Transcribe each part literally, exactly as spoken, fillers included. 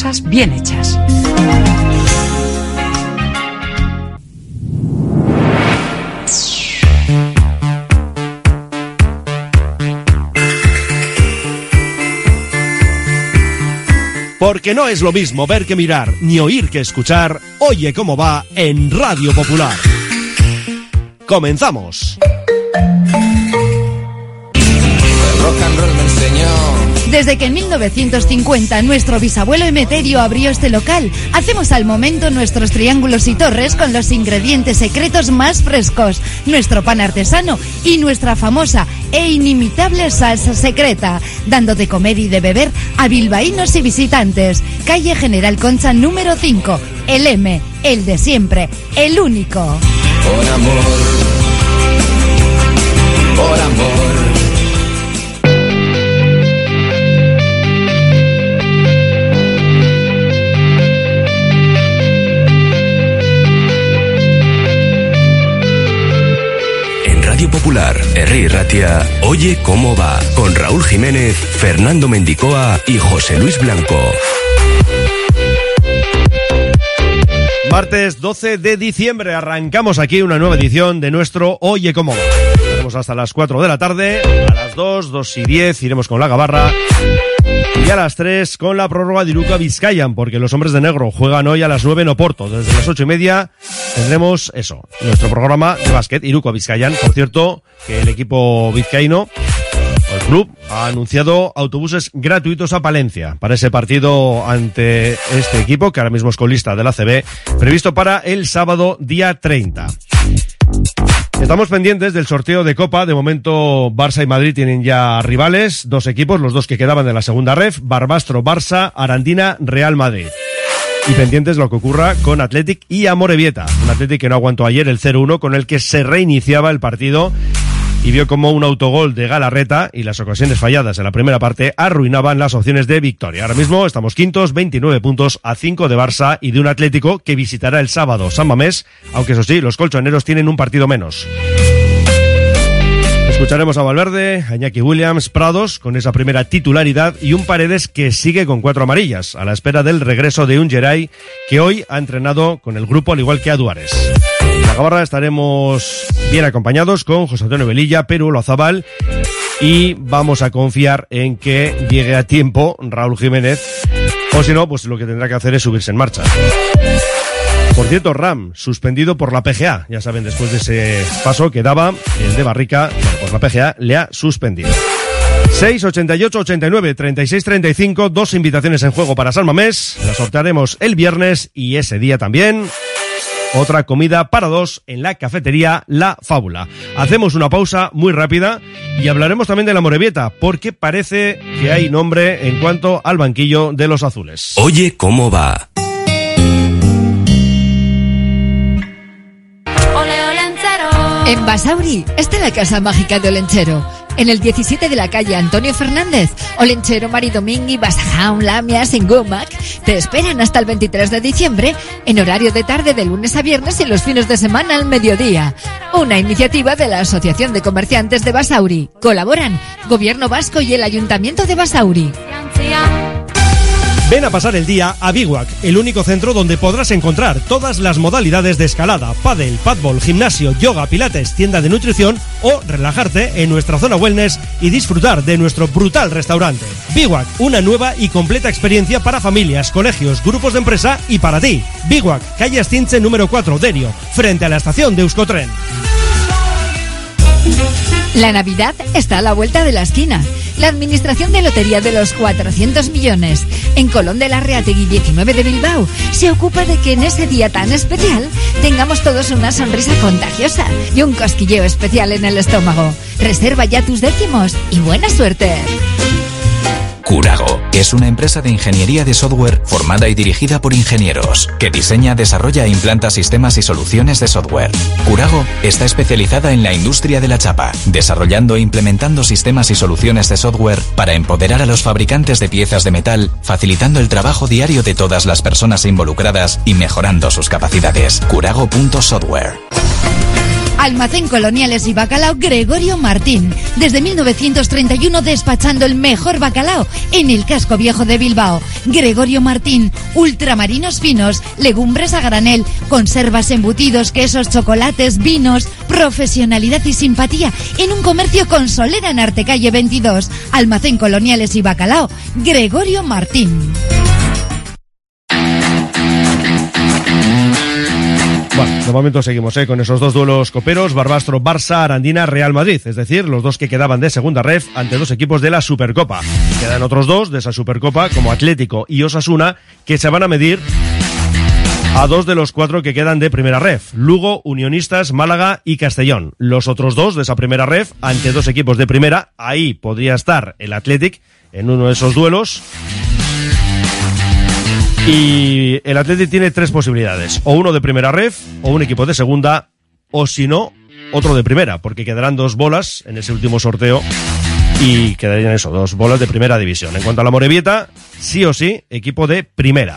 cosas bien hechas. Porque no es lo mismo ver que mirar, ni oír que escuchar. Oye cómo va en Radio Popular. Comenzamos. Desde que en mil novecientos cincuenta nuestro bisabuelo Emeterio abrió este local, hacemos al momento nuestros triángulos y torres con los ingredientes secretos más frescos, nuestro pan artesano y nuestra famosa e inimitable salsa secreta, dando de comer y de beber a bilbaínos y visitantes. Calle General Concha número cinco, el M, el de siempre, el único. Por amor, por amor. Popular, Herri Ratia, Oye cómo va, con Raúl Jiménez, Fernando Mendicoa y José Luis Blanco. Martes doce de diciembre, arrancamos aquí una nueva edición de nuestro Oye cómo va. Estaremos hasta las cuatro de la tarde, a las dos, dos y diez iremos con la gabarra. Y a las tres con la prórroga de Iruko Bizkaian, porque los hombres de negro juegan hoy a las nueve en Oporto. Desde las ocho y media tendremos eso, nuestro programa de básquet, Iruko Bizkaian. Por cierto, que el equipo vizcaíno, el club, ha anunciado autobuses gratuitos a Palencia para ese partido ante este equipo, que ahora mismo es colista de la A C B, previsto para el sábado día treinta. Estamos pendientes del sorteo de Copa. De momento Barça y Madrid tienen ya rivales, dos equipos, los dos que quedaban de la segunda ref, Barbastro Barça, Arandina Real Madrid. Y pendientes lo que ocurra con Athletic y Amorebieta, un Athletic que no aguantó ayer el cero uno con el que se reiniciaba el partido y vio como un autogol de Galarreta y las ocasiones falladas en la primera parte arruinaban las opciones de victoria. Ahora mismo estamos quintos, veintinueve puntos a cinco de Barça y de un Atlético que visitará el sábado San Mamés, aunque eso sí, los colchoneros tienen un partido menos. Escucharemos a Valverde, a Iñaki Williams, Prados con esa primera titularidad y un Paredes que sigue con cuatro amarillas a la espera del regreso de un Geray que hoy ha entrenado con el grupo al igual que a Duares. En la gabarra estaremos bien acompañados con José Antonio Velilla, Perú Lozabal y vamos a confiar en que llegue a tiempo Raúl Jiménez, o si no, pues lo que tendrá que hacer es subirse en marcha. Por cierto, Ram, suspendido por la P G A. Ya saben, después de ese paso que daba el de Barrica, bueno, pues la P G A le ha suspendido. seis, ochenta y ocho, ochenta y nueve, treinta y seis, treinta y cinco, dos invitaciones en juego para San Mamés. Las sortearemos el viernes y ese día también otra comida para dos en la cafetería La Fábula. Hacemos una pausa muy rápida y hablaremos también de la Amorebieta, porque parece que hay nombre en cuanto al banquillo de los azules. Oye cómo va. En Basauri está la Casa Mágica de Olenchero. En el diecisiete de la calle Antonio Fernández, Olenchero, Maridomingui, Basajaun, Lamias, en Gumac, te esperan hasta el veintitrés de diciembre, en horario de tarde de lunes a viernes y los fines de semana al mediodía. Una iniciativa de la Asociación de Comerciantes de Basauri. Colaboran Gobierno Vasco y el Ayuntamiento de Basauri. Ven a pasar el día a Biwak, el único centro donde podrás encontrar todas las modalidades de escalada, pádel, padbol, gimnasio, yoga, pilates, tienda de nutrición o relajarte en nuestra zona wellness y disfrutar de nuestro brutal restaurante. Biwak, una nueva y completa experiencia para familias, colegios, grupos de empresa y para ti. Biwak, calle Astinche número cuatro, Derio, frente a la estación de Euskotren. La Navidad está a la vuelta de la esquina. La Administración de Lotería de los cuatrocientos millones en Colón de la Reategui diecinueve de Bilbao se ocupa de que en ese día tan especial tengamos todos una sonrisa contagiosa y un cosquilleo especial en el estómago. Reserva ya tus décimos y buena suerte. Curago es una empresa de ingeniería de software formada y dirigida por ingenieros que diseña, desarrolla e implanta sistemas y soluciones de software. Curago está especializada en la industria de la chapa, desarrollando e implementando sistemas y soluciones de software para empoderar a los fabricantes de piezas de metal, facilitando el trabajo diario de todas las personas involucradas y mejorando sus capacidades. Curago punto software. Almacén Coloniales y Bacalao Gregorio Martín. Desde mil novecientos treinta y uno despachando el mejor bacalao en el casco viejo de Bilbao. Gregorio Martín, ultramarinos finos, legumbres a granel, conservas, embutidos, quesos, chocolates, vinos, profesionalidad y simpatía en un comercio con solera en Artecalle veintidós. Almacén Coloniales y Bacalao Gregorio Martín. Bueno, de momento seguimos ¿eh? con esos dos duelos coperos, Barbastro, Barça, Arandina, Real Madrid, es decir, los dos que quedaban de segunda ref ante dos equipos de la Supercopa. Quedan otros dos de esa Supercopa, como Atlético y Osasuna, que se van a medir a dos de los cuatro que quedan de primera ref, Lugo, Unionistas, Málaga y Castellón. Los otros dos de esa primera ref ante dos equipos de primera, ahí podría estar el Athletic en uno de esos duelos. Y el Athletic tiene tres posibilidades, o uno de primera ref, o un equipo de segunda, o si no, otro de primera, porque quedarán dos bolas en ese último sorteo y quedarían eso, dos bolas de primera división. En cuanto a la Morevieta, sí o sí, equipo de primera.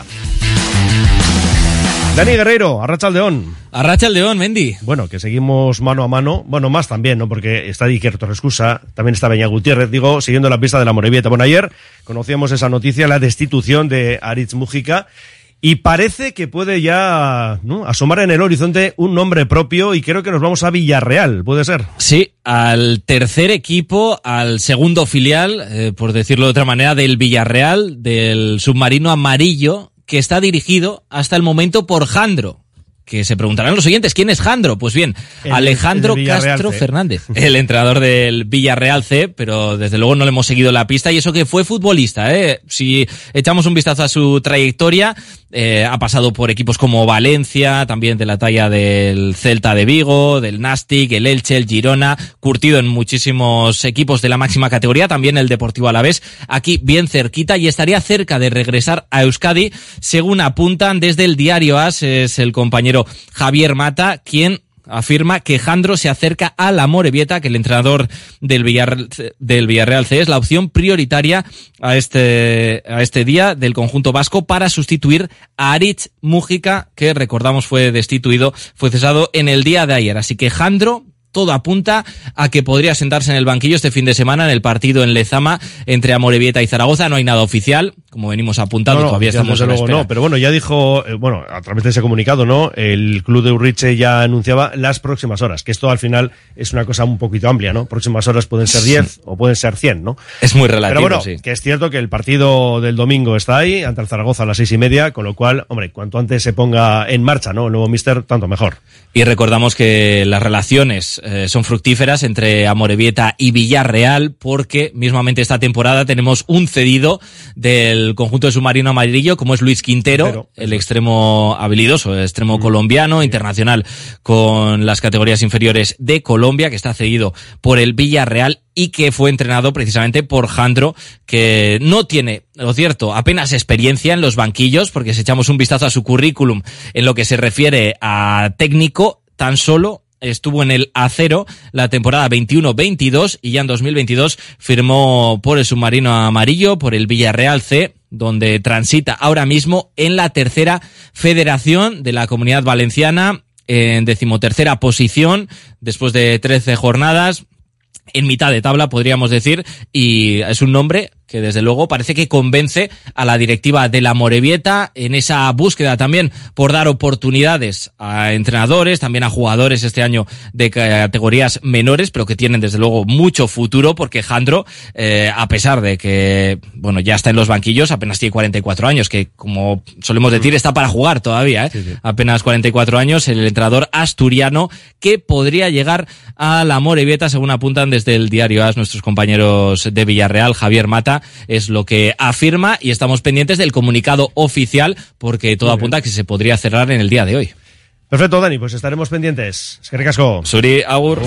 Dani Guerreiro, Arratsaldeon. Arratsaldeon, Mendy. Bueno, que seguimos mano a mano, bueno, más también, ¿no? Porque está Iker Torrescusa, también está Beñat Gutiérrez, digo, siguiendo la pista de la Morevieta. Bueno, ayer conocíamos esa noticia, la destitución de Aritz Mújica, y parece que puede ya, ¿no?, asomar en el horizonte un nombre propio, y creo que nos vamos a Villarreal, ¿puede ser? Sí, al tercer equipo, al segundo filial, eh, por decirlo de otra manera, del Villarreal, del submarino amarillo, que está dirigido hasta el momento por Jandro. Que se preguntarán los siguientes, ¿quién es Jandro? Pues bien, el, Alejandro el Castro C. Fernández, el entrenador del Villarreal C, pero desde luego no le hemos seguido la pista, y eso que fue futbolista, ¿eh? Si echamos un vistazo a su trayectoria, eh, ha pasado por equipos como Valencia, también de la talla del Celta de Vigo, del Nastic, el Elche, el Girona, curtido en muchísimos equipos de la máxima categoría, también el Deportivo Alavés, aquí bien cerquita, y estaría cerca de regresar a Euskadi, según apuntan desde el diario A S, es el compañero Javier Mata quien afirma que Jandro se acerca a la Morevieta, que el entrenador del Villarreal, del Villarreal C es la opción prioritaria a este, a este día del conjunto vasco para sustituir a Aritz Mújica, que recordamos fue destituido, fue cesado en el día de ayer. Así que Jandro, todo apunta a que podría sentarse en el banquillo este fin de semana en el partido en Lezama entre Amorebieta y Zaragoza. No hay nada oficial, como venimos apuntando, no, no, todavía estamos en la espera. No, pero bueno, ya dijo, eh, bueno, a través de ese comunicado, ¿no? El club de Urriche ya anunciaba las próximas horas, que esto al final es una cosa un poquito amplia, ¿no? Próximas horas pueden ser diez o pueden ser cien, ¿no? Es muy relativo, pero bueno, sí. Que es cierto que el partido del domingo está ahí, ante el Zaragoza a las seis y media, con lo cual, hombre, cuanto antes se ponga en marcha, ¿no?, el nuevo míster, tanto mejor. Y recordamos que las relaciones eh, son fructíferas entre Amorebieta y Villarreal, porque mismamente esta temporada tenemos un cedido del conjunto de submarino amarillo, como es Luis Quintero, Quintero el extremo habilidoso, el extremo mm. colombiano, sí. internacional con las categorías inferiores de Colombia, que está cedido por el Villarreal y que fue entrenado precisamente por Jandro, que no tiene, lo cierto, apenas experiencia en los banquillos, porque si echamos un vistazo a su currículum en lo que se refiere a técnico, tan solo estuvo en el Acero la temporada veintiuno veintidós y ya en dos mil veintidós firmó por el submarino amarillo, por el Villarreal C, donde transita ahora mismo en la tercera federación de la Comunidad Valenciana, en decimotercera posición, después de trece jornadas, en mitad de tabla, podríamos decir, y es un nombre que desde luego parece que convence a la directiva de la Amorebieta en esa búsqueda también por dar oportunidades a entrenadores, también a jugadores este año de categorías menores, pero que tienen desde luego mucho futuro, porque Jandro, eh, a pesar de que, bueno, ya está en los banquillos, apenas tiene cuarenta y cuatro años, que como solemos decir, está para jugar todavía, ¿eh? Sí, sí. Apenas cuarenta y cuatro años, el entrenador asturiano que podría llegar a la Amorebieta, según apuntan desde el diario A S nuestros compañeros de Villarreal. Javier Mata es lo que afirma, y estamos pendientes del comunicado oficial, porque todo apunta a que se podría cerrar en el día de hoy. Perfecto, Dani, pues estaremos pendientes. Eskerrik asko. Suri, agur.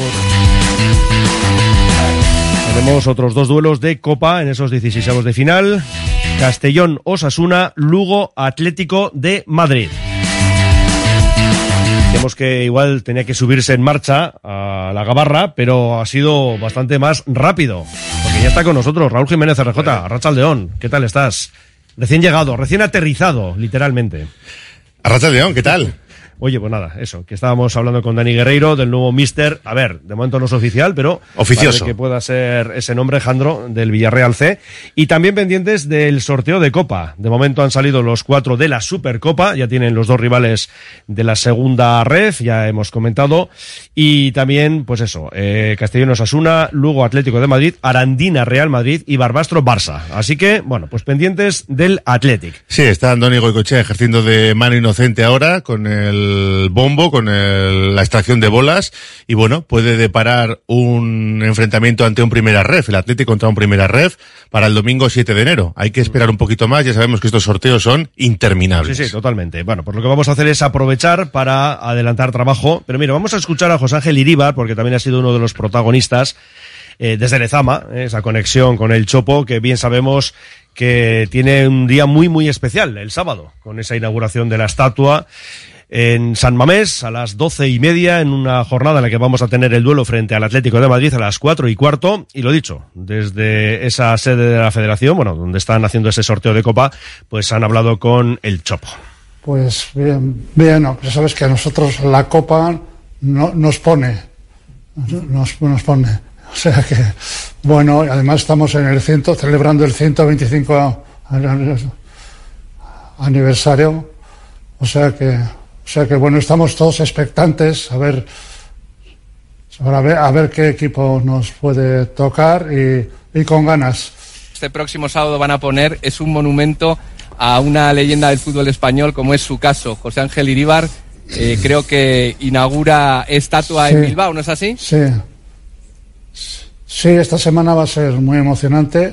Tenemos otros dos duelos de Copa en esos dieciseisavos de final. Castellón-Osasuna, Lugo-Atlético de Madrid. Decíamos que igual tenía que subirse en marcha a la gabarra, pero ha sido bastante más rápido, porque ya está con nosotros Raúl Jiménez R J, Arratsaldeon. ¿Qué tal estás? Recién llegado, recién aterrizado, literalmente. Arratsaldeon, ¿qué tal? Oye, pues nada, eso, que estábamos hablando con Dani Guerreiro del nuevo míster, a ver, de momento no es oficial, pero oficioso que pueda ser ese nombre, Jandro, del Villarreal C. Y también pendientes del sorteo de Copa. De momento han salido los cuatro de la Supercopa, ya tienen los dos rivales de la segunda ref, ya hemos comentado. Y también, pues eso, eh, Castellón Osasuna, Lugo Atlético de Madrid, Arandina Real Madrid y Barbastro Barça. Así que, bueno, pues pendientes del Athletic. Sí, está Andoni Goicoechea ejerciendo de mano inocente ahora con el el bombo, con el, la extracción de bolas, y bueno, puede deparar un enfrentamiento ante un primera ref, el Atlético contra un primera ref, para el domingo siete de enero. Hay que esperar un poquito más, ya sabemos que estos sorteos son interminables. Sí, sí, totalmente. Bueno, pues lo que vamos a hacer es aprovechar para adelantar trabajo, pero mira, vamos a escuchar a José Ángel Iríbar, porque también ha sido uno de los protagonistas eh, desde Lezama, eh, esa conexión con el Chopo, que bien sabemos que tiene un día muy, muy especial, el sábado, con esa inauguración de la estatua en San Mamés a las doce y media, en una jornada en la que vamos a tener el duelo frente al Atlético de Madrid a las cuatro y cuarto. Y lo dicho, desde esa sede de la Federación, bueno, donde están haciendo ese sorteo de Copa, pues han hablado con el Chopo. Pues bien, bien, no, ya sabes que a nosotros la Copa no, nos pone, nos, nos pone. O sea que, bueno, además estamos en el ciento, celebrando el ciento veinticinco aniversario, o sea que, o sea que bueno, estamos todos expectantes a ver, a ver, a ver qué equipo nos puede tocar y, y con ganas. Este próximo sábado van a poner, es un monumento a una leyenda del fútbol español, como es su caso, José Ángel Iríbar. Eh, creo que inaugura estatua sí, en Bilbao, ¿no es así? Sí. Sí, esta semana va a ser muy emocionante,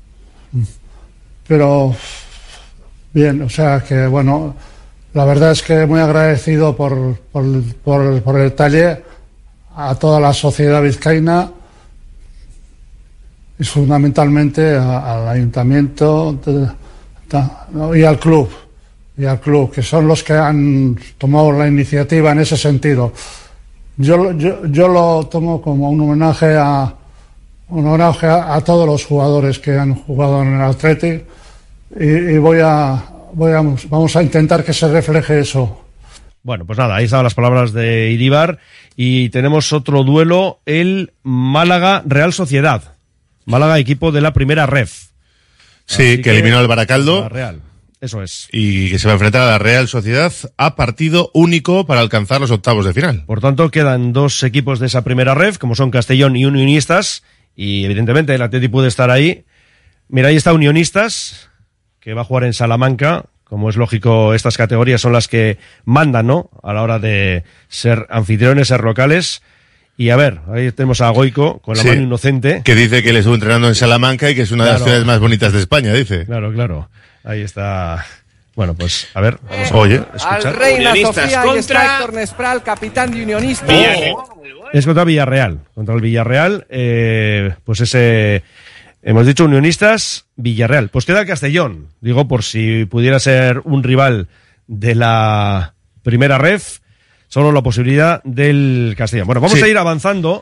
pero bien, o sea que bueno, la verdad es que muy agradecido por, por, por, por el detalle a toda la sociedad vizcaína y fundamentalmente a, al ayuntamiento de, de, y al club, y al club, que son los que han tomado la iniciativa en ese sentido. Yo, yo, yo lo tomo como un homenaje a un homenaje a, a todos los jugadores que han jugado en el Athletic y, y voy a, voy a vamos a intentar que se refleje eso. Bueno, pues nada, ahí estaban las palabras de Iríbar y tenemos otro duelo, el Málaga Real Sociedad. Málaga, equipo de la primera ref. Sí, que, que eliminó al Baracaldo. Real. Eso es. Y que se va a enfrentar a la Real Sociedad a partido único para alcanzar los octavos de final. Por tanto, quedan dos equipos de esa primera ref, como son Castellón y Unionistas, y evidentemente el Atleti puede estar ahí. Mira, ahí está Unionistas, que va a jugar en Salamanca. Como es lógico, estas categorías son las que mandan, ¿no?, a la hora de ser anfitriones, ser locales. Y a ver, ahí tenemos a Goico con la sí, mano inocente. Que dice que él estuvo entrenando en Salamanca y que es una claro. de las ciudades más bonitas de España, dice. Claro, claro. Ahí está. Bueno, pues, a ver, vamos a Oye. escuchar. Al Reina Sofía contra... y está Héctor Nespral, capitán de Unionistas. Oh. Es contra Villarreal. Contra el Villarreal, eh, pues ese... Hemos dicho Unionistas, Villarreal. Pues queda el Castellón. Digo, por si pudiera ser un rival de la primera ref, solo la posibilidad del Castellón. Bueno, vamos sí. a ir avanzando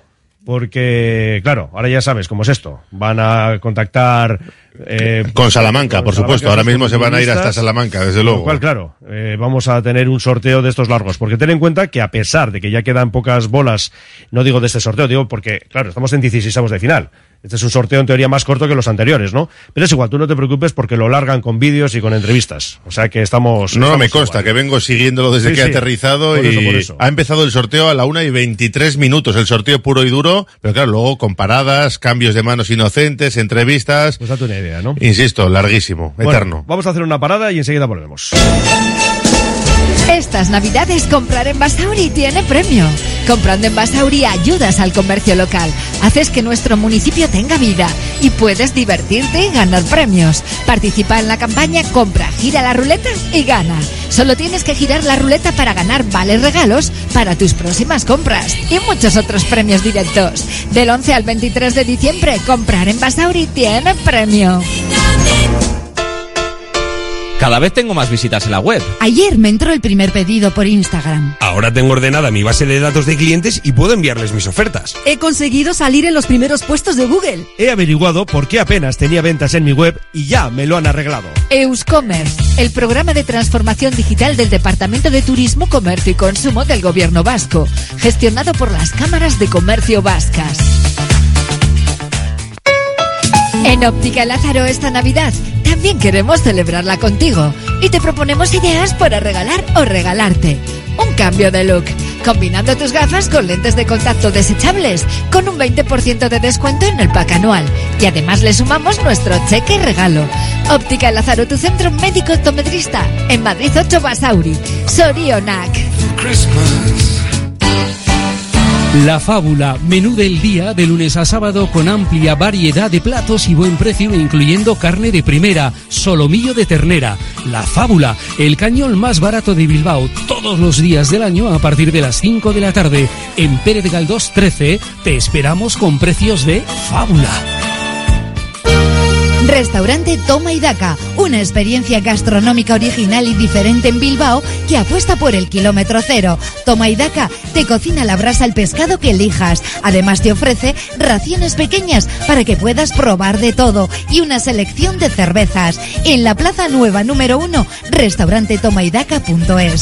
porque, claro, ahora ya sabes cómo es esto. Van a contactar... Eh, con Salamanca, con por Salamanca, supuesto. Ahora mismo se van a ir hasta Salamanca, desde luego. Con lo cual, claro, eh, vamos a tener un sorteo de estos largos. Porque ten en cuenta que a pesar de que ya quedan pocas bolas, no digo de este sorteo, digo porque, claro, estamos en dieciseisavos de final. Este es un sorteo en teoría más corto que los anteriores, ¿no? Pero es igual, tú no te preocupes porque lo largan con vídeos y con entrevistas. O sea que estamos... No, estamos me consta, igual. Que vengo siguiéndolo desde sí, que sí. ha aterrizado por y eso, por eso. Ha empezado el sorteo a la una y veintitrés minutos, el sorteo puro y duro, pero claro, luego con paradas, cambios de manos inocentes, entrevistas... Pues date una idea, ¿no? Insisto, larguísimo, bueno, eterno. Vamos a hacer una parada y enseguida volvemos. Estas navidades comprar en Basauri tiene premio. Comprando en Basauri ayudas al comercio local, haces que nuestro municipio tenga vida y puedes divertirte y ganar premios. Participa en la campaña Compra, gira la ruleta y gana. Solo tienes que girar la ruleta para ganar vales regalos para tus próximas compras y muchos otros premios directos. Del once al veintitrés de diciembre, comprar en Basauri tiene premio. Cada vez tengo más visitas en la web. Ayer me entró el primer pedido por Instagram. Ahora tengo ordenada mi base de datos de clientes y puedo enviarles mis ofertas. He conseguido salir en los primeros puestos de Google. He averiguado por qué apenas tenía ventas en mi web y ya me lo han arreglado. Euscommerce, el programa de transformación digital del Departamento de Turismo, Comercio y Consumo del Gobierno Vasco, gestionado por las cámaras de comercio vascas. En Óptica Lázaro esta Navidad también queremos celebrarla contigo y te proponemos ideas para regalar o regalarte. Un cambio de look, combinando tus gafas con lentes de contacto desechables, con un veinte por ciento de descuento en el pack anual. Y además le sumamos nuestro cheque regalo. Óptica Lázaro, tu centro médico optometrista, en Madrid ocho Basauri, Sorionak. La Fábula, menú del día de lunes a sábado con amplia variedad de platos y buen precio, incluyendo carne de primera, solomillo de ternera. La Fábula, el cañón más barato de Bilbao, todos los días del año a partir de las cinco de la tarde. En Pérez Galdós trece te esperamos con precios de Fábula. Restaurante Toma y Daca, una experiencia gastronómica original y diferente en Bilbao que apuesta por el kilómetro cero. Toma y Daca te cocina a la brasa el pescado que elijas. Además te ofrece raciones pequeñas para que puedas probar de todo y una selección de cervezas. En la Plaza Nueva número uno, restaurante toma y daca punto es.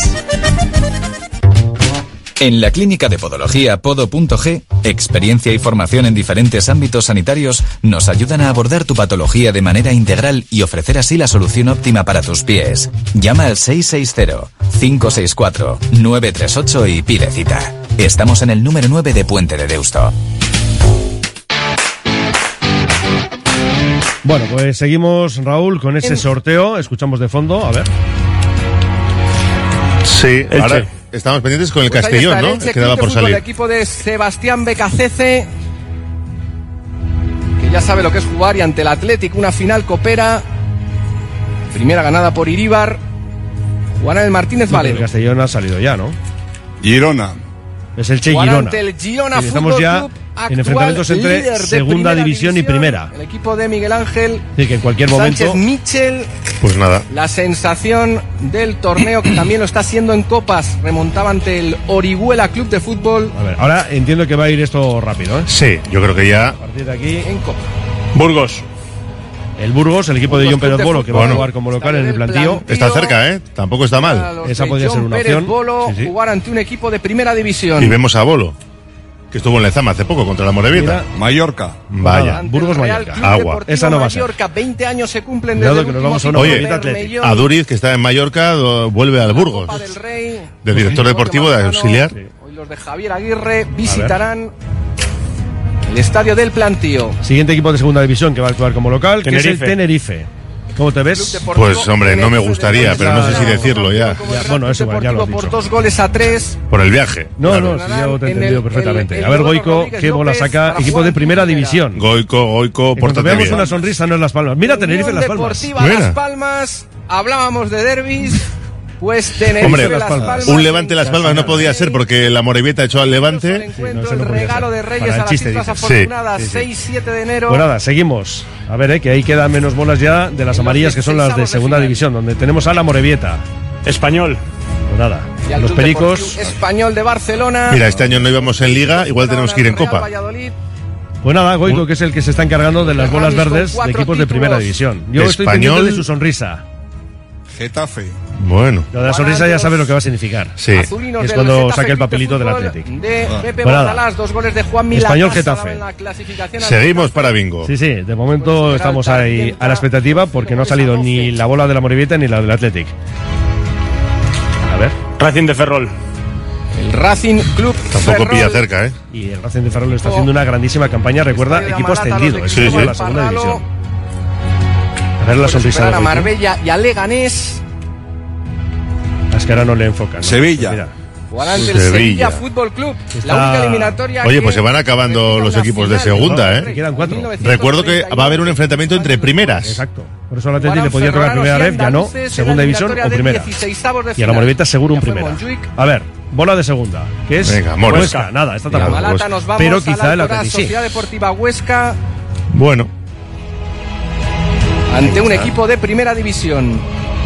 En la Clínica de Podología Podo punto G, experiencia y formación en diferentes ámbitos sanitarios nos ayudan a abordar tu patología de manera integral y ofrecer así la solución óptima para tus pies. Llama al seis seis cero, cinco seis cuatro, nueve tres ocho y pide cita. Estamos en el número nueve de Puente de Deusto. Bueno, pues seguimos, Raúl, con ese sorteo. Escuchamos de fondo, a ver. Sí, el ahora che. Estamos pendientes con el pues Castellón, ¿no? El Quedaba por salir. El equipo de Sebastián Becacece, que ya sabe lo que es jugar, y ante el Athletic una final copera. Primera ganada por Iríbar. Jugará el Martínez no, Valero. El Castellón ha salido ya, ¿no? Girona. Es el Che Jugará Girona. Ante el Girona sí, estamos ya Club, en enfrentamientos entre segunda división, división y primera. El equipo de Miguel Ángel. Sí, que en cualquier momento. Sánchez Michel. Pues nada. La sensación del torneo, que también lo está haciendo en copas, remontaba ante el Orihuela Club de Fútbol. A ver, ahora entiendo que va a ir esto rápido, ¿eh? Sí, yo creo que ya. A partir de aquí. En copa. Burgos. El Burgos, el equipo Burgos de John Pérez Bolo, que va bueno, a jugar como local en el plantío. Está cerca, ¿eh? Tampoco está mal. Esa podría ser una Pérez opción. Bolo, sí, sí. jugar ante un equipo de primera división. Y vemos a Bolo, que estuvo en Lezama hace poco contra la Morevieta. Mallorca. Vaya, Burgos Mallorca. Agua. Esa no va a ser. Mallorca, veinte años se cumplen desde Cuidado que nos vamos a una Oye, a Duriz, que está en Mallorca, vuelve al Burgos. Del Rey, de director deportivo, de auxiliar. Sí. Hoy los de Javier Aguirre visitarán el estadio del Plantío. Siguiente equipo de segunda división que va a actuar como local, Tenerife. que es el Tenerife. ¿Cómo te ves? Pues hombre, no me gustaría, pero no sé si decirlo ya. ya bueno, eso igual, ya lo has dicho. Por dos goles a tres. Por el viaje. No, claro. no, si yo te he entendido el, perfectamente. El, el, a ver, Goico, Rodríguez qué bola López saca. Equipo de primera división. Goico, Goico, por pórtate bien. una sonrisa, no en Las Palmas. Mira, Tenerife en Las Palmas. Deportiva Las Palmas. Hablábamos de derbis. Pues Tenerife, hombre, Las Palmas, un Levante Las Palmas no podía ser porque la Morevieta echó al Levante. Sí, no, el regalo de Reyes a las Islas Afortunadas, sí, sí, sí. seis siete de enero. Pues nada, seguimos. A ver, eh, que ahí quedan menos bolas ya de las amarillas, que son las de segunda división, donde tenemos a la Morevieta. Español. Pues nada, los Pericos. Español de Barcelona. Mira, este año no íbamos en Liga, igual tenemos que ir en Copa. Pues nada, Goico, que es el que se está encargando de las bolas verdes de equipos de primera división. Yo estoy pendiente de su sonrisa. Getafe. Bueno. Lo de la sonrisa ya sabe lo que va a significar. Sí. Es cuando saque el papelito del Athletic. De Pepe Pues Bordalás, dos goles de Juan Milán. Español Getafe. Seguimos para bingo. Sí, sí, de momento pues estamos ahí a la expectativa porque no ha salido ni la bola de la Morevieta ni la del Athletic. A ver. Racing de Ferrol. El Racing Club Tampoco Ferrol. pilla cerca, ¿eh? Y el Racing de Ferrol está haciendo una grandísima campaña. Recuerda, equipo ascendido. Es sí, sí. la segunda división. A ver la sonrisa de a Marbella y a Leganés. Es que ahora no le enfocan, ¿no? Sevilla. Mira. Jugarán ante el Sevilla. Sevilla Fútbol Club. Está... La única eliminatoria. Oye, pues se van acabando los equipos de segunda, ¿eh? Quedan cuatro. Recuerdo que va a haber un enfrentamiento entre primeras. Exacto. Por eso al Atleti le podía tocar primera ref, ya no. Segunda división o primera. Y a la Morevieta seguro un primera. A ver, bola de segunda. ¿Qué es? Venga, Huesca. Nada, está tapado. Malata, nos vamos pero quizá el Atleti sí. Sociedad Deportiva Huesca. Bueno. Ante un equipo de primera división.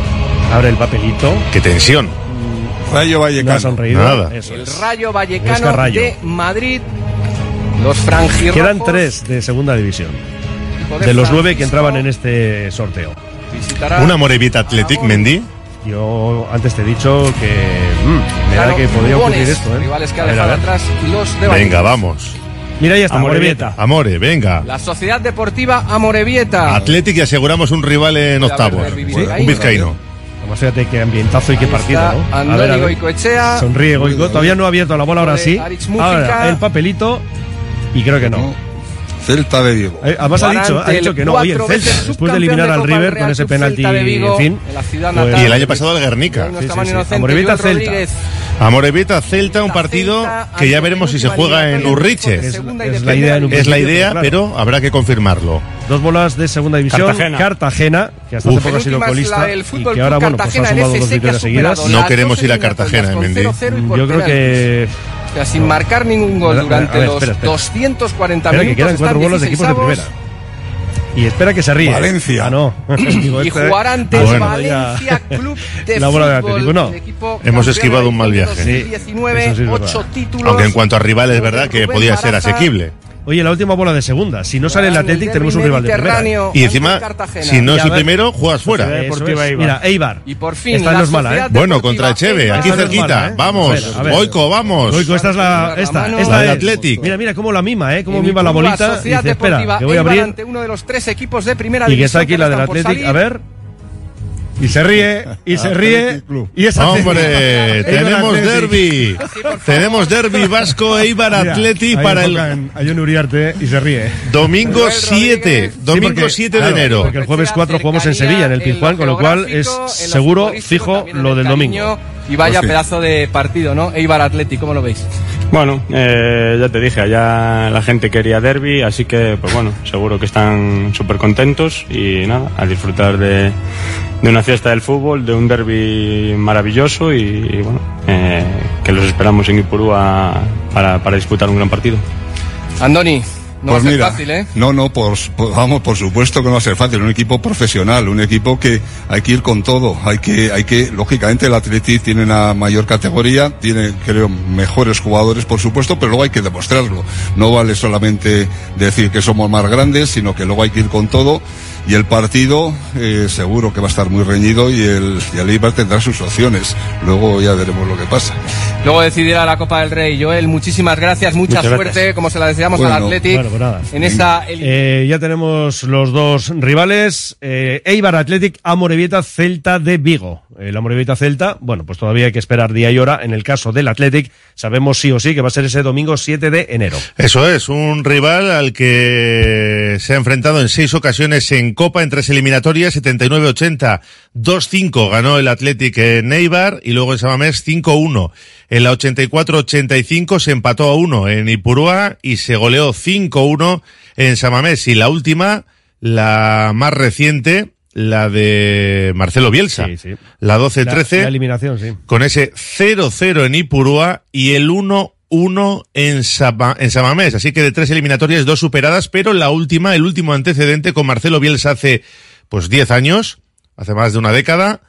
Abre el papelito. ¡Qué tensión! Rayo Vallecano. No ha sonreído. Nada. Eso El es. Rayo Huesca Vallecano Rayo. de Madrid. Los franjirrojos. Quedan tres de segunda división. De los nueve que entraban en este sorteo. Visitará Una Morevieta Athletic, Mendy. Yo antes te he dicho que mmm, me da Claro, que podría ocurrir Lugones, esto, ¿eh? rivales que ha A ver, dejado a ver. atrás los de Venga, Vallecano. vamos. Mira, ahí está, Amorebieta. Amorebieta. Amore, venga. La Sociedad Deportiva Amorebieta. Athletic y aseguramos un rival en Puede haber octavos. derbi Sí, vizcaíno. un vizcaíno. Además, fíjate qué ambientazo y qué Ahí partido, está ¿no? Andoni a ver, a ver. Goicoechea. Sonríe Goico. Todavía no ha abierto la bola, ahora De sí. Aritz Mújica. Ahora, el papelito. Y creo que no. Celta de Vigo. Eh, Además ha dicho, ha Guarante, dicho que no. Oye, el cuatro Celta, veces después de eliminar al subcampeón de Copa River del con ese Real penalti, Celta de Vigo, en fin. en la ciudad pues- natal. Y el año pasado al Guernica. No Sí, estaba sí, sí. inocente, Amorebieta, Joel Celta. Rodríguez. Amorebieta Celta, un partido que ya veremos si se juega en Urriche. Es- es la idea en un Es la principio, idea, claro. pero habrá que confirmarlo. Dos bolas de segunda división. Cartagena. Cartagena, que hasta Uf. hace poco ha sido Penúltima es colista la- el y Fútbol que ahora, Club bueno, pues ha Cartagena, el sumado F dos C que ha victorias seguidas. superado No las queremos dos ir a eliminatorias Cartagena, con Mendy. cero cero y por Yo creo penaltis. que... O sea, sin marcar ningún gol A ver, durante a ver, los espera, espera. doscientos cuarenta Espera, que minutos. quedan cuatro están bolas de equipos de dieciseisavos. primera. Y espera que se ríe. Valencia. Ah, no. Digo, Y este- jugar ante Bueno, Valencia ya. Club de La bola de Fútbol. Atlético, no. el equipo Hemos campeón esquivado de un mal viaje. dos mil diecinueve, Sí, eso sí es ocho verdad. títulos. Aunque en cuanto a rivales, es verdad que Rubén podía ser Baraza. asequible. Oye, la última bola de segunda. Si no sale el Athletic, tenemos un rival de primera. Y encima, si no es el primero, juegas fuera. Eso Deportiva es. Eibar. Mira, Eibar. Y por fin, Esta la no es mala, ¿eh? Sociedad Bueno, Deportiva contra Echeve, aquí Esta no es cerquita. mala, ¿eh? Vamos, A ver, a ver. Goico, vamos. Goico, esta es la... La Esta, mano. esta La del es. Athletic. Mira, mira cómo la mima, ¿eh? Cómo En mima la Ipurúa, bolita. Sociedad Dice, espera, Deportiva que voy a Eibar abrir. ante uno de los tres equipos de primera Y que división está aquí que la no del están por Athletic. salir. A ver. Y se ríe, y se ríe. Athletic Club. Y esa Hombre, Eibar tenemos Athletic. derbi. Tenemos derbi vasco Eibar Mira, Athletic ahí para el enfocan a John Uriarte y se ríe. domingo Joel siete. Rodríguez. Sí, Domingo porque- siete de claro, enero. Porque el jueves cuatro jugamos en Sevilla, en el Pizjuán, con lo cual es seguro, fijo, lo del domingo. Y vaya Pues sí. pedazo de partido, ¿no? Eibar Athletic, ¿cómo lo veis? Bueno, eh, ya te dije, allá la gente quería derbi, así que, pues bueno, seguro que están súper contentos y nada, a disfrutar de, de una fiesta del fútbol, de un derbi maravilloso y, y bueno, eh, que los esperamos en Ipurúa para, para disputar un gran partido. Andoni, no Pues va a ser mira, fácil, ¿eh? no, no, por, por- vamos, por supuesto que no va a ser fácil. Un equipo profesional, un equipo que hay que ir con todo. Hay que, hay que, lógicamente, el Athletic tiene una mayor categoría, tiene, creo, mejores jugadores, por supuesto, pero luego hay que demostrarlo. No vale solamente decir que somos más grandes, sino que luego hay que ir con todo. Y el partido, eh, seguro que va a estar muy reñido y el, y el Eibar tendrá sus opciones. Luego ya veremos lo que pasa. Luego decidirá la Copa del Rey. Joel, muchísimas gracias, mucha Muchas suerte, gracias. como se la deseamos Bueno, al Athletic. Bueno, pues nada. En esa Eh, ya tenemos los dos rivales. Eh, Eibar Athletic, Amorebieta Celta de Vigo. El Amorebieta Celta, bueno, pues todavía hay que esperar día y hora. En el caso del Athletic, sabemos sí o sí que va a ser ese domingo siete de enero. Eso es, un rival al que se ha enfrentado en seis ocasiones en Copa en tres eliminatorias, setenta y nueve ochenta, dos cinco ganó el Athletic en Eibar y luego en Samamés cinco uno. En la ochenta y cuatro ochenta y cinco se empató a uno en Ipurúa y se goleó cinco uno en Samamés. Y la última, la más reciente, la de Marcelo Bielsa, Sí, sí. la doce trece. La, la eliminación, sí. Con ese cero cero en Ipurúa y el uno uno en, Sama, en Samamés. Así que de tres eliminatorias, dos superadas, pero la última, el último antecedente con Marcelo Bielsa hace pues diez años, hace más de una década,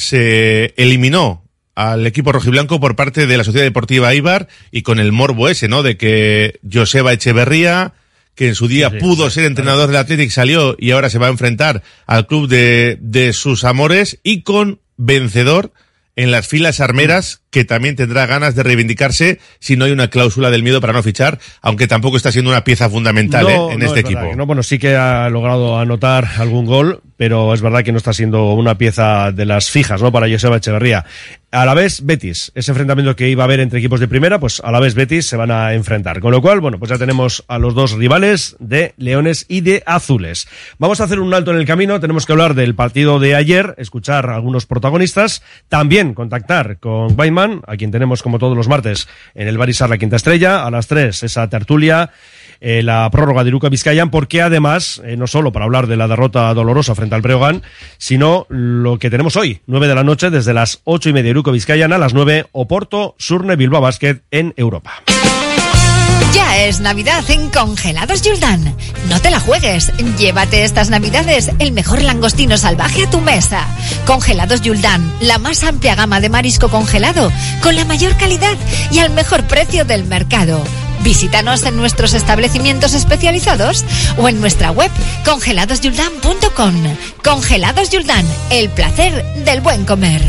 se eliminó al equipo rojiblanco por parte de la Sociedad Deportiva Eibar y con el morbo ese, ¿no? De que Joseba Echeverría, que en su día Sí, sí, pudo sí, ser entrenador del Athletic, salió y ahora se va a enfrentar al club de, de sus amores y con vencedor en las filas armeras, que también tendrá ganas de reivindicarse si no hay una cláusula del miedo para no fichar, aunque tampoco está siendo una pieza fundamental No, ¿eh? en no, este es verdad equipo. que no, bueno, sí que ha logrado anotar algún gol, pero es verdad que no está siendo una pieza de las fijas, ¿no? Para Joseba Echeverría. A la vez, Betis, ese enfrentamiento que iba a haber entre equipos de primera, pues a la vez Betis se van a enfrentar. Con lo cual, bueno, pues ya tenemos a los dos rivales de Leones y de Azules. Vamos a hacer un alto en el camino, tenemos que hablar del partido de ayer, escuchar a algunos protagonistas, también contactar con Weidman, a quien tenemos como todos los martes en el Barisar La Quinta Estrella, a las tres esa tertulia, eh, la prórroga de Iruka Vizcayan, porque además, eh, no solo para hablar de la derrota dolorosa frente al Breogán, sino lo que tenemos hoy, nueve de la noche, desde las ocho y media Iruka Vizcayan, a las nueve Oporto, Surne, Bilbao Basket en Europa. Ya es Navidad en Congelados Yuldan. No te la juegues. Llévate estas Navidades el mejor langostino salvaje a tu mesa. Congelados Yuldan, la más amplia gama de marisco congelado, con la mayor calidad y al mejor precio del mercado. Visítanos en nuestros establecimientos especializados o en nuestra web congelados yuldan punto com. Congelados Yuldan, el placer del buen comer.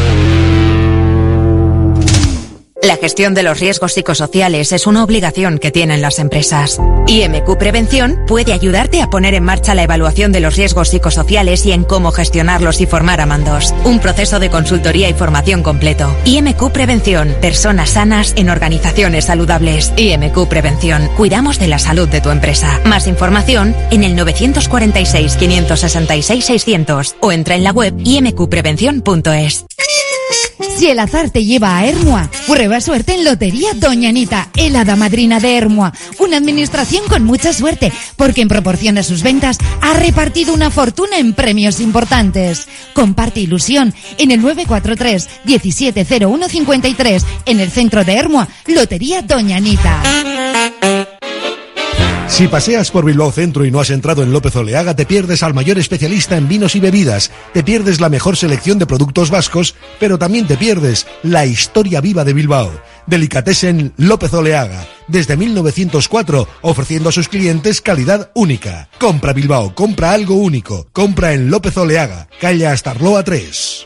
La gestión de los riesgos psicosociales es una obligación que tienen las empresas. I M Q Prevención puede ayudarte a poner en marcha la evaluación de los riesgos psicosociales y en cómo gestionarlos y formar a mandos. Un proceso de consultoría y formación completo. I M Q Prevención. Personas sanas en organizaciones saludables. I M Q Prevención. Cuidamos de la salud de tu empresa. Más información en el nueve cuatro seis, cinco seis seis, seiscientos o entra en la web i m q prevención punto es. Si el azar te lleva a Ermua, prueba suerte en Lotería Doña Anita, el hada madrina de Ermua. Una administración con mucha suerte, porque en proporción a sus ventas ha repartido una fortuna en premios importantes. Comparte ilusión en el nueve cuatro tres, diecisiete cero uno cincuenta y tres, en el centro de Ermua, Lotería Doña Anita. Si paseas por Bilbao Centro y no has entrado en López Oleaga, te pierdes al mayor especialista en vinos y bebidas, te pierdes la mejor selección de productos vascos, pero también te pierdes la historia viva de Bilbao. Delicatessen López Oleaga, desde mil novecientos cuatro, ofreciendo a sus clientes calidad única. Compra Bilbao, compra algo único, compra en López Oleaga, calle Astarloa tres.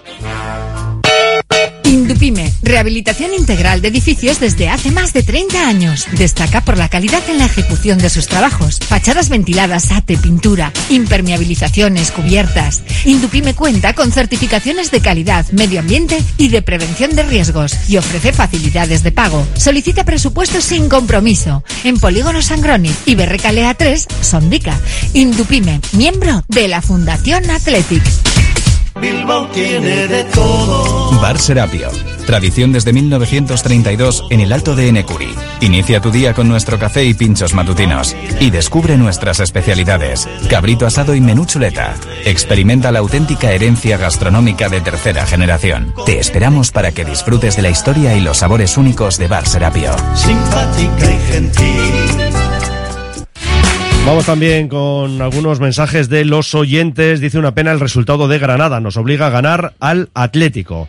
Indupime, rehabilitación integral de edificios desde hace más de treinta años. Destaca por la calidad en la ejecución de sus trabajos. Fachadas ventiladas, ate, pintura, impermeabilizaciones, cubiertas. Indupime cuenta con certificaciones de calidad, medio ambiente y de prevención de riesgos y ofrece facilidades de pago. Solicita presupuestos sin compromiso en Polígono Sangroni y Berrecalea tres, Sondica. Indupime, miembro de la Fundación Athletic. Bilbao tiene de todo. Bar Serapio. Tradición desde mil novecientos treinta y dos en el Alto de Enecuri. Inicia tu día con nuestro café y pinchos matutinos. Y descubre nuestras especialidades. Cabrito asado y menú chuleta. Experimenta la auténtica herencia gastronómica de tercera generación. Te esperamos para que disfrutes de la historia y los sabores únicos de Bar Serapio. Simpática y gentil. Vamos también con algunos mensajes de los oyentes. Dice: una pena el resultado de Granada, nos obliga a ganar al Atlético.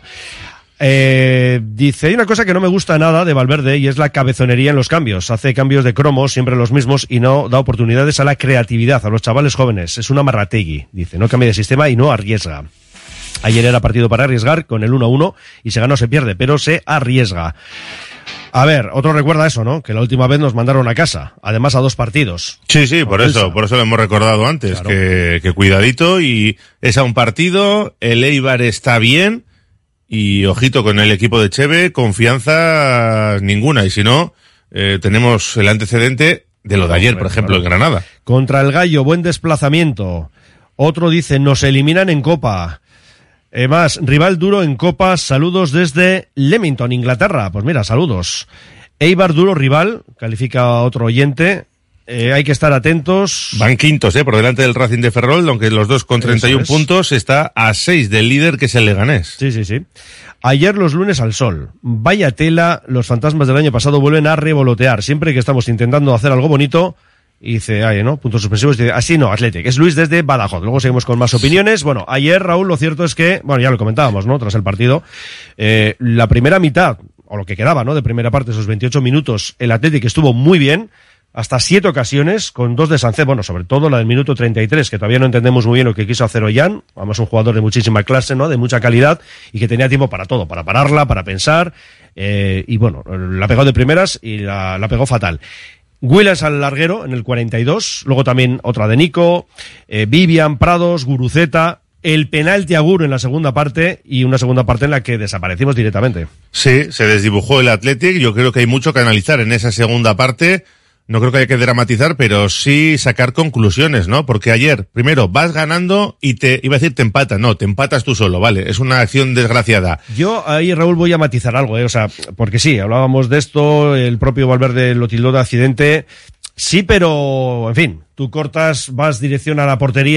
Eh, dice: hay una cosa que no me gusta nada de Valverde y es la cabezonería en los cambios. Hace cambios de cromos, siempre los mismos, y no da oportunidades a la creatividad, a los chavales jóvenes. Es una marrategui. Dice: no cambia de sistema y no arriesga. Ayer era partido para arriesgar con el uno a uno y se gana o se pierde, pero se arriesga. A ver, otro recuerda eso, ¿no? Que la última vez nos mandaron a casa, además a dos partidos. Sí, sí, por eso, por eso lo hemos recordado antes, claro. que, que cuidadito, y es a un partido, el Eibar está bien, y ojito con el equipo de Cheve, confianza ninguna, y si no, eh, tenemos el antecedente de lo de ayer, por ejemplo, en Granada. Contra el Gallo, buen desplazamiento. Otro dice: nos eliminan en Copa. Eh, más, rival duro en Copa, saludos desde Leamington, Inglaterra. Pues mira, saludos. Eibar duro rival, califica otro oyente. Eh, hay que estar atentos. Van quintos, eh, por delante del Racing de Ferrol, aunque los dos con treinta y uno puntos, está a seis del líder, que es el Leganés. Sí, sí, sí. Ayer los lunes al sol. Vaya tela, los fantasmas del año pasado vuelven a revolotear. Siempre que estamos intentando hacer algo bonito, y dice, ay, ¿no? Puntos suspensivos. Dice, así no, Athletic. Es Luis desde Badajoz. Luego seguimos con más opiniones. Bueno, ayer, Raúl, lo cierto es que, bueno, ya lo comentábamos, ¿no? Tras el partido, eh, la primera mitad, o lo que quedaba, ¿no? De primera parte, esos veintiocho minutos, el Athletic estuvo muy bien, hasta siete ocasiones, con dos de Sánchez, bueno, sobre todo la del minuto treinta y tres, que todavía no entendemos muy bien lo que quiso hacer Ollán, además un jugador de muchísima clase, ¿no? De mucha calidad, y que tenía tiempo para todo, para pararla, para pensar, eh, y bueno, la pegó de primeras y la, la pegó fatal. Williams al larguero en el cuarenta y dos, luego también otra de Nico, eh, Vivian, Prados, Guruceta, el penalti a Guru en la segunda parte y una segunda parte en la que desaparecimos directamente. Sí, se desdibujó el Athletic, yo creo que hay mucho que analizar en esa segunda parte. No creo que haya que dramatizar, pero sí sacar conclusiones, ¿no? Porque ayer, primero, vas ganando y te, iba a decir te empatas, no, te empatas tú solo, ¿vale? Es una acción desgraciada. Yo ahí, Raúl, voy a matizar algo, ¿eh? O sea, porque sí, hablábamos de esto, el propio Valverde lo tildó de accidente, sí, pero, en fin, tú cortas, vas dirección a la portería,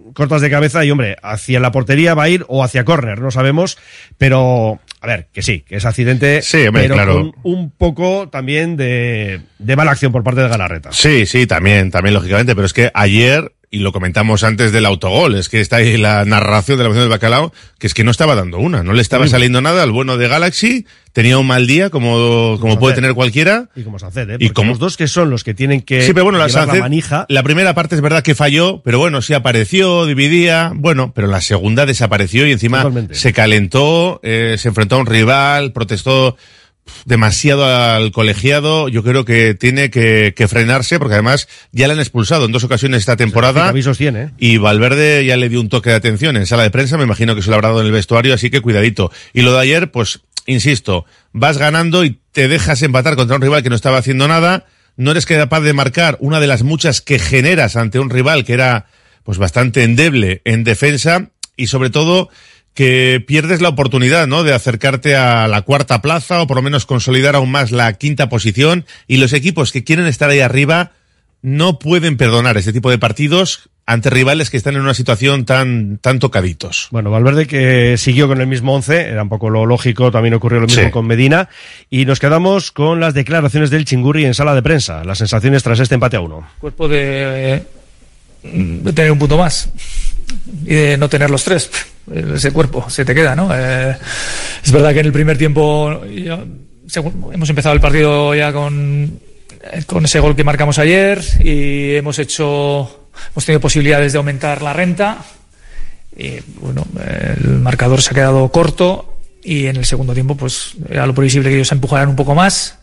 cortas de cabeza y, hombre, hacia la portería va a ir o hacia córner, no sabemos, pero, a ver, que sí, que es accidente, sí, hombre, pero claro, con un poco también de, de mala acción por parte de Galarreta. Sí, sí, también, también, lógicamente, pero es que ayer, y lo comentamos antes del autogol, es que está ahí la narración de la emoción del Bacalao, que es que no estaba dando una, no le estaba saliendo nada al bueno de Galaxy, tenía un mal día como, como puede tener cualquiera. Y como Sancet, ¿eh? Y como los dos que son los que tienen que sí, pero bueno, la, llevar Sancet, la manija. La primera parte es verdad que falló, pero bueno, sí apareció, dividía, bueno, pero la segunda desapareció y encima Totalmente. se calentó, eh, se enfrentó a un rival, protestó demasiado al colegiado. Yo creo que tiene que, que frenarse, porque además ya le han expulsado en dos ocasiones esta temporada. Avisos tiene, ¿eh? Y Valverde ya le dio un toque de atención en sala de prensa, me imagino que se lo habrá dado en el vestuario, así que cuidadito. Y lo de ayer, pues, insisto, vas ganando y te dejas empatar contra un rival que no estaba haciendo nada, no eres capaz de marcar una de las muchas que generas ante un rival que era, pues, bastante endeble en defensa, y sobre todo que pierdes la oportunidad, ¿no?, de acercarte a la cuarta plaza o por lo menos consolidar aún más la quinta posición, y los equipos que quieren estar ahí arriba no pueden perdonar este tipo de partidos ante rivales que están en una situación tan, tan tocaditos. Bueno, Valverde que siguió con el mismo once, era un poco lo lógico, también ocurrió lo mismo sí. con Medina, y nos quedamos con las declaraciones del Chingurri en sala de prensa, las sensaciones tras este empate a uno. Cuerpo de, de tener un punto más y de no tener los tres. Ese cuerpo se te queda, ¿no? Eh, es verdad que en el primer tiempo ya, según, hemos empezado el partido ya con, con ese gol que marcamos ayer y hemos hecho, hemos tenido posibilidades de aumentar la renta y bueno, el marcador se ha quedado corto y en el segundo tiempo pues era lo previsible que ellos se empujaran un poco más,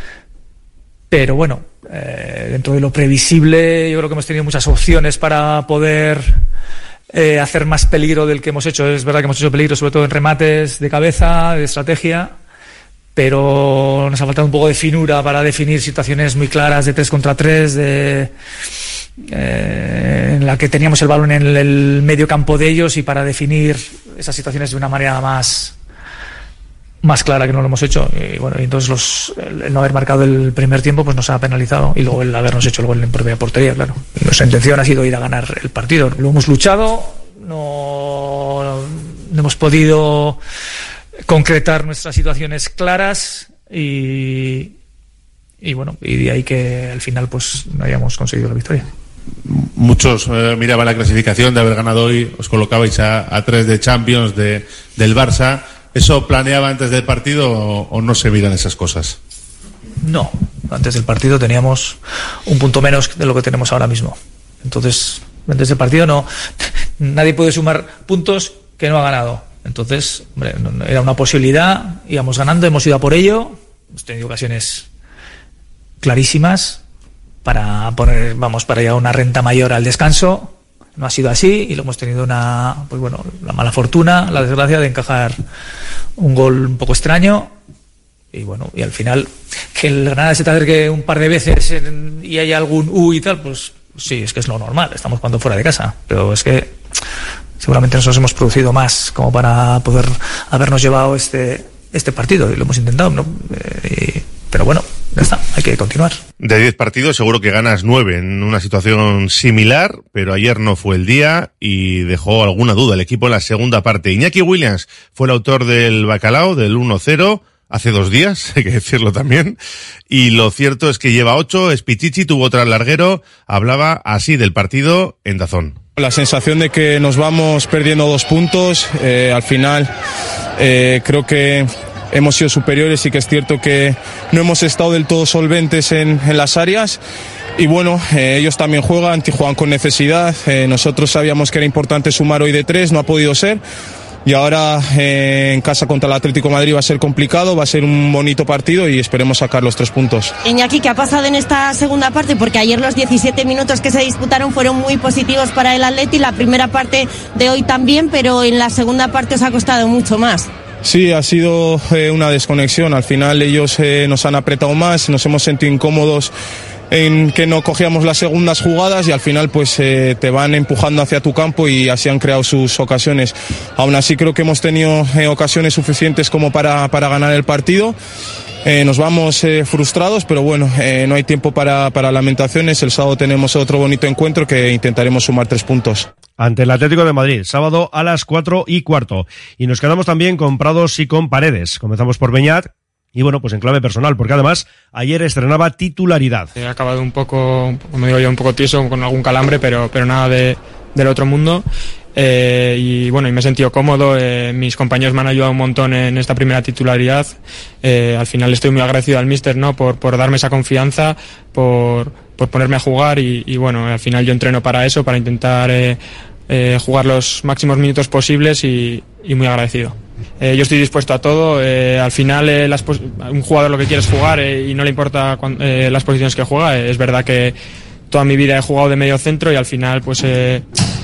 pero bueno, eh, dentro de lo previsible yo creo que hemos tenido muchas opciones para poder Eh, hacer más peligro del que hemos hecho. Es verdad que hemos hecho peligro sobre todo en remates de cabeza, de estrategia, pero nos ha faltado un poco de finura para definir situaciones muy claras de tres contra tres, de, eh, en la que teníamos el balón en el, el medio campo de ellos y para definir esas situaciones de una manera más más clara, que no lo hemos hecho. Y bueno, y entonces los, el no haber marcado el primer tiempo pues nos ha penalizado, y luego el habernos hecho el gol en propia portería, claro. Nuestra intención ha sido ir a ganar el partido, lo hemos luchado, no, no hemos podido concretar nuestras situaciones claras y y bueno, y de ahí que al final pues no hayamos conseguido la victoria. Muchos eh, miraban la clasificación de haber ganado hoy, os colocabais a, a tres de Champions de, del Barça. ¿Eso planeaba antes del partido o, o no se miran esas cosas? No, antes del partido teníamos un punto menos de lo que tenemos ahora mismo. Entonces, antes del partido no, nadie puede sumar puntos que no ha ganado. Entonces, hombre, era una posibilidad, íbamos ganando, hemos ido a por ello, hemos tenido ocasiones clarísimas para poner, vamos, para llegar a una renta mayor al descanso. No ha sido así y lo hemos tenido una, pues bueno, la mala fortuna, la desgracia de encajar un gol un poco extraño y bueno, y al final que el Granada se te acerque un par de veces en, y haya algún U y tal, pues sí, es que es lo normal, estamos jugando fuera de casa, pero es que seguramente nosotros hemos producido más como para poder habernos llevado este, este partido y lo hemos intentado, ¿no? Eh, y, pero bueno, ya está, hay que continuar. De diez partidos seguro que ganas nueve en una situación similar, pero ayer no fue el día y dejó alguna duda el equipo en la segunda parte. Iñaki Williams fue el autor del Bacalao, del uno cero, hace dos días, hay que decirlo también, y lo cierto es que lleva ocho, es Pichichi, tuvo otra al larguero, hablaba así del partido en Dazón. La sensación de que nos vamos perdiendo dos puntos, eh, al final eh, creo que hemos sido superiores y que es cierto que no hemos estado del todo solventes en, en las áreas y bueno, eh, ellos también juegan, juegan con necesidad, eh, nosotros sabíamos que era importante sumar hoy de tres, no ha podido ser y ahora eh, en casa contra el Atlético de Madrid va a ser complicado, va a ser un bonito partido y esperemos sacar los tres puntos. Iñaki, ¿qué ha pasado en esta segunda parte? Porque ayer los diecisiete minutos que se disputaron fueron muy positivos para el Atleti, la primera parte de hoy también, pero en la segunda parte os ha costado mucho más. Sí, ha sido eh, una desconexión. Al final ellos eh, nos han apretado más, nos hemos sentido incómodos en que no cogíamos las segundas jugadas y al final pues eh, te van empujando hacia tu campo y así han creado sus ocasiones. Aún así creo que hemos tenido eh, ocasiones suficientes como para, para ganar el partido. Eh, nos vamos eh, frustrados, pero bueno, eh, no hay tiempo para, para lamentaciones. El sábado tenemos otro bonito encuentro que intentaremos sumar tres puntos. ante el Atlético de Madrid, sábado a las cuatro y cuarto. Y nos quedamos también con Prados y con Paredes. Comenzamos por Beñat. Y bueno, pues en clave personal, porque además ayer estrenaba titularidad. He acabado un poco, como digo yo, un poco tieso, con algún calambre, pero, pero nada de, del otro mundo. Eh, y bueno, y me he sentido cómodo. Eh, mis compañeros me han ayudado un montón en esta primera titularidad. Eh, al final estoy muy agradecido al míster, ¿no? Por, por darme esa confianza, por, por ponerme a jugar y, y bueno, al final yo entreno para eso, para intentar eh, eh, jugar los máximos minutos posibles y, y muy agradecido. Eh, yo estoy dispuesto a todo. Eh, al final eh, las un jugador lo que quiere es jugar eh, y no le importa cuando, eh, las posiciones que juega. Eh, es verdad que toda mi vida he jugado de medio centro y al final pues eh,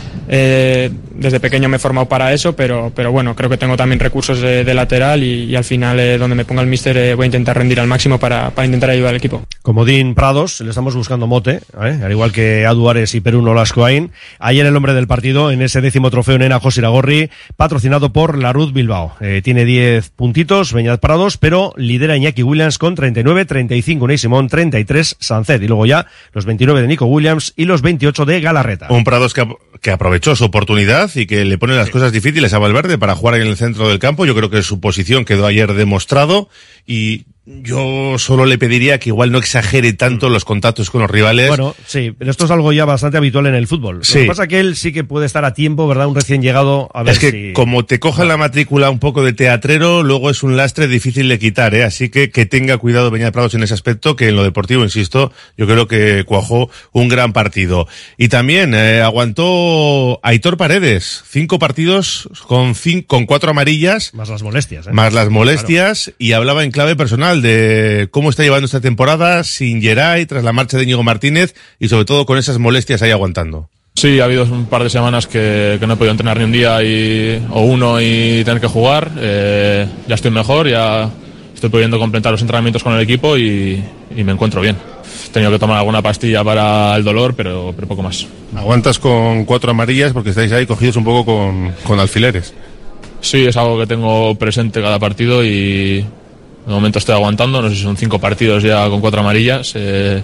eh, desde pequeño me he formado para eso, pero, pero bueno, creo que tengo también recursos de, de lateral y, y al final eh, donde me ponga el míster eh, voy a intentar rendir al máximo para, para intentar ayudar al equipo. Comodín Prados, le estamos buscando mote, ¿eh? Al igual que Adu Ares y Perú Nolascoain. Ayer el hombre del partido en ese décimo trofeo Nena José Iragorri, patrocinado por la Ruth Bilbao. Eh, tiene diez puntitos, Beñat Prados, pero lidera Iñaki Williams con treinta y nueve, treinta y cinco Unai Simón, treinta y tres Sancet. Y luego ya los veintinueve de Nico Williams y los veintiocho de Galarreta. Un Prados que, que aprovechó su oportunidad y que le pone las cosas difíciles a Valverde para jugar en el centro del campo. Yo creo que su posición quedó ayer demostrado y yo solo le pediría que igual no exagere tanto los contactos con los rivales. Bueno, sí, pero esto es algo ya bastante habitual en el fútbol. Sí. Lo que pasa es que él sí que puede estar a tiempo, ¿verdad? Un recién llegado, a ver es que si... como te cojan la matrícula un poco de teatrero, luego es un lastre difícil de quitar, ¿eh? Así que que tenga cuidado Beñat Prados en ese aspecto, que en lo deportivo, insisto, yo creo que cuajó un gran partido. Y también eh, aguantó Aitor Paredes, cinco partidos con cinco, con cuatro amarillas. Más las molestias, ¿eh? Más las molestias, claro. Y hablaba en clave personal de cómo está llevando esta temporada sin Geray, tras la marcha de Íñigo Martínez y sobre todo con esas molestias ahí aguantando. Sí, ha habido un par de semanas que, que no he podido entrenar ni un día y, o uno y tener que jugar. Eh, ya estoy mejor, ya estoy pudiendo completar los entrenamientos con el equipo y, y me encuentro bien. He tenido que tomar alguna pastilla para el dolor, pero, pero poco más. Aguantas con cuatro amarillas porque estáis ahí cogidos un poco con, con alfileres. Sí, es algo que tengo presente cada partido y de momento estoy aguantando. No sé si son cinco partidos ya con cuatro amarillas. Eh,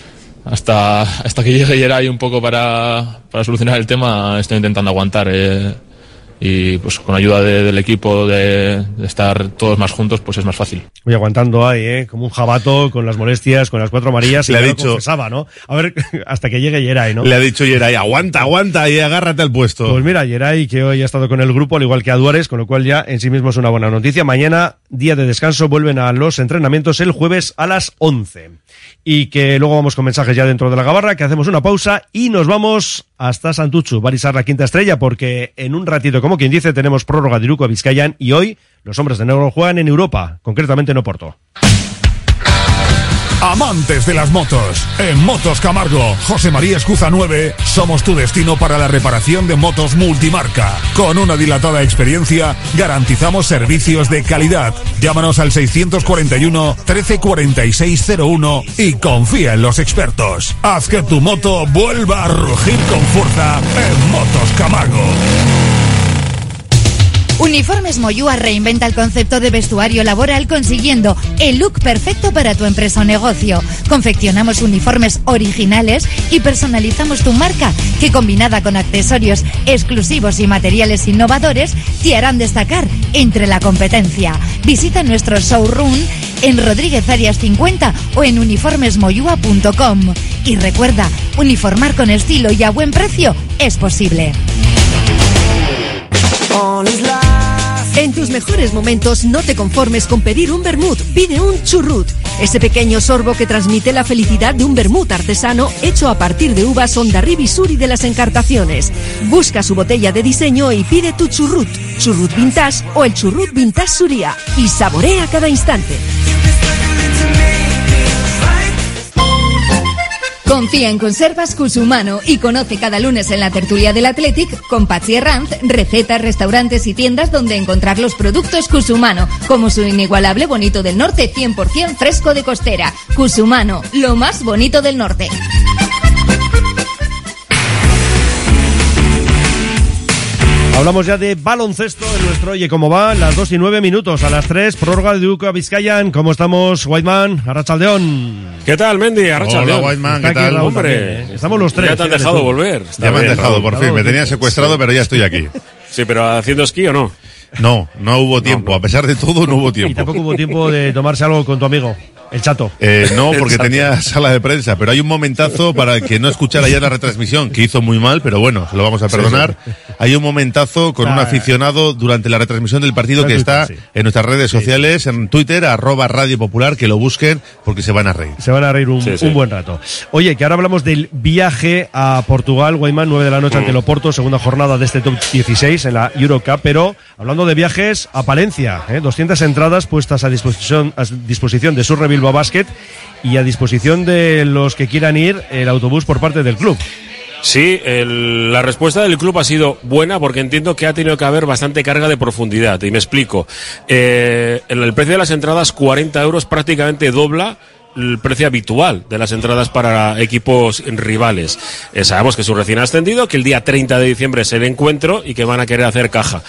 hasta, hasta que llegue Geray un poco para, para solucionar el tema, estoy intentando aguantar. Eh, y pues con ayuda de, del equipo, de, de estar todos más juntos, pues es más fácil. Voy aguantando ahí, ¿eh? Como un jabato, con las molestias, con las cuatro amarillas. Le y ha lo dicho, confesaba, ¿no? A ver, hasta que llegue Geray, ¿no? Le ha dicho Geray, aguanta, aguanta y agárrate al puesto. Pues mira, Geray, que hoy ha estado con el grupo, al igual que Adu Ares, con lo cual ya en sí mismo es una buena noticia. Mañana, día de descanso, vuelven a los entrenamientos el jueves a las once. Y que luego vamos con mensajes ya dentro de la gabarra, que hacemos una pausa y nos vamos hasta Santuchu, Barisar la quinta estrella, porque en un ratito, como quien dice, tenemos prórroga de Iruko a Vizcayan y hoy los hombres de negro juegan en Europa, concretamente en Oporto. Amantes de las motos, en Motos Camargo, José María Escuza nueve, somos tu destino para la reparación de motos multimarca. Con una dilatada experiencia, garantizamos servicios de calidad. Llámanos al seiscientos cuarenta y uno, trece cuarenta y seis cero uno y confía en los expertos. Haz que tu moto vuelva a rugir con fuerza en Motos Camargo. Uniformes Moyúa reinventa el concepto de vestuario laboral consiguiendo el look perfecto para tu empresa o negocio. Confeccionamos uniformes originales y personalizamos tu marca, que combinada con accesorios exclusivos y materiales innovadores te harán destacar entre la competencia. Visita nuestro showroom en Rodríguez Arias cincuenta o en uniformes moyúa punto com. Y recuerda, uniformar con estilo y a buen precio es posible. En tus mejores momentos no te conformes con pedir un vermut, pide un churrut. Ese pequeño sorbo que transmite la felicidad de un vermut artesano hecho a partir de uvas Ondarribi Suri de las Encartaciones. Busca su botella de diseño y pide tu churrut, churrut vintage o el churrut vintage Suria y saborea cada instante. Confía en Conservas Cusumano y conoce cada lunes en la tertulia del Athletic con Patsy Herranz recetas, restaurantes y tiendas donde encontrar los productos Cusumano, como su inigualable bonito del norte cien por ciento fresco de costera. Cusumano, lo más bonito del norte. Hablamos ya de baloncesto en nuestro Oye Cómo Va, las dos y nueve minutos, a las tres, prórroga de Duca Vizcayan. ¿Cómo estamos, Whiteman? Arratsaldeón. ¿Qué tal, Mendy? Arratsaldeón. Hola, Whiteman, ¿qué tal? Raúl Hombre, también, ¿eh? Estamos los tres. Ya te han dejado volver. Está Ya me han bien, dejado, Raúl. por fin. Me tenía secuestrado, pero ya estoy aquí. Sí, pero ¿haciendo esquí o no? No, no hubo tiempo. A pesar de todo, no hubo Y tiempo. tampoco hubo tiempo de tomarse algo con tu amigo, el Chato. Eh, no, porque Exacto. tenía sala de prensa, pero hay un momentazo para el que no escuchara ayer la retransmisión, que hizo muy mal, pero bueno, se lo vamos a perdonar. Hay un momentazo con un Ah. aficionado durante la retransmisión del partido Está que en está Twitter, sí. en nuestras redes sociales, en Twitter, arroba Radio Popular, que lo busquen porque se van a reír. Se van a reír un, Sí, sí. un buen rato. Oye, que ahora hablamos del viaje a Portugal, Guaymán, nueve de la noche ante el Oporto, segunda jornada de este top dieciséis en la Eurocup, pero hablando de viajes a Palencia, ¿eh? doscientas entradas puestas a disposición, a disposición de Surre Bilbao Basket y a disposición de los que quieran ir el autobús por parte del club. Sí, el- la respuesta del club ha sido buena porque entiendo que ha tenido que haber bastante carga de profundidad. Y me explico. Eh, el, el precio de las entradas, cuarenta euros, prácticamente dobla el precio habitual de las entradas para equipos rivales. Eh, sabemos que es un recién ascendido, que el día treinta de diciembre es el encuentro y que van a querer hacer caja.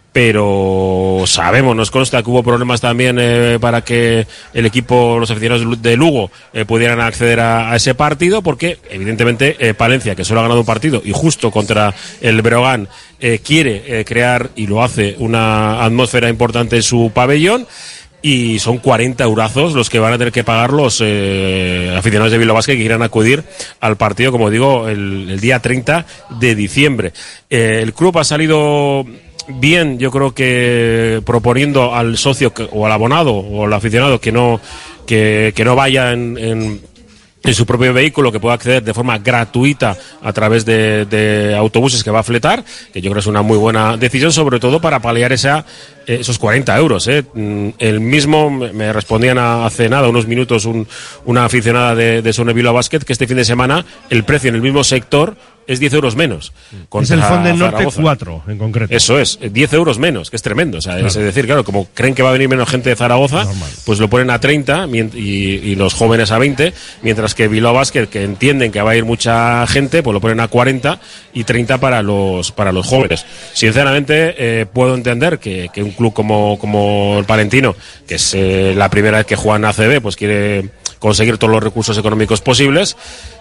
Pero sabemos, nos consta que hubo problemas también eh, para que el equipo, los aficionados de Lugo eh, pudieran acceder a, a ese partido, porque evidentemente eh, Palencia, que solo ha ganado un partido y justo contra el Breogán, eh, quiere eh, crear, y lo hace, una atmósfera importante en su pabellón. Y son cuarenta eurazos los que van a tener que pagar los eh, aficionados de Bilbao Basket que quieran acudir al partido, como digo, el, el día treinta de diciembre. Eh, el club ha salido bien, yo creo que proponiendo al socio que, o al abonado o al aficionado que no que, que no vaya en, en en su propio vehículo, que pueda acceder de forma gratuita a través de, de autobuses que va a fletar, que yo creo que es una muy buena decisión, sobre todo para paliar esa, eh, esos cuarenta euros. Eh. El mismo, me respondían a, hace nada, unos minutos, un, una aficionada de, de Surre Bilbao Basket, que este fin de semana el precio en el mismo sector es diez euros menos. Es el Fonden Norte Zaragoza. cuatro, en concreto. Eso es, diez euros menos, que es tremendo. O sea, Claro. es decir, claro, como creen que va a venir menos gente de Zaragoza, Normal. pues lo ponen a treinta mient- y, y los jóvenes a veinte, mientras que Bilbao Basket, que entienden que va a ir mucha gente, pues lo ponen a cuarenta y treinta para los para los jóvenes. Sinceramente, eh, puedo entender que, que un club como, como el Palentino, que es eh, la primera vez que juega en A C B, pues quiere conseguir todos los recursos económicos posibles,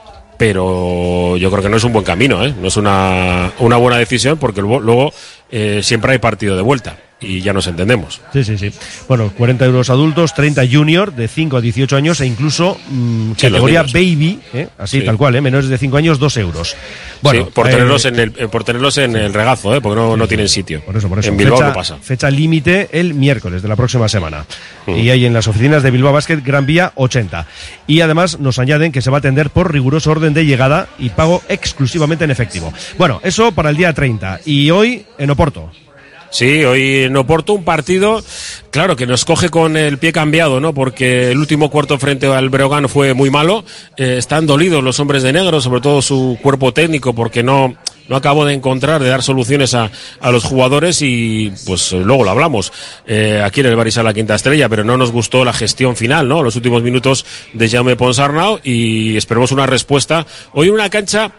pero yo creo que no es un buen camino, ¿eh? No es una, una buena decisión, porque luego, luego eh, siempre hay partido de vuelta y ya nos entendemos. Sí, sí, sí. Bueno, cuarenta euros adultos, treinta junior de cinco a dieciocho años e incluso mm, Sí, categoría los niños. baby, ¿eh? así Sí. tal cual, ¿eh? menores de cinco años, dos euros. Bueno, por, eh, tenerlos en el, eh, por tenerlos en el regazo, ¿eh? Porque no, no tienen sitio. Por eso, por eso. En Bilbao fecha, no pasa. Fecha límite el miércoles de la próxima semana. Mm. Y hay en las oficinas de Bilbao Basket Gran Vía ochenta. Y además nos añaden que se va a atender por riguroso orden de llegada y pago exclusivamente en efectivo. Bueno, eso para el día treinta. Y hoy en Oporto. Sí, hoy en Oporto un partido, claro, que nos coge con el pie cambiado, ¿no? Porque el último cuarto frente al Breogán fue muy malo. Eh, están dolidos los hombres de negro, sobre todo su cuerpo técnico, porque no, no acabó de encontrar, de dar soluciones a, a los jugadores y, pues, luego lo hablamos eh, aquí en el Barisal La Quinta Estrella, pero no nos gustó la gestión final, ¿no? Los últimos minutos de Jaume Ponsarnau y esperemos una respuesta. Hoy en una cancha...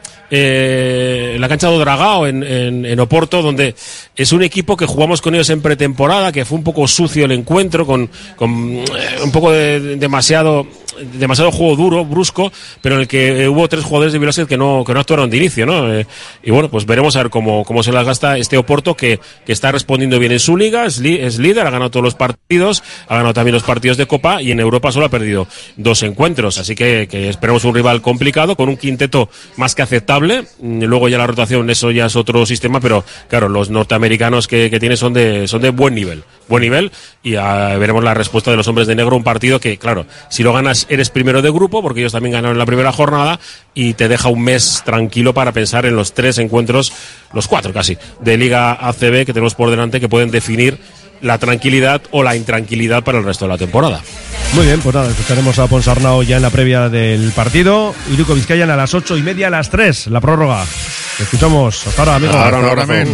Eh, la cancha do Dragao en, en, en Oporto, donde es un equipo que jugamos con ellos en pretemporada, que fue un poco sucio el encuentro, con, con eh, un poco de, de demasiado demasiado juego duro, brusco, pero en el que eh, hubo tres jugadores de Bilbao Basket que no, que no actuaron de inicio, ¿no? Eh, y bueno, pues veremos a ver cómo, cómo se las gasta este Oporto, que, que está respondiendo bien en su liga, es, li, es líder, ha ganado todos los partidos, ha ganado también los partidos de Copa, y en Europa solo ha perdido dos encuentros, así que, que esperemos un rival complicado, con un quinteto más que aceptable. Luego ya la rotación, eso ya es otro sistema, pero claro, los norteamericanos que, que tiene son de, son de buen nivel, buen nivel, y a, veremos la respuesta de los hombres de negro, un partido que, claro, si lo ganas eres primero de grupo, porque ellos también ganaron en la primera jornada, y te deja un mes tranquilo para pensar en los tres encuentros, los cuatro casi, de Liga A C B que tenemos por delante, que pueden definir la tranquilidad o la intranquilidad para el resto de la temporada. Muy bien, pues nada, escucharemos a Ponsarnau ya en la previa del partido. Iruko Vizcayan a las ocho y media, a las tres, la prórroga. Te escuchamos. Hasta ahora, amigo. Ahora, ahora, amén.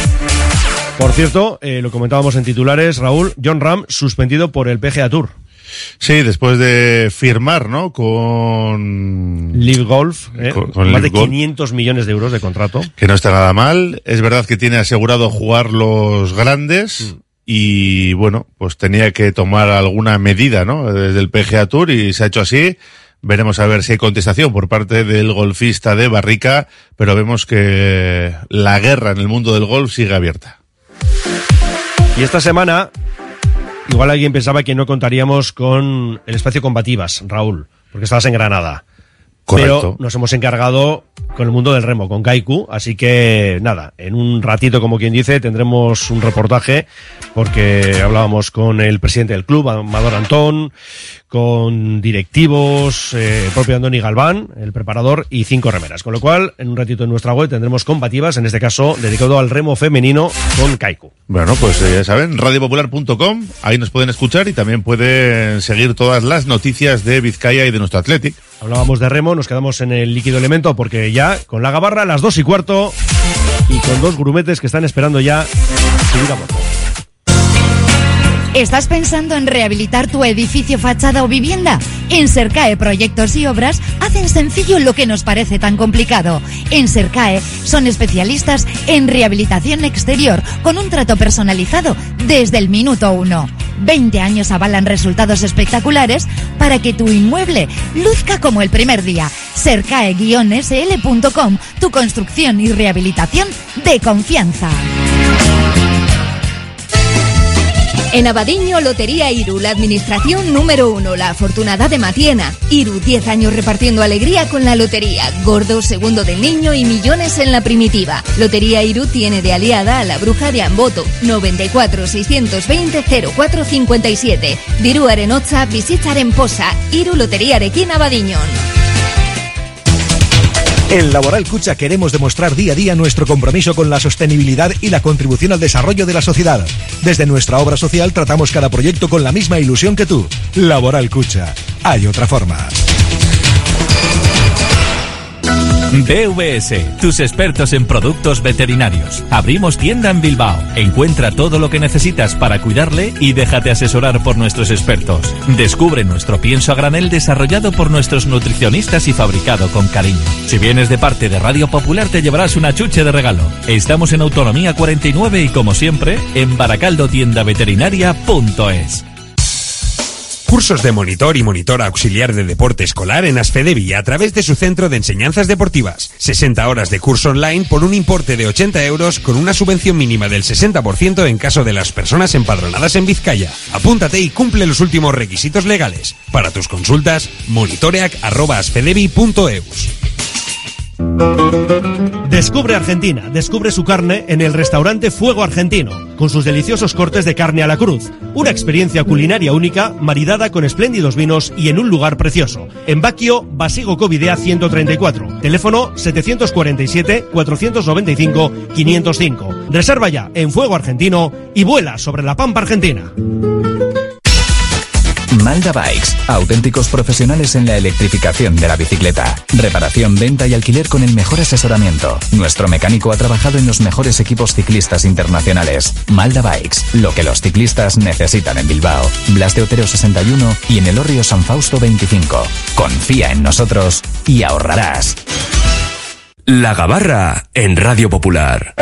Por cierto, eh, lo comentábamos en titulares, Raúl, John Ram suspendido por el P G A Tour. Sí, después de firmar, ¿no? Con Live Golf, ¿eh? con, con más Live de Golf, quinientos millones de euros de contrato. que no está nada mal. Es verdad que tiene asegurado jugar los grandes. Mm. Y bueno, pues tenía que tomar alguna medida, ¿no? Desde el P G A Tour, y se ha hecho así. Veremos a ver si hay contestación por parte del golfista de Barrica, pero vemos que la guerra en el mundo del golf sigue abierta. Y esta semana, igual alguien pensaba que no contaríamos con el espacio Combativas, Raúl, porque estabas en Granada. Correcto. Pero nos hemos encargado con el mundo del remo, con Kaiku, así que nada, en un ratito, como quien dice, tendremos un reportaje, porque hablábamos con el presidente del club, Amador Antón, con directivos, eh, el propio Andoni Galván, el preparador, y cinco remeras. Con lo cual, en un ratito en nuestra web tendremos Combativas, en este caso dedicado al remo femenino con Kaiku. Bueno, pues eh, ya saben, radio popular punto com, ahí nos pueden escuchar y también pueden seguir todas las noticias de Vizcaya y de nuestro Athletic. Hablábamos de remo, nos quedamos en el líquido elemento porque ya con la gabarra a las dos y cuarto y con dos grumetes que están esperando ya subir a moto. ¿Estás pensando en rehabilitar tu edificio, fachada o vivienda? En Sercae Proyectos y Obras hacen sencillo lo que nos parece tan complicado. En Sercae son especialistas en rehabilitación exterior con un trato personalizado desde el minuto uno. veinte años avalan resultados espectaculares para que tu inmueble luzca como el primer día. Sercae guion ese ele punto com, tu construcción y rehabilitación de confianza. En Abadiño, Lotería Iru, la administración número uno, la afortunada de Matiena. Iru, diez años repartiendo alegría con la lotería. Gordo, segundo del niño y millones en la primitiva. Lotería Iru tiene de aliada a la bruja de Amboto. noventa y cuatro, seiscientos veinte, cero cuatro cincuenta y siete. Diru Arenocha, Visitzaren Posa. Iru Lotería Arequín Abadiñon. En Laboral Cucha queremos demostrar día a día nuestro compromiso con la sostenibilidad y la contribución al desarrollo de la sociedad. Desde nuestra obra social tratamos cada proyecto con la misma ilusión que tú. Laboral Cucha. Hay otra forma. D V S, tus expertos en productos veterinarios. Abrimos tienda en Bilbao. Encuentra todo lo que necesitas para cuidarle y déjate asesorar por nuestros expertos. Descubre nuestro pienso a granel desarrollado por nuestros nutricionistas y fabricado con cariño. Si vienes de parte de Radio Popular te llevarás una chuche de regalo. Estamos en Autonomía cuarenta y nueve y, como siempre, en baracaldo tienda veterinaria punto es. Cursos de monitor y monitora auxiliar de deporte escolar en Asfedevi a través de su centro de enseñanzas deportivas. sesenta horas de curso online por un importe de ochenta euros con una subvención mínima del sesenta por ciento en caso de las personas empadronadas en Vizcaya. Apúntate y cumple los últimos requisitos legales. Para tus consultas, monitoreac arroba asfedevi punto eus. Descubre Argentina, descubre su carne en el restaurante Fuego Argentino, con sus deliciosos cortes de carne a la cruz. Una experiencia culinaria única, maridada con espléndidos vinos y en un lugar precioso. En Baquio, Basigo Covidea ciento treinta y cuatro. Teléfono setecientos cuarenta y siete, cuatrocientos noventa y cinco, quinientos cinco. Reserva ya en Fuego Argentino y vuela sobre la pampa argentina. Malda Bikes, auténticos profesionales en la electrificación de la bicicleta. Reparación, venta y alquiler con el mejor asesoramiento. Nuestro mecánico ha trabajado en los mejores equipos ciclistas internacionales. Malda Bikes, lo que los ciclistas necesitan en Bilbao. Blas de Otero sesenta y uno y en Elorrio San Fausto veinticinco. Confía en nosotros y ahorrarás. La Gabarra en Radio Popular.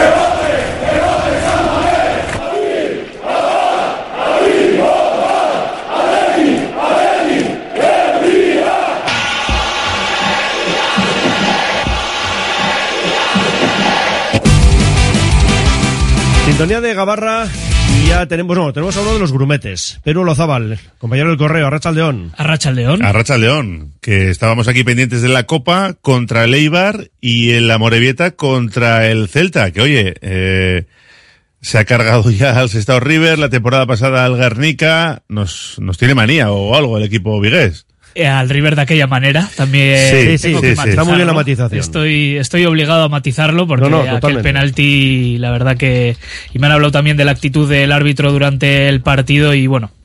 Sintonía de Gabarra y ya tenemos, no, tenemos a uno de los grumetes, Pedro Lozábal, compañero del correo, Arratsaldeón. Arratsaldeón. Arratsaldeón, que estábamos aquí pendientes de la Copa contra el Eibar y en la Morevieta contra el Celta, que oye, eh, se ha cargado ya al Sestao River, la temporada pasada al Guernica, nos, nos tiene manía o algo el equipo vigués. Al River de aquella manera también sí, sí, sí, sí, está muy bien la matización. Estoy, estoy obligado a matizarlo porque no, no, aquel penalti, la verdad que, y me han hablado también de la actitud del árbitro durante el partido y bueno,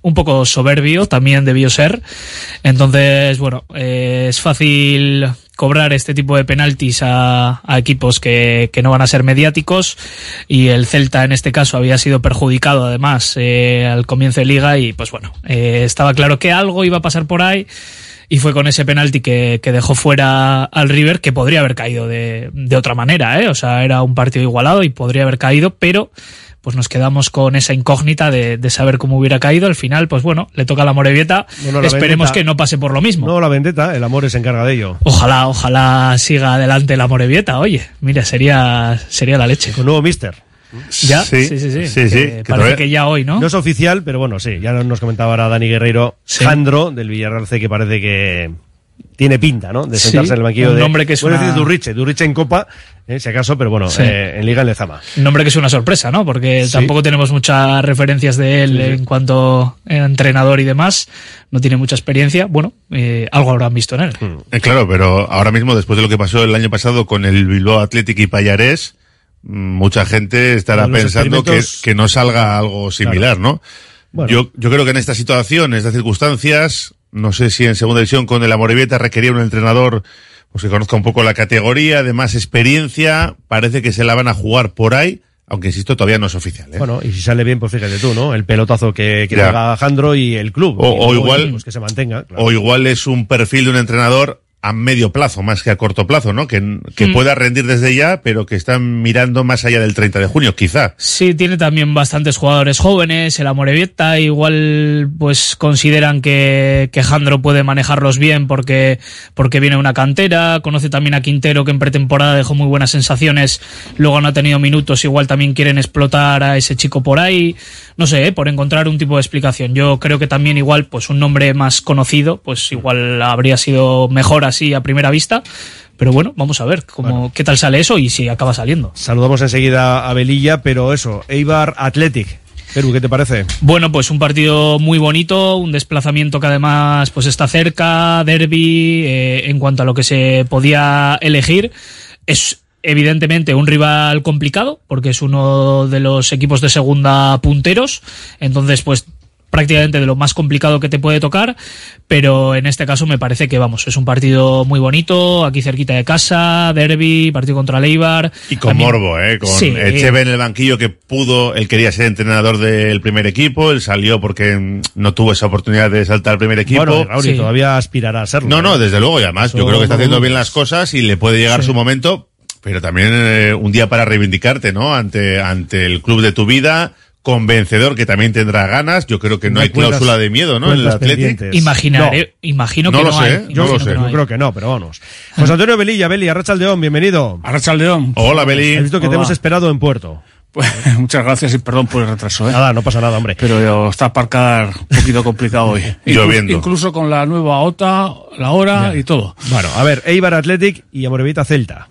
un poco soberbio, también debió ser. Entonces, bueno, eh, es fácil cobrar este tipo de penaltis a, a equipos que, que no van a ser mediáticos, y el Celta en este caso había sido perjudicado además eh, al comienzo de liga, y pues bueno, eh, estaba claro que algo iba a pasar por ahí, y fue con ese penalti que, que dejó fuera al River, que podría haber caído de, de otra manera, ¿eh? O sea, era un partido igualado y podría haber caído, pero pues nos quedamos con esa incógnita de, de saber cómo hubiera caído. Al final, pues bueno, le toca a la Morevieta. Bueno, la Esperemos vendetta, que no pase por lo mismo. No, la vendetta, el Amore se encarga de ello. Ojalá, ojalá siga adelante la Morevieta. Oye, mira, sería, sería la leche. Con nuevo míster. ¿Ya? Sí, sí, sí. sí, sí, sí que parece que, que ya hoy, ¿no? No es oficial, pero bueno, sí. Ya nos comentaba ahora Dani Guerreiro, sí. Jandro, del Villarreal C, que parece que tiene pinta, ¿no? De sentarse sí, en el banquillo un de... nombre que es bueno, una... decir Durriche, Durriche en Copa, eh, si acaso, pero bueno, sí. eh, en Liga en Lezama. Un nombre que es una sorpresa, ¿no? Porque sí. tampoco tenemos muchas referencias de él sí, sí. en cuanto a entrenador y demás. No tiene mucha experiencia. Bueno, eh, algo habrán visto en él. Eh, claro, pero ahora mismo, después de lo que pasó el año pasado con el Bilbao Athletic y Pallarés, mucha gente estará pensando que, que no salga algo similar, claro. ¿no? Bueno. Yo, yo creo que en esta situación, en estas circunstancias, no sé si en segunda división con el Amorebieta requería un entrenador pues que conozca un poco la categoría, de más experiencia, parece que se la van a jugar por ahí, aunque insisto, todavía no es oficial, ¿eh? Bueno, y si sale bien, pues fíjate tú, ¿no? El pelotazo que, que haga Jandro y el club. O, y o igual, pues que se mantenga. Claro. O igual es un perfil de un entrenador a medio plazo, más que a corto plazo, ¿no? Que, que mm. pueda rendir desde ya, pero que están mirando más allá del treinta de junio, quizá. Sí, tiene también bastantes jugadores jóvenes, el Amorebieta, igual pues consideran que, que Jandro puede manejarlos bien porque, porque viene una cantera, conoce también a Quintero, que en pretemporada dejó muy buenas sensaciones, luego no ha tenido minutos, igual también quieren explotar a ese chico por ahí, no sé, ¿eh? Por encontrar un tipo de explicación. Yo creo que también igual pues un nombre más conocido, pues igual habría sido mejor así a primera vista, pero bueno, vamos a ver cómo, bueno. qué tal sale eso y si acaba saliendo. Saludamos enseguida a Velilla, pero eso, Eibar Athletic. Perú, ¿qué te parece? Bueno, pues un partido muy bonito, un desplazamiento que además pues está cerca, derbi, eh, en cuanto a lo que se podía elegir. Es evidentemente un rival complicado, porque es uno de los equipos de segunda punteros, entonces pues prácticamente de lo más complicado que te puede tocar, pero en este caso me parece que, vamos, es un partido muy bonito, aquí cerquita de casa, derbi, partido contra el Eibar. Y con también, morbo, ¿eh? Con sí, Echeve en el banquillo, que pudo, él quería ser entrenador del primer equipo, él salió porque no tuvo esa oportunidad de saltar al primer equipo. Bueno, Raúl, sí. todavía aspirará a serlo. No, no, desde luego, y además Eso yo creo que está haciendo bien las cosas y le puede llegar sí. su momento, pero también eh, un día para reivindicarte, ¿no? Ante, ante el club de tu vida, convencedor, que también tendrá ganas. Yo creo que no, no hay cuentas, cláusula de miedo, ¿no? En el Atlético. Imaginaré, no. Imagino que no, no, lo sé, hay. Yo lo sé. Que no yo hay. creo que no, pero vamos. José Antonio Velilla, Beli, Arrachaldeón, bienvenido. Arrachaldeón. Hola, Beli. He visto que Hola. te hemos esperado en Puerto. Pues, muchas gracias y perdón por el retraso, ¿eh? Nada, no pasa nada, hombre. Pero está aparcar un poquito complicado hoy. Lloviendo. Incluso con la nueva OTA, la hora ya. y todo. Bueno, a ver, Eibar Athletic y Amorebieta Celta.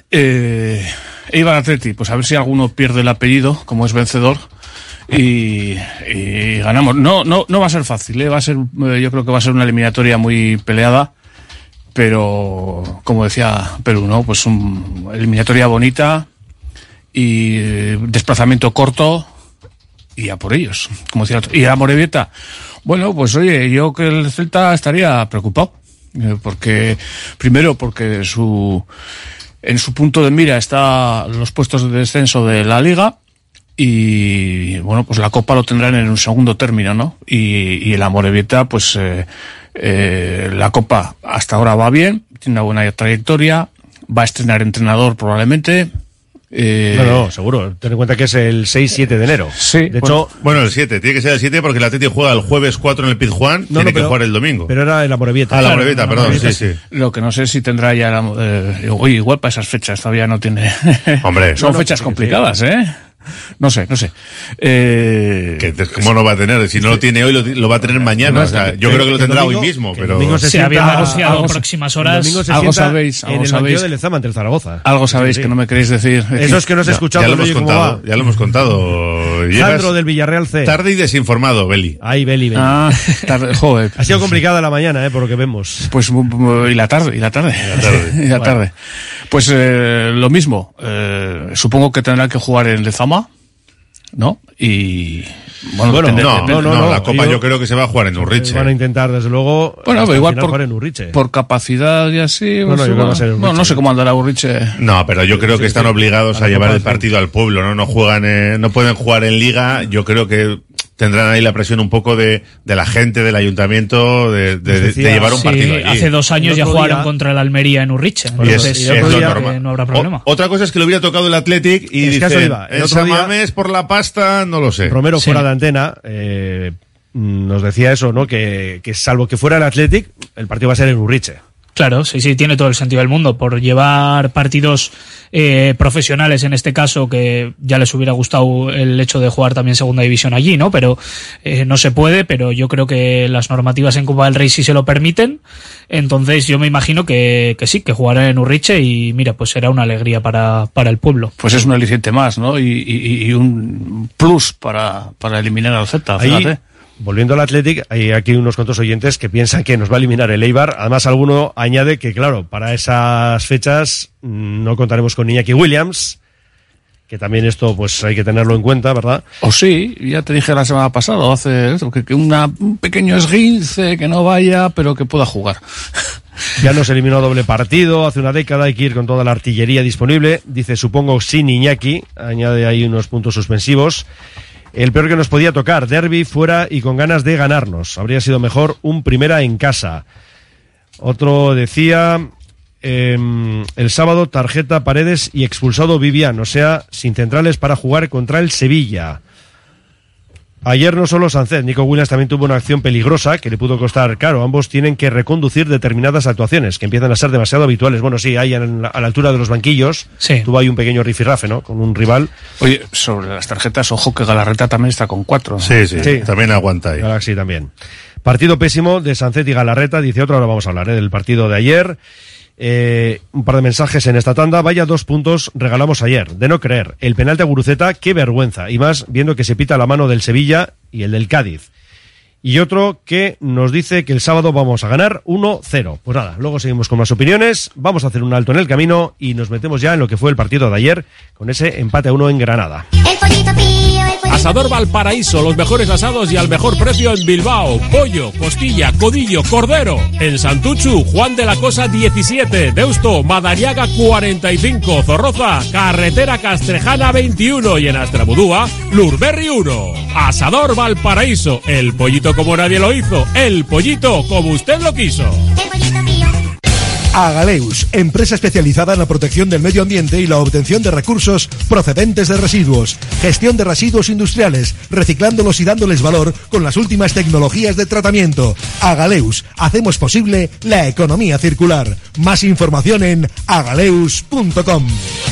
Eh, Eibar Athletic, pues a ver si alguno pierde el apellido, como es vencedor. Y, y ganamos. No, no, no va a ser fácil, ¿eh? Va a ser, yo creo que va a ser una eliminatoria muy peleada, pero como decía Perú, ¿no? Pues una eliminatoria bonita y desplazamiento corto y a por ellos, como decía otro. Y a Amorebieta, bueno, pues oye, yo que el Celta estaría preocupado, eh, porque primero porque su en su punto de mira está los puestos de descenso de la Liga. Y bueno, pues la Copa lo tendrán en un segundo término, ¿no? Y, y el Amorebieta, pues eh, eh, la Copa hasta ahora va bien, tiene una buena trayectoria, va a estrenar entrenador probablemente. Eh... No, no, seguro. Ten en cuenta que es el seis siete de enero. Sí. De bueno, hecho, bueno, el siete, tiene que ser el siete porque el Atlético juega el jueves cuatro en el Pizjuán, no, tiene no, pero, que jugar el domingo. Pero era el Amorebieta. Ah, el Amorebieta, claro, perdón, sí, sí. Lo que no sé si tendrá ya la, eh, oye, igual para esas fechas todavía no tiene. Hombre, son no, fechas no, complicadas, sí. ¿eh? No sé, no sé. Eh, que, ¿Cómo no va a tener? Si no lo tiene hoy, lo, lo va a tener mañana. No, o sea, yo creo que lo tendrá domingo, hoy mismo. Pero el se, se había negociado en próximas horas. Se algo sabéis. Algo en el sabéis de Lezama ante el Zaragoza. Algo sabéis sí, sí. que no me queréis decir. Eso es que no se ha escuchado. Ya lo hemos contado. Ya lo hemos contado. Sandro del Villarreal C. Tarde y desinformado, Beli. Ay, Beli, Beli. Ah, tarde, joder. Ha sido complicada la mañana, eh, por lo que vemos. Pues y la tarde, y la tarde. Y la tarde. y la tarde. Bueno. Pues eh, lo mismo. Eh, supongo que tendrán que jugar en Lezama. ¿No? Y, Bueno, bueno no, no, no, no, no, la Copa yo, yo creo que se va a jugar en Urriche. Van a intentar, desde luego, bueno, pero igual por, jugar en Urriche. por capacidad y así. Bueno, pues yo creo que va a ser en Urriche. Bueno, no sé cómo andará Urriche. No, pero yo creo que están obligados a, a llevar el partido al pueblo, ¿no? No juegan, eh, no pueden jugar en Liga. Yo creo que tendrán ahí la presión un poco de, de la gente, del ayuntamiento, de, de, decía, de llevar un sí, partido allí. Hace dos años ya jugaron día, contra el Almería en Urriche. Entonces, y es, es día, eh, no habrá problema. O, otra cosa es que le hubiera tocado el Athletic y es dice, iba. El, el Samamés por la pasta, no lo sé. Romero sí. fuera de antena eh, nos decía eso, ¿no? Que, que salvo que fuera el Athletic, el partido va a ser en Urriche. Claro, sí, sí, tiene todo el sentido del mundo. Por llevar partidos eh, profesionales, en este caso, que ya les hubiera gustado el hecho de jugar también segunda división allí, ¿no? Pero eh, no se puede, pero yo creo que las normativas en Copa del Rey sí se lo permiten. Entonces yo me imagino que, que sí, que jugarán en Urriche y mira, pues será una alegría para, para el pueblo. Pues es un aliciente más, ¿no? Y, y, y un plus para, para eliminar al Celta, fíjate. Ahí, volviendo al Athletic, hay aquí unos cuantos oyentes que piensan que nos va a eliminar el Eibar. Además, alguno añade que, claro, para esas fechas no contaremos con Iñaki Williams, que también esto pues hay que tenerlo en cuenta, ¿verdad? O sí, ya te dije la semana pasada, o hace eso, que, que una, un pequeño esguince, que no vaya, pero que pueda jugar. Ya nos eliminó doble partido hace una década, hay que ir con toda la artillería disponible. Dice, supongo, sin Iñaki, añade ahí unos puntos suspensivos. El peor que nos podía tocar, derbi fuera y con ganas de ganarnos. Habría sido mejor un primera en casa. Otro decía, eh, el sábado tarjeta Paredes y expulsado Vivian, o sea, sin centrales para jugar contra el Sevilla. Ayer no solo Sánchez, Nico Williams también tuvo una acción peligrosa que le pudo costar caro. Ambos tienen que reconducir determinadas actuaciones que empiezan a ser demasiado habituales. Bueno, sí, hay en la, a la altura de los banquillos. Sí. Tuvo ahí un pequeño rifirrafe, ¿no? Con un rival. Oye, sobre las tarjetas, ojo que Galarreta también está con cuatro, ¿no? Sí, sí, sí, también aguanta ahí. Sí, también. Partido pésimo de Sánchez y Galarreta, dice otro, ahora vamos a hablar ¿eh? del partido de ayer. Eh, un par de mensajes en esta tanda. Vaya dos puntos regalamos ayer. De no creer. El penalti a Guruceta, qué vergüenza. Y más viendo que se pita la mano del Sevilla y el del Cádiz. Y otro que nos dice que el sábado vamos a ganar uno cero. Pues nada, luego seguimos con más opiniones. Vamos a hacer un alto en el camino y nos metemos ya en lo que fue el partido de ayer con ese empate a uno en Granada. El pollito pío, el pollito... Asador Valparaíso, los mejores asados y al mejor precio en Bilbao. Pollo, costilla, codillo, cordero. En Santuchu, Juan de la Cosa diecisiete. Deusto, Madariaga cuarenta y cinco. Zorroza, Carretera Castrejana veintiuno. Y en Astrabudúa, Lurberri uno. Asador Valparaíso, el pollito como nadie lo hizo, el pollito como usted lo quiso. El pollito pío. Agaleus, empresa especializada en la protección del medio ambiente y la obtención de recursos procedentes de residuos. Gestión de residuos industriales, reciclándolos y dándoles valor con las últimas tecnologías de tratamiento. Agaleus, hacemos posible la economía circular. Más información en agaleus punto com.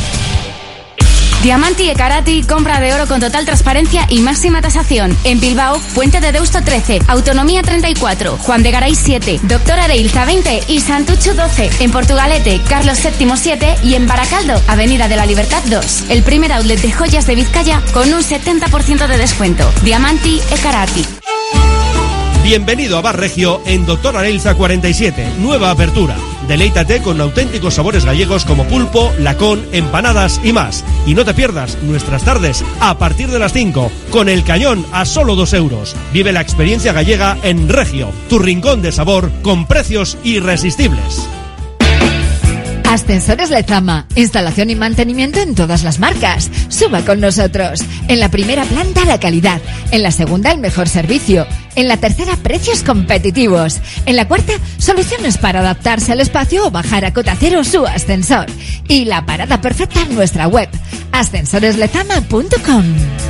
Diamanti e Karati, compra de oro con total transparencia y máxima tasación. En Bilbao, Puente de Deusto trece, Autonomía treinta y cuatro, Juan de Garay siete, Doctor Areilza veinte y Santucho doce. En Portugalete, Carlos séptimo siete y en Baracaldo, Avenida de la Libertad dos. El primer outlet de joyas de Vizcaya con un setenta por ciento de descuento. Diamanti e Karati. Bienvenido a Bar Regio en Doctor Areilza cuarenta y siete, nueva apertura. Deleítate con auténticos sabores gallegos como pulpo, lacón, empanadas y más. Y no te pierdas nuestras tardes a partir de las cinco, con el cañón a solo dos euros. Vive la experiencia gallega en Regio, tu rincón de sabor con precios irresistibles. Ascensores Lezama, instalación y mantenimiento en todas las marcas. Suba con nosotros. En la primera planta la calidad, en la segunda el mejor servicio, en la tercera precios competitivos, en la cuarta soluciones para adaptarse al espacio o bajar a cota cero su ascensor. Y la parada perfecta en nuestra web, ascensores lezama punto com.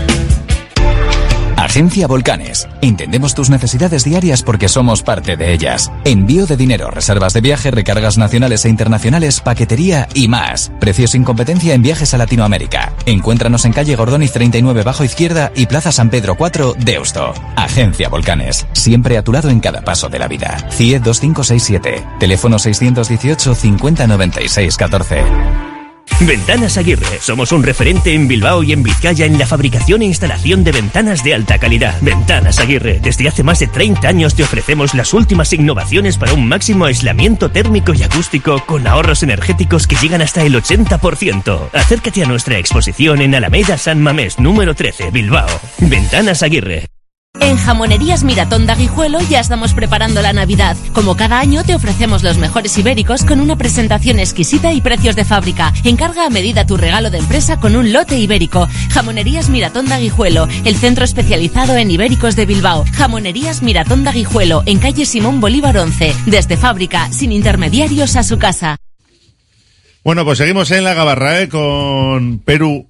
Agencia Volcanes. Entendemos tus necesidades diarias porque somos parte de ellas. Envío de dinero, reservas de viaje, recargas nacionales e internacionales, paquetería y más. Precios sin competencia en viajes a Latinoamérica. Encuéntranos en calle Gordoniz treinta y nueve bajo izquierda y Plaza San Pedro cuatro, Deusto. Agencia Volcanes. Siempre a tu lado en cada paso de la vida. C I E dos cinco seis siete. Teléfono seiscientos dieciocho cincuenta noventa y seis catorce. Ventanas Aguirre. Somos un referente en Bilbao y en Vizcaya en la fabricación e instalación de ventanas de alta calidad. Ventanas Aguirre. Desde hace más de treinta años te ofrecemos las últimas innovaciones para un máximo aislamiento térmico y acústico con ahorros energéticos que llegan hasta el ochenta por ciento. Acércate a nuestra exposición en Alameda San Mamés, número trece, Bilbao. Ventanas Aguirre. En Jamonerías Miratón de Aguijuelo ya estamos preparando la Navidad. Como cada año te ofrecemos los mejores ibéricos con una presentación exquisita y precios de fábrica. Encarga a medida tu regalo de empresa con un lote ibérico. Jamonerías Miratón de Aguijuelo, el centro especializado en ibéricos de Bilbao. Jamonerías Miratón de Aguijuelo, en calle Simón Bolívar once. Desde fábrica, sin intermediarios, a su casa. Bueno, pues seguimos en la Gabarra, ¿eh? Con Perú.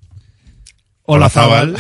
Olazábal.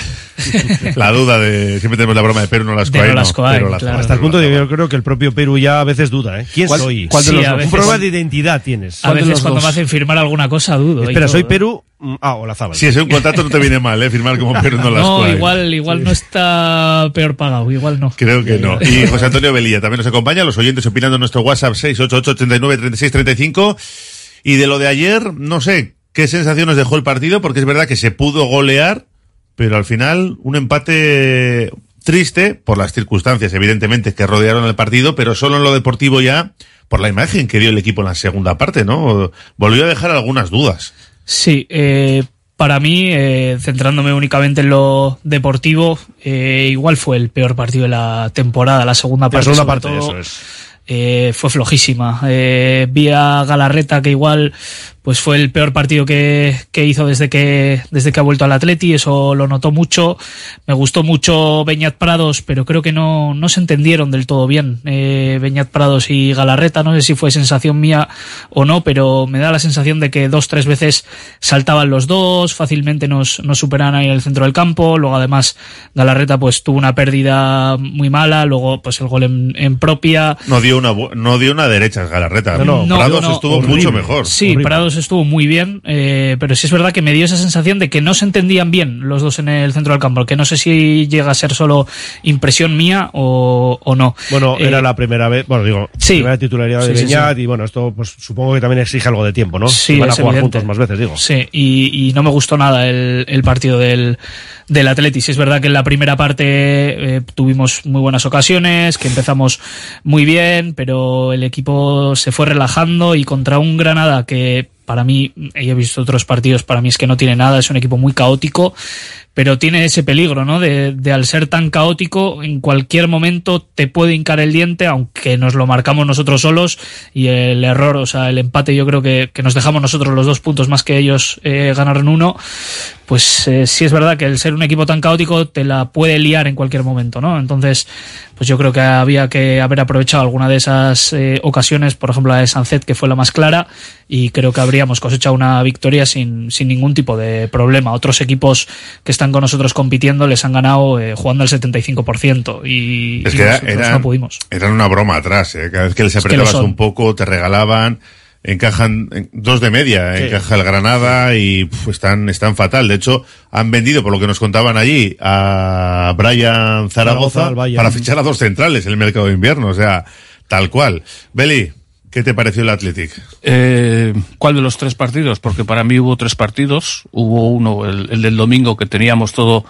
La duda de... Siempre tenemos la broma de Perú no las coay, no las coay, no, claro. Hasta el punto de que yo creo que el propio Perú ya a veces duda, ¿eh? ¿Quién ¿Cuál, soy? ¿cuál de sí, los dos? Un problema de identidad tienes. A veces cuando me hacen firmar alguna cosa dudo. Espera, soy Perú... Ah, Olazábal. Si es un contrato no te viene mal, ¿eh? Firmar como Perú no las No, coay. igual, igual sí. No está peor pagado, igual no. Creo que no. Y José Antonio Velilla también nos acompaña, los oyentes opinando en nuestro WhatsApp seis ocho ocho, treinta y nueve, treinta y seis, treinta y cinco. Y de lo de ayer, no sé qué sensación nos dejó el partido, porque es verdad que se pudo golear, pero al final un empate triste por las circunstancias, evidentemente, que rodearon el partido, pero solo en lo deportivo ya por la imagen que dio el equipo en la segunda parte, ¿no? Volvió a dejar algunas dudas. Sí, eh, para mí, eh, centrándome únicamente en lo deportivo, eh, igual fue el peor partido de la temporada, la segunda parte. La segunda parte, todo, eso es. Eh, fue flojísima. Eh, vi a Galarreta que igual pues fue el peor partido que, que hizo desde que desde que ha vuelto al Atleti, eso lo notó mucho. Me gustó mucho Beñat Prados, pero creo que no, no se entendieron del todo bien eh, Beñat Prados y Galarreta. No sé si fue sensación mía o no, pero me da la sensación de que dos, tres veces saltaban los dos, fácilmente nos, nos superaban ahí en el centro del campo. Luego además Galarreta pues tuvo una pérdida muy mala, luego pues el gol en, en propia. No dio una no dio una derecha Galarreta. No, no, Prados no, estuvo horrible. Mucho mejor. Sí, horrible. Prados estuvo muy bien, eh, pero sí es verdad que me dio esa sensación de que no se entendían bien los dos en el centro del campo, que no sé si llega a ser solo impresión mía o, o no. Bueno, eh, era la primera vez, bueno, digo, sí, primera titularidad de sí, Beñat, sí, sí. Y bueno, esto pues supongo que también exige algo de tiempo, ¿no? Sí, van a jugar evidente. Juntos más veces, digo. Sí, y, y no me gustó nada el, el partido del, del Atleti. Sí es verdad que en la primera parte eh, tuvimos muy buenas ocasiones, que empezamos muy bien, pero el equipo se fue relajando y contra un Granada que para mí, he visto otros partidos, para mí es que no tiene nada, es un equipo muy caótico, pero tiene ese peligro, ¿no? De, de al ser tan caótico, en cualquier momento te puede hincar el diente, aunque nos lo marcamos nosotros solos, y el error, o sea, el empate, yo creo que, que nos dejamos nosotros los dos puntos más que ellos eh, ganaron uno, pues eh, sí es verdad que el ser un equipo tan caótico te la puede liar en cualquier momento, ¿no? Entonces, pues yo creo que había que haber aprovechado alguna de esas eh, ocasiones, por ejemplo la de Sancet, que fue la más clara, y creo que habríamos cosechado una victoria sin, sin ningún tipo de problema. Otros equipos que están con nosotros compitiendo les han ganado eh, jugando al setenta y cinco por ciento y, es y que nosotros era, no pudimos. Eran una broma atrás, ¿eh? Cada vez que les Es que apretabas lo son. un poco te regalaban, encajan en, dos de media, Sí. encaja el Granada y puf, están, están fatal. De hecho, han vendido, por lo que nos contaban allí, a Brian Zaragoza, Zaragoza al Bayern. para fichar a dos centrales en el mercado de invierno, o sea, tal cual. Beli, ¿qué te pareció el Athletic? Eh, ¿Cuál de los tres partidos? Porque para mí hubo tres partidos. Hubo uno, el, el del domingo, que teníamos todo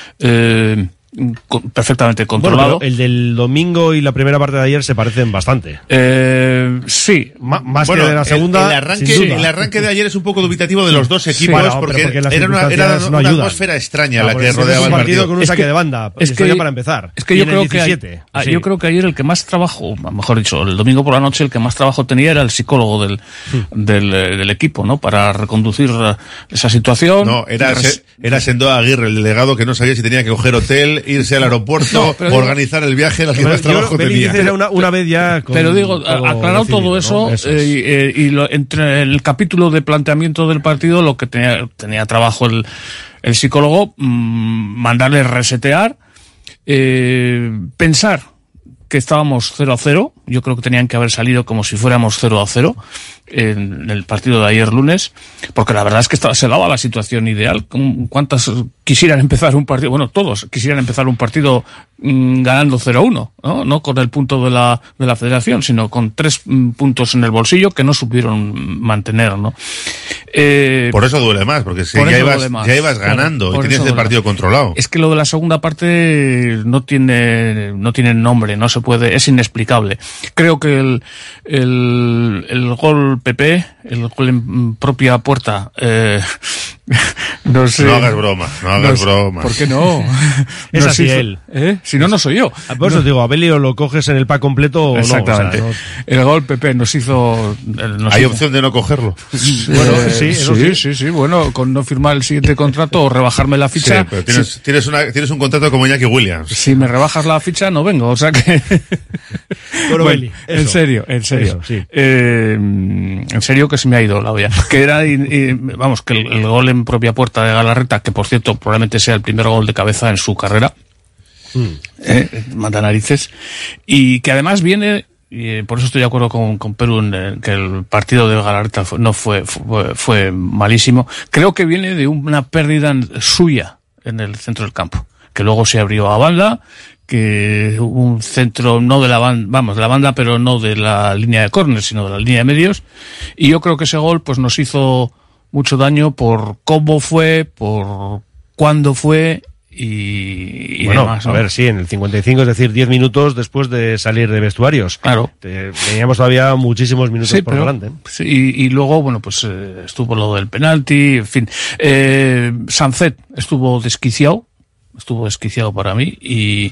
eh, con, perfectamente controlado. Bueno, pero el del domingo y la primera parte de ayer se parecen bastante. Eh, sí. Ma- más Bueno, que de la segunda. El, el arranque, sin duda. el arranque de ayer es un poco dubitativo de los dos Sí, equipos, bueno, porque, pero porque las era una, era circunstancias una no ayudan. atmósfera extraña Ah, la porque que es que rodeaba es el un partido partido. con un Es saque que- de banda. es Esto que- ya para empezar. Es que Y yo en creo el diecisiete, que ah, sí. yo creo que ayer el que más trabajo, mejor dicho, el domingo por la noche el que más trabajo tenía era el psicólogo del del, eh, del equipo, ¿no? Para reconducir eh, esa situación. No, era, Res- se- era Sendoa Aguirre, el delegado, que no sabía si tenía que coger hotel, irse al aeropuerto, No, pero digo- organizar el viaje, el que Pero más yo trabajo Beli tenía. dice era una, una vez ya. Con Pero digo, todo aclarado decidido, todo eso, ¿no? Eso es. eh, eh, y lo, entre el capítulo de planteamiento del partido, lo que tenía, tenía trabajo el, el psicólogo, mmm, mandarle resetear, eh, pensar que estábamos cero a cero, Yo creo que tenían que haber salido como si fuéramos cero a cero en el partido de ayer lunes, porque la verdad es que estaba, se daba la situación ideal. ¿Cuántas quisieran empezar un partido? Bueno, todos quisieran empezar un partido mmm, ganando cero a uno, ¿no? No con el punto de la, de la federación, sino con tres mmm, puntos en el bolsillo que no supieron mantener, ¿no? Eh, por eso duele más, porque si ya ibas, ya ibas ganando claro, y tienes el partido controlado. Es que lo de la segunda parte no tiene, no tiene nombre, no se puede, es inexplicable. Creo que el, el, el gol P P, el gol en propia puerta, eh, no sé. No hagas broma, no hagas no, broma. ¿Por qué no? Es no así hizo, él. ¿eh? Si no, no soy yo. Por eso no. digo, Abelio lo coges en el pack completo o exactamente. no. Exactamente. O sea, no... El gol P P nos hizo... Nos ¿Hay hizo... opción de no cogerlo? Bueno, eh, sí, sí, sí, sí, sí, bueno, con no firmar el siguiente contrato o rebajarme la ficha. Sí, pero tienes, sí. tienes, una, tienes un contrato como Iñaki Williams. Si me rebajas la ficha, no vengo, o sea que... bueno, Beli, en serio, en serio. Eso, sí. eh, en serio que se me ha ido la olla. Que era, y, y, vamos, que el, el gol en propia puerta de Galarreta, que por cierto probablemente sea el primer gol de cabeza en su carrera, mm. eh, manda narices, y que además viene... Y por eso estoy de acuerdo con, con Perú en el, que el partido de Galarreta fue, no fue, fue, fue malísimo. Creo que viene de una pérdida suya en el centro del campo, que luego se abrió a banda, que un centro no de la banda, vamos, de la banda, pero no de la línea de córner, sino de la línea de medios. Y yo creo que ese gol pues nos hizo mucho daño por cómo fue, por cuándo fue. Y, y bueno, demás, ¿no? A ver, sí, en el cincuenta y cinco, es decir, diez minutos después de salir de vestuarios. Claro. Te, teníamos todavía muchísimos minutos sí, por pero, delante. Sí, y, y luego, bueno, pues eh, estuvo lo del penalti, en fin. Eh, Sancet estuvo desquiciado, estuvo desquiciado para mí, y,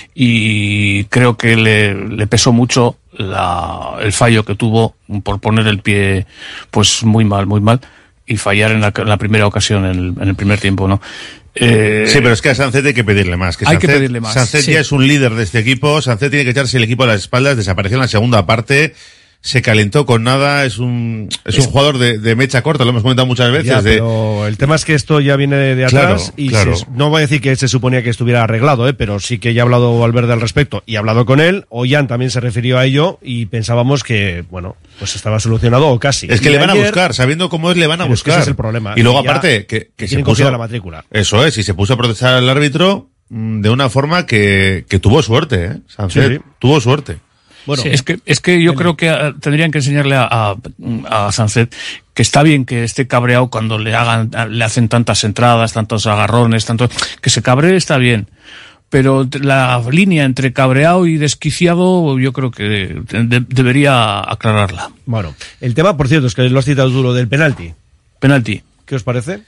y creo que le, le pesó mucho la, el fallo que tuvo por poner el pie, pues muy mal, muy mal, y fallar en la, en la primera ocasión, en el, en el primer tiempo, ¿no? Eh, sí, pero es que a Sancet hay que pedirle más. Que hay Sancet, que pedirle más. Sancet sí. ya es un líder de este equipo. Sancet tiene que echarse el equipo a las espaldas. Desapareció en la segunda parte. Se calentó con nada. Es un es, es un jugador de, de mecha corta. Lo hemos comentado muchas veces. Ya, de... pero el tema es que esto ya viene de atrás claro, y claro. Se, no voy a decir que se suponía que estuviera arreglado, ¿eh? Pero sí que ya ha hablado Valverde al respecto y ha hablado con él. Ollán también se refirió a ello y pensábamos que, bueno, pues estaba solucionado o casi. Es que y le van ayer, a buscar, sabiendo cómo es, le van a buscar. Es que ese es el problema. Y luego y aparte que, que se puso la matrícula. Eso es, y se puso a protestar al árbitro de una forma que, que tuvo suerte, ¿eh? Sancet, sí, sí. tuvo suerte. Bueno, sí. es que es que yo creo que uh, tendrían que enseñarle a, a, a Sancet que está bien que esté cabreado cuando le hagan le hacen tantas entradas, tantos agarrones, tanto que se cabree está bien. Pero la línea entre cabreado y desquiciado yo creo que de, debería aclararla. Bueno, el tema, por cierto, es que lo has citado duro del penalti. Penalti. ¿Qué os parece?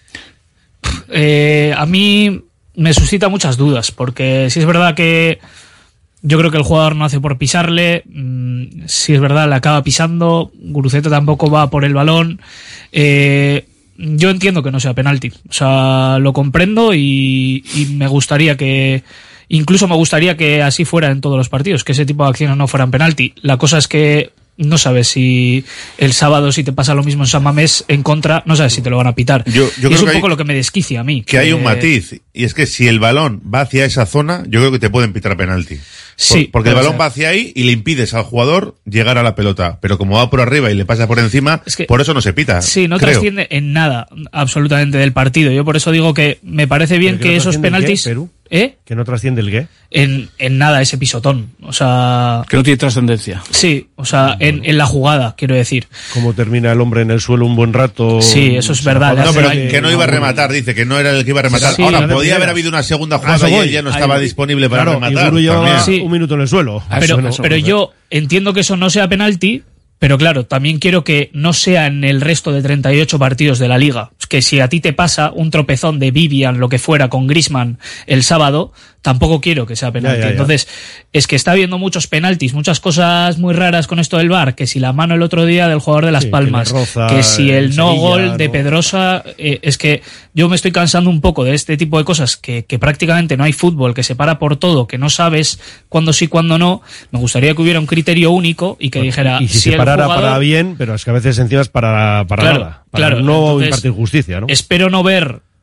Eh, a mí me suscita muchas dudas, porque si es verdad que yo creo que el jugador no hace por pisarle, mmm, si es verdad le acaba pisando, Guruceta tampoco va por el balón, eh, yo entiendo que no sea penalti, o sea, lo comprendo y, y me gustaría que, incluso me gustaría que así fuera en todos los partidos, que ese tipo de acciones no fueran penalti. La cosa es que no sabes si el sábado, si te pasa lo mismo en San Mamés en contra, no sabes si te lo van a pitar. Yo, yo y es un que poco hay, lo que me desquicia a mí. Que, que hay un matiz, y es que si el balón va hacia esa zona, yo creo que te pueden pitar penalti. Sí, porque el balón ser. va hacia ahí y le impides al jugador llegar a la pelota. Pero como va por arriba y le pasa por encima, es que, por eso no se pita. Sí, no creo. trasciende en nada absolutamente del partido. Yo por eso digo que me parece bien que, que no esos penaltis... Qué, Perú? ¿Eh? Que no trasciende el qué. En, en nada ese pisotón. O sea... Que no tiene trascendencia. Sí, o sea, en, en la jugada, quiero decir. Cómo termina el hombre en el suelo un buen rato. Sí, eso es verdad. No, pero que, que no iba a rematar, dice, que no era el que iba a rematar. Sí, Ahora, podía haber habido una segunda jugada y él ya no estaba Ahí, disponible para claro, rematar. Y llevaba sí. un minuto en el suelo. Pero, eso, pero yo entiendo que eso no sea penalti, pero claro, también quiero que no sea en el resto de treinta y ocho partidos de la Liga. Que si a ti te pasa un tropezón de Vivian, lo que fuera, con Griezmann el sábado, tampoco quiero que sea penalti. Ya, ya, ya. Entonces, es que está habiendo muchos penaltis, muchas cosas muy raras con esto del V A R, que si la mano el otro día del jugador de Las sí, Palmas, que, roza, que si el no Sevilla, gol de Pedrosa, eh, es que yo me estoy cansando un poco de este tipo de cosas, que, que prácticamente no hay fútbol, que se para por todo, que no sabes cuándo sí, cuándo no. Me gustaría que hubiera un criterio único y que bueno, dijera... Y si, si se parara jugador, para bien, pero es que a veces encima es para, para claro, nada, para claro, no entonces, impartir justicia, ¿no? Espero no ver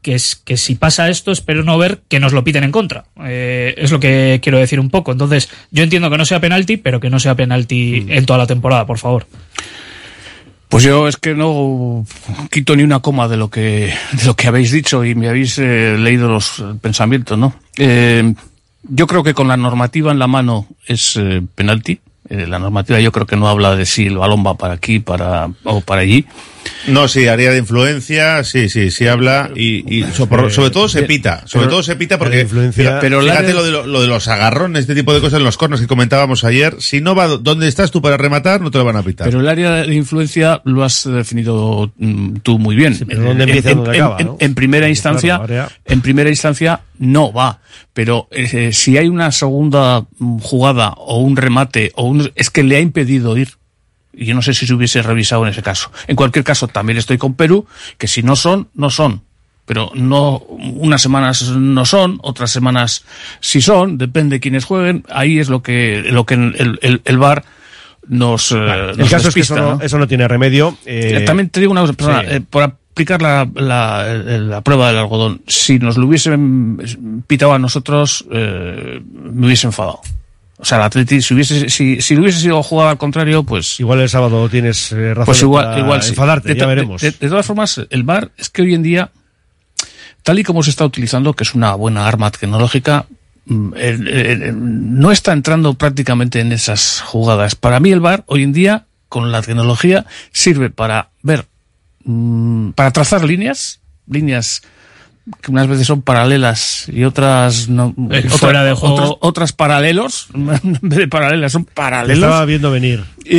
que es que si pasa esto, espero no ver que nos lo piten en contra. Eh, es lo que quiero decir un poco. Entonces, yo entiendo que no sea penalti, pero que no sea penalti mm. en toda la temporada, por favor. Pues yo es que no quito ni una coma de lo que de lo que habéis dicho y me habéis eh, leído los pensamientos, ¿no? Eh, yo creo que con la normativa en la mano es eh, penalti. Eh, la normativa yo creo que no habla de si el balón va para aquí para o para allí. No, sí, área de influencia, sí, sí, sí habla y, y sobre, sobre todo se pita, sobre pero, todo se pita porque, influencia, pero fíjate lo de, lo, lo de los agarrones, este tipo de cosas en los corners que comentábamos ayer, si no va donde estás tú para rematar, no te lo van a pitar. Pero el área de influencia lo has definido mm, tú muy bien. Sí, pero ¿dónde empieza y dónde acaba, en, ¿no? en primera instancia, claro, en primera instancia no va, pero eh, si hay una segunda jugada o un remate o un, es que le ha impedido ir. Y yo no sé si se hubiese revisado en ese caso. En cualquier caso, también estoy con Perú, que si no son, no son. Pero no, unas semanas no son, otras semanas sí son, depende de quiénes jueguen. Ahí es lo que, lo que el, el, el V A R nos, vale, nos el caso despista, es que eso no, ¿no? eso no tiene remedio. Eh... También te digo una cosa, sí. eh, por aplicar la, la, la prueba del algodón, si nos lo hubiesen pitado a nosotros, eh, me hubiese enfadado. O sea, el Atleti, si hubiese, si, si hubiese sido jugado al contrario, pues... Igual el sábado tienes eh, razón pues igual, para igual sí. enfadarte, de, ya veremos. De, de, de todas formas, el V A R es que hoy en día, tal y como se está utilizando, que es una buena arma tecnológica, el, el, el, no está entrando prácticamente en esas jugadas. Para mí el V A R, hoy en día, con la tecnología, sirve para ver, mmm, para trazar líneas, líneas... que unas veces son paralelas y otras no, eh, fuera de juego. Otros, otras paralelos, en vez de paralelas son paralelos. Te estaba viendo venir. Y,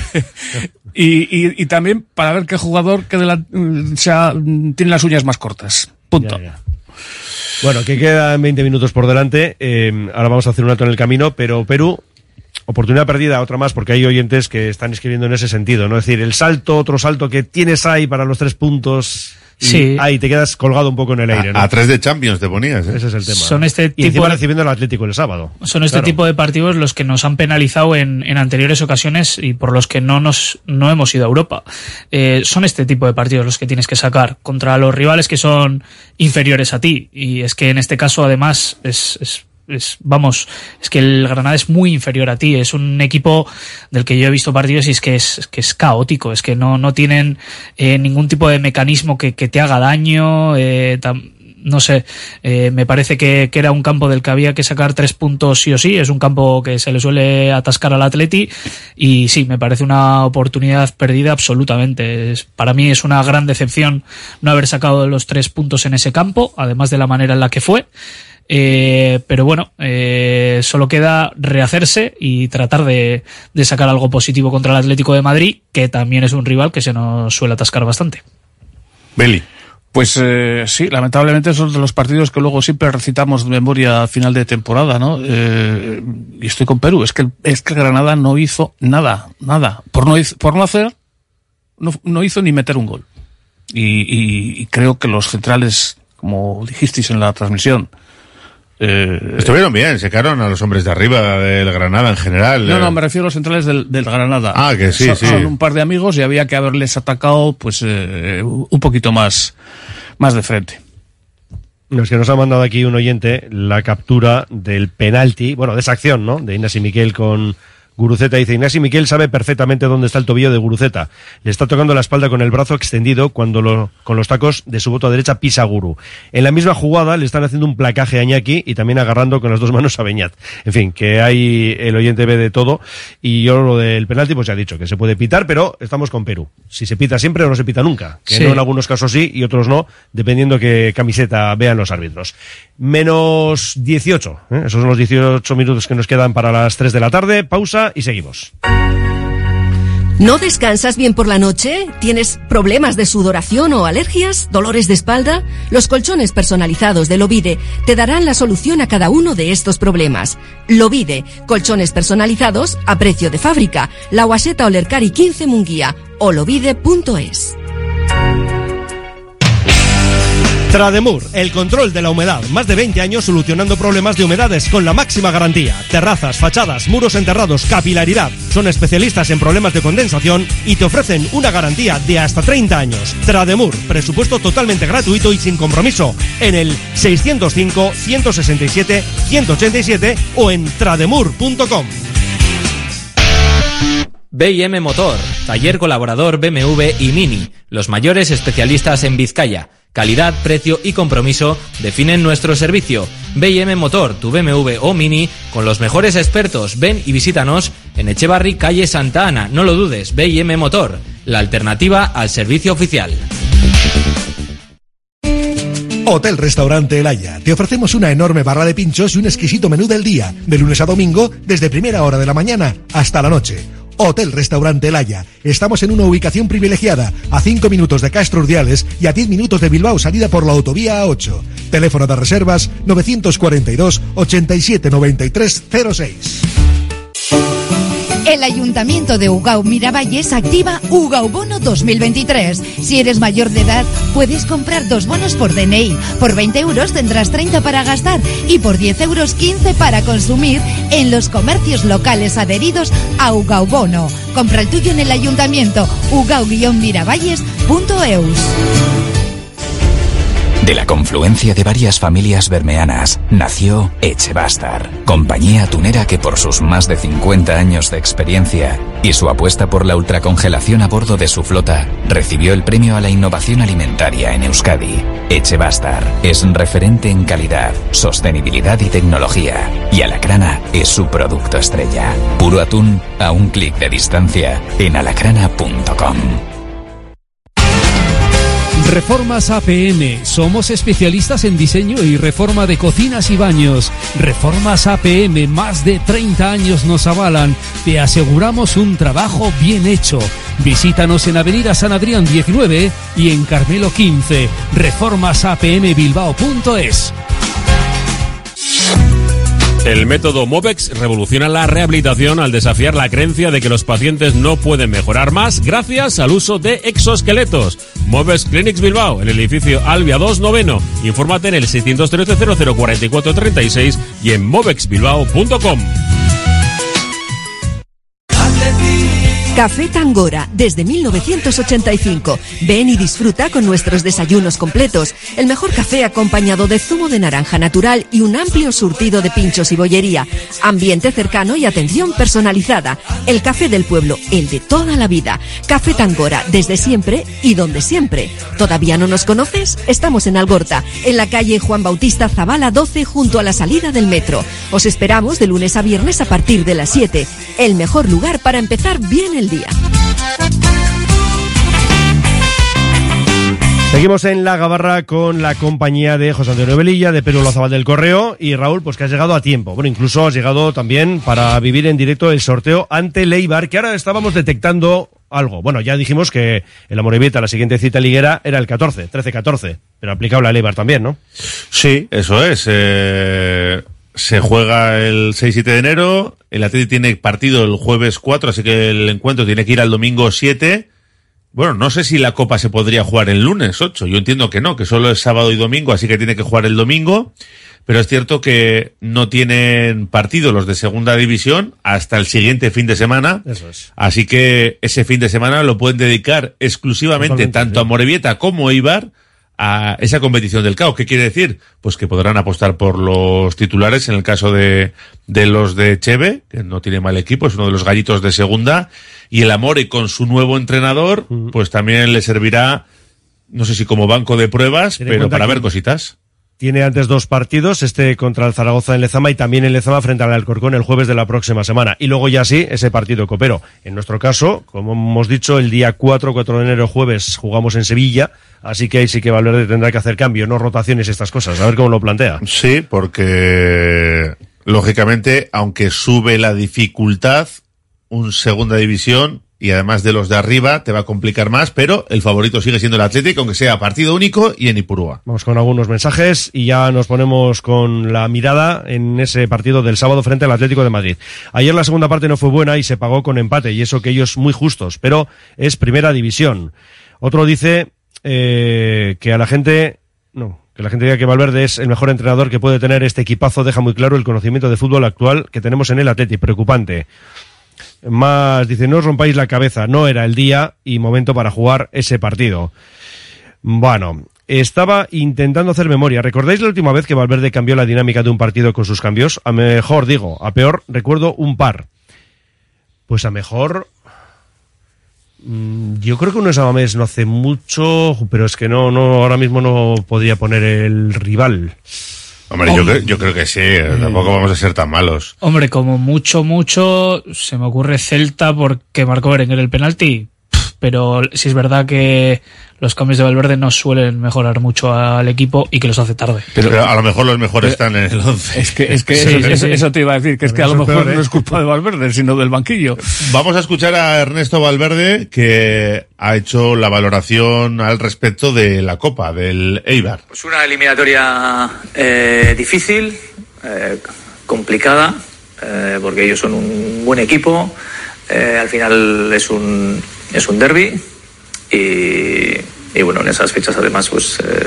y, y, y también para ver qué jugador que de la, sea, tiene las uñas más cortas. Punto. Ya, ya. Bueno, que quedan veinte minutos por delante. Eh, ahora vamos a hacer un alto en el camino, pero Perú, oportunidad perdida, otra más, porque hay oyentes que están escribiendo en ese sentido, ¿no? Es decir, el salto, otro salto que tienes ahí para los tres puntos... Y sí. ahí te quedas colgado un poco en el aire, ¿no? A, a tres de Champions te ponías, ¿eh? Ese es el tema. Son este y tipo encima de... recibiendo el Atlético el sábado. Son este claro. tipo de partidos los que nos han penalizado en, en anteriores ocasiones y por los que no nos no hemos ido a Europa. Eh, son este tipo de partidos los que tienes que sacar contra los rivales que son inferiores a ti. Y es que en este caso, además, es... es Es, vamos, es que el Granada es muy inferior a ti, es un equipo del que yo he visto partidos y es que es, es que es caótico, es que no, no tienen eh, ningún tipo de mecanismo que, que te haga daño, eh, tam, no sé, eh, me parece que, que era un campo del que había que sacar tres puntos sí o sí, es un campo que se le suele atascar al Atleti y sí, me parece una oportunidad perdida absolutamente. Es, para mí es una gran decepción no haber sacado los tres puntos en ese campo, además de la manera en la que fue. Eh, pero bueno, eh, solo queda rehacerse y tratar de, de sacar algo positivo contra el Atlético de Madrid, que también es un rival que se nos suele atascar bastante. Beli. Pues eh, sí, lamentablemente son de los partidos que luego siempre recitamos de memoria a final de temporada, ¿no? Eh, y estoy con Perú, es que es que Granada no hizo nada, nada. Por no, por no hacer, no, no hizo ni meter un gol. Y, y, y creo que los centrales, como dijisteis en la transmisión, Eh, estuvieron bien, secaron a los hombres de arriba del Granada en general. No, eh. no, me refiero a los centrales del, del Granada. Ah, que sí, son, sí. Son un par de amigos y había que haberles atacado pues eh, un poquito más, más de frente. Los que nos ha mandado aquí un oyente la captura del penalti, bueno, de esa acción, ¿no? De Ignasi Miquel con Guruceta. Dice, Ignasi Miquel sabe perfectamente dónde está el tobillo de Guruceta. Le está tocando la espalda con el brazo extendido cuando lo, con los tacos de su bota derecha pisa Guru. En la misma jugada le están haciendo un placaje a Iñaki y también agarrando con las dos manos a Beñat. En fin, que hay el oyente ve de todo. Y yo lo del penalti, pues ya he dicho, que se puede pitar, pero estamos con Perú. Si se pita siempre o no se pita nunca. Que sí. no en algunos casos sí y otros no, dependiendo qué camiseta vean los árbitros. Menos dieciocho. ¿eh? Esos son los dieciocho minutos que nos quedan para las tres de la tarde. Pausa y seguimos. ¿No descansas bien por la noche? ¿Tienes problemas de sudoración o alergias? ¿Dolores de espalda? Los colchones personalizados de Lovide te darán la solución a cada uno de estos problemas. Lovide, colchones personalizados a precio de fábrica. La Guaseta Olercari quince Munguía o lovide punto es. Trademur, el control de la humedad. Más de veinte años solucionando problemas de humedades con la máxima garantía. Terrazas, fachadas, muros enterrados, capilaridad. Son especialistas en problemas de condensación y te ofrecen una garantía de hasta treinta años. Trademur, presupuesto totalmente gratuito y sin compromiso. En el seiscientos cinco, ciento sesenta y siete, ciento ochenta y siete o en trademur punto com. B I M Motor, taller colaborador B M W y Mini, los mayores especialistas en Vizcaya. Calidad, precio y compromiso definen nuestro servicio. B I M Motor, tu B M W o Mini, con los mejores expertos. Ven y visítanos en Echevarri, calle Santa Ana. No lo dudes, B I M Motor, la alternativa al servicio oficial. Hotel Restaurante El Haya. Te ofrecemos una enorme barra de pinchos y un exquisito menú del día, de lunes a domingo, desde primera hora de la mañana hasta la noche. Hotel Restaurante El Haya. Estamos en una ubicación privilegiada, a cinco minutos de Castro Urdiales y a diez minutos de Bilbao, salida por la autovía A ocho. Teléfono de reservas novecientos cuarenta y dos, ochenta y siete, noventa y tres, cero seis. El Ayuntamiento de Ugao Miravalles activa Ugao Bono dos mil veintitrés. Si eres mayor de edad, puedes comprar dos bonos por D N I. Por veinte euros tendrás treinta para gastar y por diez euros quince para consumir en los comercios locales adheridos a Ugao Bono. Compra el tuyo en el Ayuntamiento, ugao guion miravalles punto eus. De la confluencia de varias familias bermeanas nació Echebastar, compañía atunera que por sus más de cincuenta años de experiencia y su apuesta por la ultracongelación a bordo de su flota, recibió el premio a la innovación alimentaria en Euskadi. Echebastar es referente en calidad, sostenibilidad y tecnología, y Alacrana es su producto estrella. Puro atún a un clic de distancia en alacrana punto com. Reformas A P M. Somos especialistas en diseño y reforma de cocinas y baños. Reformas A P M, más de treinta años nos avalan. Te aseguramos un trabajo bien hecho. Visítanos en Avenida San Adrián diecinueve y en Carmelo quince. reformas a p m bilbao punto es. El método Movex revoluciona la rehabilitación al desafiar la creencia de que los pacientes no pueden mejorar más gracias al uso de exoesqueletos. Movex Clinics Bilbao, en el edificio Albia dos Noveno. Infórmate en el seiscientos trece, cero cero cuarenta y cuatro treinta y seis y en movex bilbao punto com. Café Tangora, desde mil novecientos ochenta y cinco. Ven y disfruta con nuestros desayunos completos, el mejor café acompañado de zumo de naranja natural y un amplio surtido de pinchos y bollería, ambiente cercano y atención personalizada. El café del pueblo, el de toda la vida. Café Tangora, desde siempre y donde siempre. ¿Todavía no nos conoces? Estamos en Algorta, en la calle Juan Bautista Zavala doce, junto a la salida del metro. Os esperamos de lunes a viernes a partir de las siete. El mejor lugar para empezar bien el día. Seguimos en La Gabarra con la compañía de José Antonio Velilla, de Pedro Lozabal del Correo, y Raúl, pues que has llegado a tiempo. Bueno, incluso has llegado también para vivir en directo el sorteo ante el Eibar, que ahora estábamos detectando algo. Bueno, ya dijimos que el Amorebieta, la siguiente cita liguera, era el catorce, trece catorce, pero aplicable al Eibar también, ¿no? Sí, eso es. Eh... Se juega el seis siete de enero, el Atleti tiene partido el jueves cuatro, así que el encuentro tiene que ir al domingo siete. Bueno, no sé si la Copa se podría jugar el lunes ocho, yo entiendo que no, que solo es sábado y domingo, así que tiene que jugar el domingo, pero es cierto que no tienen partido los de segunda división hasta el siguiente fin de semana. Eso es. Así que ese fin de semana lo pueden dedicar exclusivamente Totalmente, tanto sí. a Amorebieta como a Eibar a esa competición del caos. ¿Qué quiere decir? Pues que podrán apostar por los titulares en el caso de, de los de Cheve, que no tiene mal equipo, es uno de los gallitos de segunda, y el Amore con su nuevo entrenador, mm. pues también le servirá, no sé si como banco de pruebas, Tiene pero para ver cositas. Tiene antes dos partidos, este contra el Zaragoza en Lezama y también en Lezama frente al Alcorcón el jueves de la próxima semana. Y luego ya sí, ese partido copero. En nuestro caso, como hemos dicho, el día cuatro, cuatro de enero, jueves, jugamos en Sevilla, así que ahí sí que Valverde tendrá que hacer cambio, no rotaciones y estas cosas. A ver cómo lo plantea. Sí, porque lógicamente, aunque sube la dificultad, un segunda división y además de los de arriba te va a complicar más, pero el favorito sigue siendo el Atlético, aunque sea partido único y en Ipurúa. Vamos con algunos mensajes y ya nos ponemos con la mirada en ese partido del sábado frente al Atlético de Madrid. Ayer la segunda parte no fue buena y se pagó con empate, y eso que ellos muy justos, pero es primera división. Otro dice eh, que a la gente... No, Que la gente diga que Valverde es el mejor entrenador que puede tener este equipazo deja muy claro el conocimiento de fútbol actual que tenemos en el Atleti, preocupante. Más, dice, no os rompáis la cabeza, no era el día y momento para jugar ese partido. Bueno, estaba intentando hacer memoria. ¿Recordáis la última vez que Valverde cambió la dinámica de un partido con sus cambios? A mejor digo, a peor recuerdo un par. Pues a mejor... Yo creo que uno es Samamés no hace mucho, pero es que no, no, ahora mismo no podría poner el rival. Hombre, Hombre. Yo, creo, yo creo que sí, eh, tampoco vamos a ser tan malos. Hombre, como mucho, mucho, se me ocurre Celta porque marcó Berenguer el penalti, pero sí es verdad que los cambios de Valverde no suelen mejorar mucho al equipo y que los hace tarde. Pero, pero a lo mejor los mejores están en el once. Es que, es que Sí, eso, sí, eso, sí. eso te iba a decir, que es que a lo Eso es mejor peor, ¿eh? no es culpa de Valverde, sino del banquillo. Vamos a escuchar a Ernesto Valverde, que ha hecho la valoración al respecto de la Copa, del Eibar. Pues una eliminatoria eh, difícil, eh, complicada, eh, porque ellos son un buen equipo. Eh, al final es un es un derbi y, y bueno, en esas fechas además pues eh,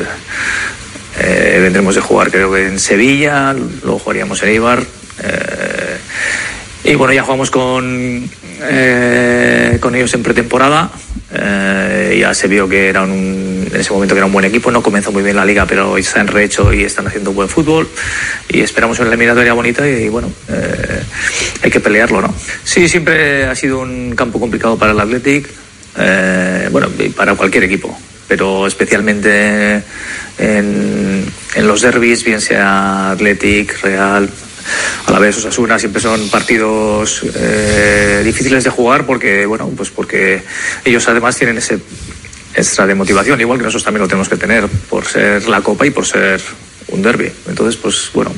eh, vendremos de jugar creo que en Sevilla, luego jugaríamos en Eibar. Eh, y bueno, ya jugamos con eh, con ellos en pretemporada. Eh, ya se vio que era un, en ese momento que era un buen equipo. No comenzó muy bien la liga, pero está en rehecho y están haciendo un buen fútbol y esperamos una eliminatoria bonita y, y bueno, eh, hay que pelearlo, ¿no? Sí, siempre ha sido un campo complicado para el Athletic, eh, bueno, y para cualquier equipo, pero especialmente en, en los derbis, bien sea Athletic, Real, a la vez Osasuna, siempre son partidos eh, difíciles de jugar porque, bueno, pues porque ellos además tienen ese extra de motivación, igual que nosotros también lo tenemos que tener por ser la Copa y por ser un derbi. Entonces, pues bueno,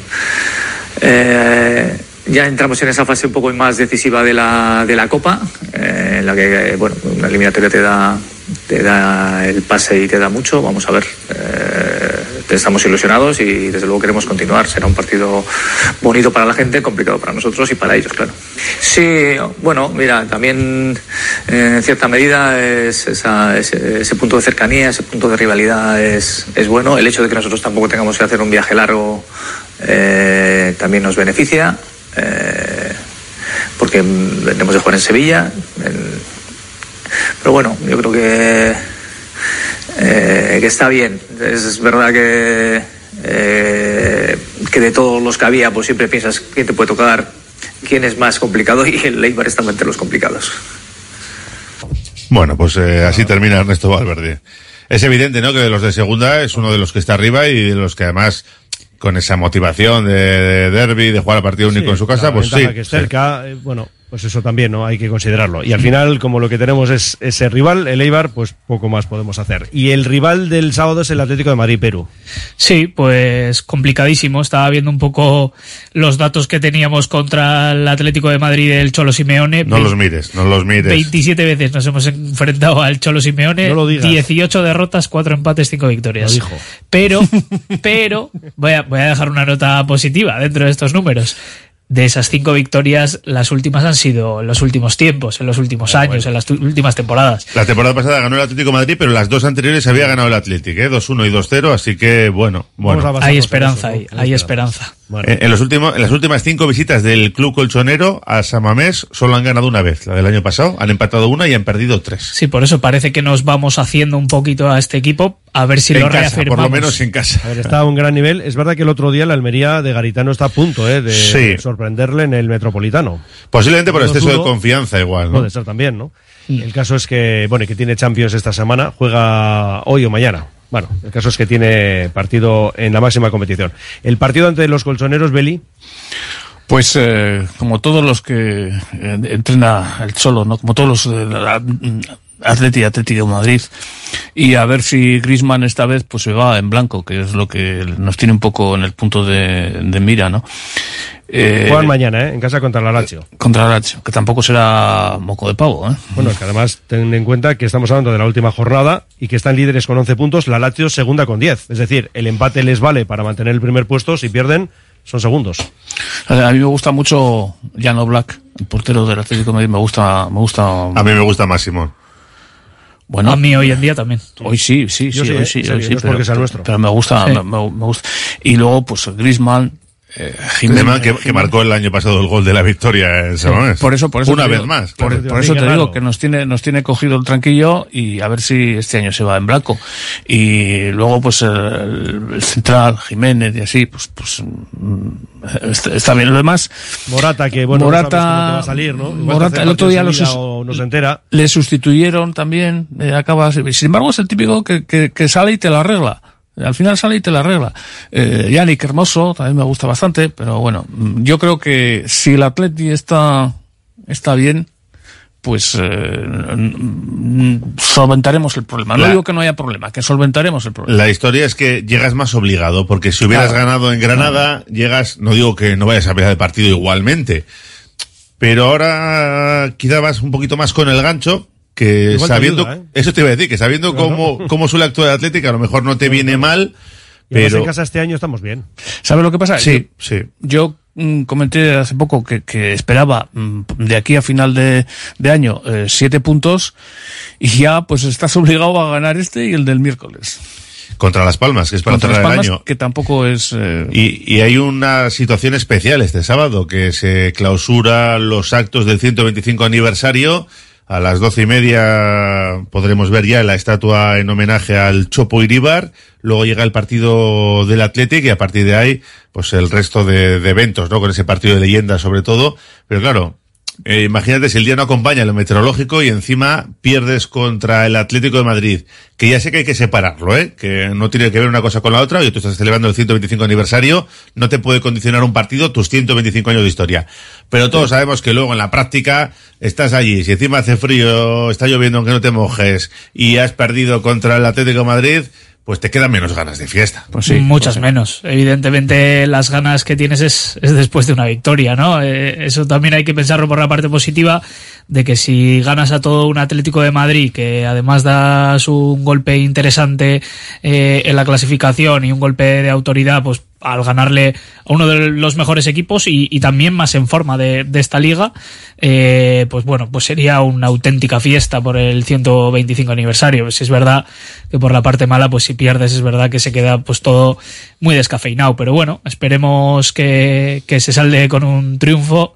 eh, ya entramos en esa fase un poco más decisiva de la, de la Copa, eh, en la que, bueno, una eliminatoria te da, te da el pase y te da mucho. Vamos a ver, eh, estamos ilusionados y desde luego queremos continuar. Será un partido bonito para la gente, complicado para nosotros y para ellos, claro. Sí, bueno, mira, también eh, en cierta medida es esa, ese, ese punto de cercanía, ese punto de rivalidad es, es bueno. El hecho de que nosotros tampoco tengamos que hacer un viaje largo eh, también nos beneficia. Eh, porque venimos de jugar en Sevilla, en, pero bueno, yo creo que eh, que está bien. Es, es verdad que eh, que de todos los que había, pues siempre piensas quién te puede tocar, quién es más complicado, y el Eibar está entre los complicados. Bueno, pues eh, así termina Ernesto Valverde. Es evidente, ¿no?, que de los de segunda es uno de los que está arriba y de los que además, con esa motivación de, de derbi, de jugar al partido único Sí, en su casa, la pues sí. ventaja que es cerca, eh, bueno, pues eso también, ¿no? Hay que considerarlo. Y al final, como lo que tenemos es ese rival, el Eibar, pues poco más podemos hacer. Y el rival del sábado es el Atlético de Madrid-Perú. Sí, pues complicadísimo. Estaba viendo un poco los datos que teníamos contra el Atlético de Madrid del Cholo Simeone. No los mires, no los mires. veintisiete veces nos hemos enfrentado al Cholo Simeone. No lo digas. dieciocho derrotas, cuatro empates, cinco victorias. Lo dijo. Pero, pero, voy a, voy a dejar una nota positiva dentro de estos números. De esas cinco victorias, las últimas han sido en los últimos tiempos, en los últimos Ah, años, bueno. en las tu- últimas temporadas. La temporada pasada ganó el Atlético de Madrid, pero las dos anteriores había ganado el Atlético, ¿eh? dos uno y dos cero, así que bueno, bueno. Vamos a basarnos Hay en esperanza eso, ahí, ¿no? hay esperanza. Bueno. En, en los últimos, en las últimas cinco visitas del club colchonero a Samamés solo han ganado una vez, la del año pasado, han empatado una y han perdido tres. Sí, por eso parece que nos vamos haciendo un poquito a este equipo, a ver si En lo casa, reafirmamos. por lo menos en casa. A ver, está a un gran nivel. Es verdad que el otro día la Almería de Garitano está a punto, ¿eh? De Sí. sorprenderle en el Metropolitano. Posiblemente por No exceso de dudo. confianza igual, ¿no? Puede ser también, ¿no? El caso es que, bueno, y que tiene Champions esta semana, juega hoy o mañana. Bueno, el caso es que tiene partido en la máxima competición. El partido ante los colchoneros, Beli. Pues eh, como todos los que eh, entrena el Cholo, ¿no? Como todos los eh, Atleti, Atlético de Madrid, y a ver si Griezmann esta vez pues se va en blanco, que es lo que nos tiene un poco en el punto de, de mira, ¿no? Eh, Juegan mañana, ¿eh? En casa contra la Lazio. Contra la Lazio, que tampoco será moco de pavo, ¿eh? Bueno, es que además ten en cuenta que estamos hablando de la última jornada y que están líderes con once puntos, la Lazio segunda con diez. Es decir, el empate les vale para mantener el primer puesto, si pierden son segundos. A mí me gusta mucho Jan Oblak, el portero del Atlético de Madrid, me gusta, me gusta. A mí me gusta más Simón. Bueno, a mí hoy en día también. Hoy sí, sí, Yo sí, sí, hoy eh, sí, serio, hoy sí, no es pero, porque sea nuestro. pero me gusta, Sí. me, me- me gusta. Y luego, pues Griezmann, eh, Jiménez, Griezmann, que, que marcó el año pasado el gol de la victoria en San Mamés. Por eso, por eso Una te vez digo, más. Por, claro. por eso Qué te raro. digo que nos tiene, nos tiene cogido el tranquillo y a ver si este año se va en blanco. Y luego, pues el, el central, Jiménez y así, pues, pues mm, está, está bien. Lo demás, Morata, que bueno, Morata- no sabes cómo te va a salir, ¿no? Igual te Morata, hace el otro partido día en los Sevilla es- o no se entera. le sustituyeron también, eh, acaba, sin embargo es el típico que, que, que sale y te la arregla. Al final sale y te la arregla. Eh, Yannick Hermoso también me gusta bastante, pero bueno, mm, yo creo que si el Atleti está, está bien, pues eh, mm, solventaremos el problema. No La- digo que no haya problema, que solventaremos el problema. La historia es que llegas más obligado, porque si hubieras Claro. ganado en Granada, llegas, no digo que no vayas a pelear el partido igualmente, pero ahora quizá vas un poquito más con el gancho, que Igual te sabiendo, ayuda, ¿eh? eso te iba a decir, que sabiendo Claro. cómo, cómo suele actuar el Atlético, a lo mejor no te viene mal, Y además pero en casa este año estamos bien. ¿Sabes lo que pasa? sí, sí. Yo mm, comenté hace poco que, que esperaba mm, de aquí a final de, de año eh, siete puntos y ya pues estás obligado a ganar este y el del miércoles. Contra Las Palmas, que es para Contra cerrar Las Palmas, el año. que tampoco es... eh, Y, y hay una situación especial este sábado, que se clausura los actos del ciento veinticinco aniversario. A las doce y media podremos ver ya la estatua en homenaje al Chopo Iríbar. Luego llega el partido del Athletic y a partir de ahí, pues el resto de, de eventos, ¿no? Con ese partido de leyenda sobre todo. Pero claro, eh, imagínate si el día no acompaña lo meteorológico y encima pierdes contra el Atlético de Madrid, que ya sé que hay que separarlo, ¿eh? Que no tiene que ver una cosa con la otra, y tú estás celebrando el ciento veinticinco aniversario, no te puede condicionar un partido tus ciento veinticinco años de historia. Pero todos sabemos que luego en la práctica estás allí, si encima hace frío, está lloviendo aunque no te mojes, y has perdido contra el Atlético de Madrid, pues te quedan menos ganas de fiesta. Pues sí, Muchas pues sí. menos. Evidentemente, las ganas que tienes es, es después de una victoria, ¿no? Eh, eso también hay que pensarlo por la parte positiva, de que si ganas a todo un Atlético de Madrid, que además das un golpe interesante eh, en la clasificación y un golpe de autoridad, pues al ganarle a uno de los mejores equipos y, y también más en forma de, de esta liga, eh, pues bueno, pues sería una auténtica fiesta por el ciento veinticinco aniversario. Si es verdad que por la parte mala, pues si pierdes es verdad que se queda pues todo muy descafeinado, pero bueno, esperemos que, que se salde con un triunfo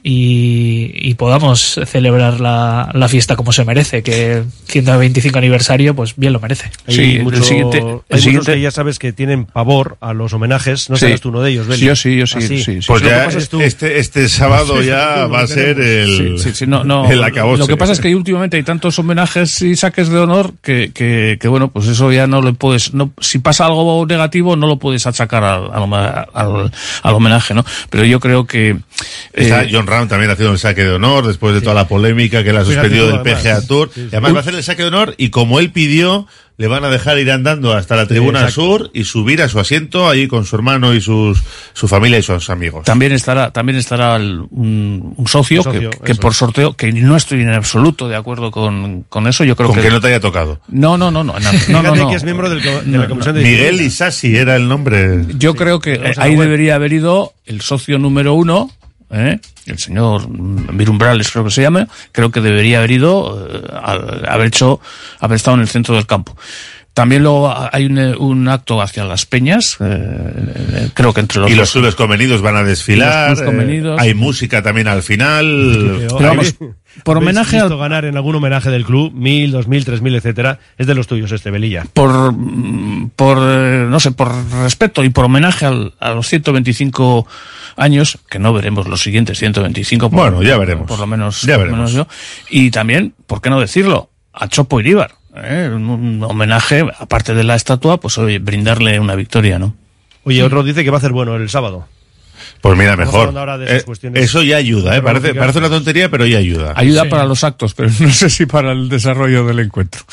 y, y podamos celebrar la, la fiesta como se merece, que el ciento veinticinco aniversario pues bien lo merece. Hay Sí, el mucho- siguiente- el hay muchos siguiente- que ya sabes que tienen pavor a los homenajes. No Sí. serás tú uno de ellos, Beli. Sí, yo sí, yo sí, ¿Ah, sí, sí. Pues Lo que ya pasa es tú. este, este sábado Sí, ya tú, va a lo ser queremos. el, Sí, sí, no, no. el acabose. Lo que pasa es que últimamente hay tantos homenajes y saques de honor que, que, que bueno, pues eso ya no le puedes, no, si pasa algo negativo no lo puedes achacar al, al, homa- al- al homenaje, ¿no? Pero yo creo que... Está eh, John Ram también haciendo el saque de honor después de toda la polémica que le ha Fíjate suspendido tú, del P G A además. Tour. Sí, sí. Y además va a hacer el saque de honor y como él pidió, le van a dejar ir andando hasta la tribuna exacto. sur y subir a su asiento allí con su hermano y sus su familia y sus amigos. También estará, también estará el- un, un socio, Un socio, que, que eso por es. sorteo, que no estoy en absoluto de acuerdo con, con eso, yo creo Con que... que no te haya tocado. No, no, no, no, no, no, Fíjate no. que es miembro del co- de la No, comisión de Miguel disciplina. Isasi era el nombre. Yo creo que Vamos eh, a la ahí web. debería haber ido el socio número uno, ¿eh? El señor mm, Virumbrales creo que se llama, creo que debería haber ido, eh, al- haber hecho, haber estado en el centro del campo. También luego hay un, eh, un acto hacia las peñas, eh, eh, creo que entre los Y dos. los clubes convenidos van a desfilar. Y los clubes convenidos. eh, hay música también al final. Pero, Pero vamos, ¿habéis- por habéis homenaje visto al- ganar en algún homenaje del club, mil, dos mil, tres mil, etcétera, es de los tuyos este, Belilla. por, mm, por eh, no sé, por respeto y por homenaje al- a los ciento veinticinco años, que no veremos los siguientes ciento veinticinco. por- Bueno, ya veremos. Por lo menos, Ya por lo veremos. menos yo. Y también, ¿por qué no decirlo? A Chopo Iríbar. ¿eh? Un, un homenaje, aparte de la estatua, pues oye, brindarle una victoria, ¿no? Oye, otro dice que va a ser bueno el sábado. Pues mira, Estamos mejor. hablando ahora de esas Eh, cuestiones eso ya ayuda, ¿eh? Parece, meteorológicas. parece una tontería, pero ya ayuda. Ayuda Sí. para los actos, pero no sé si para el desarrollo del encuentro.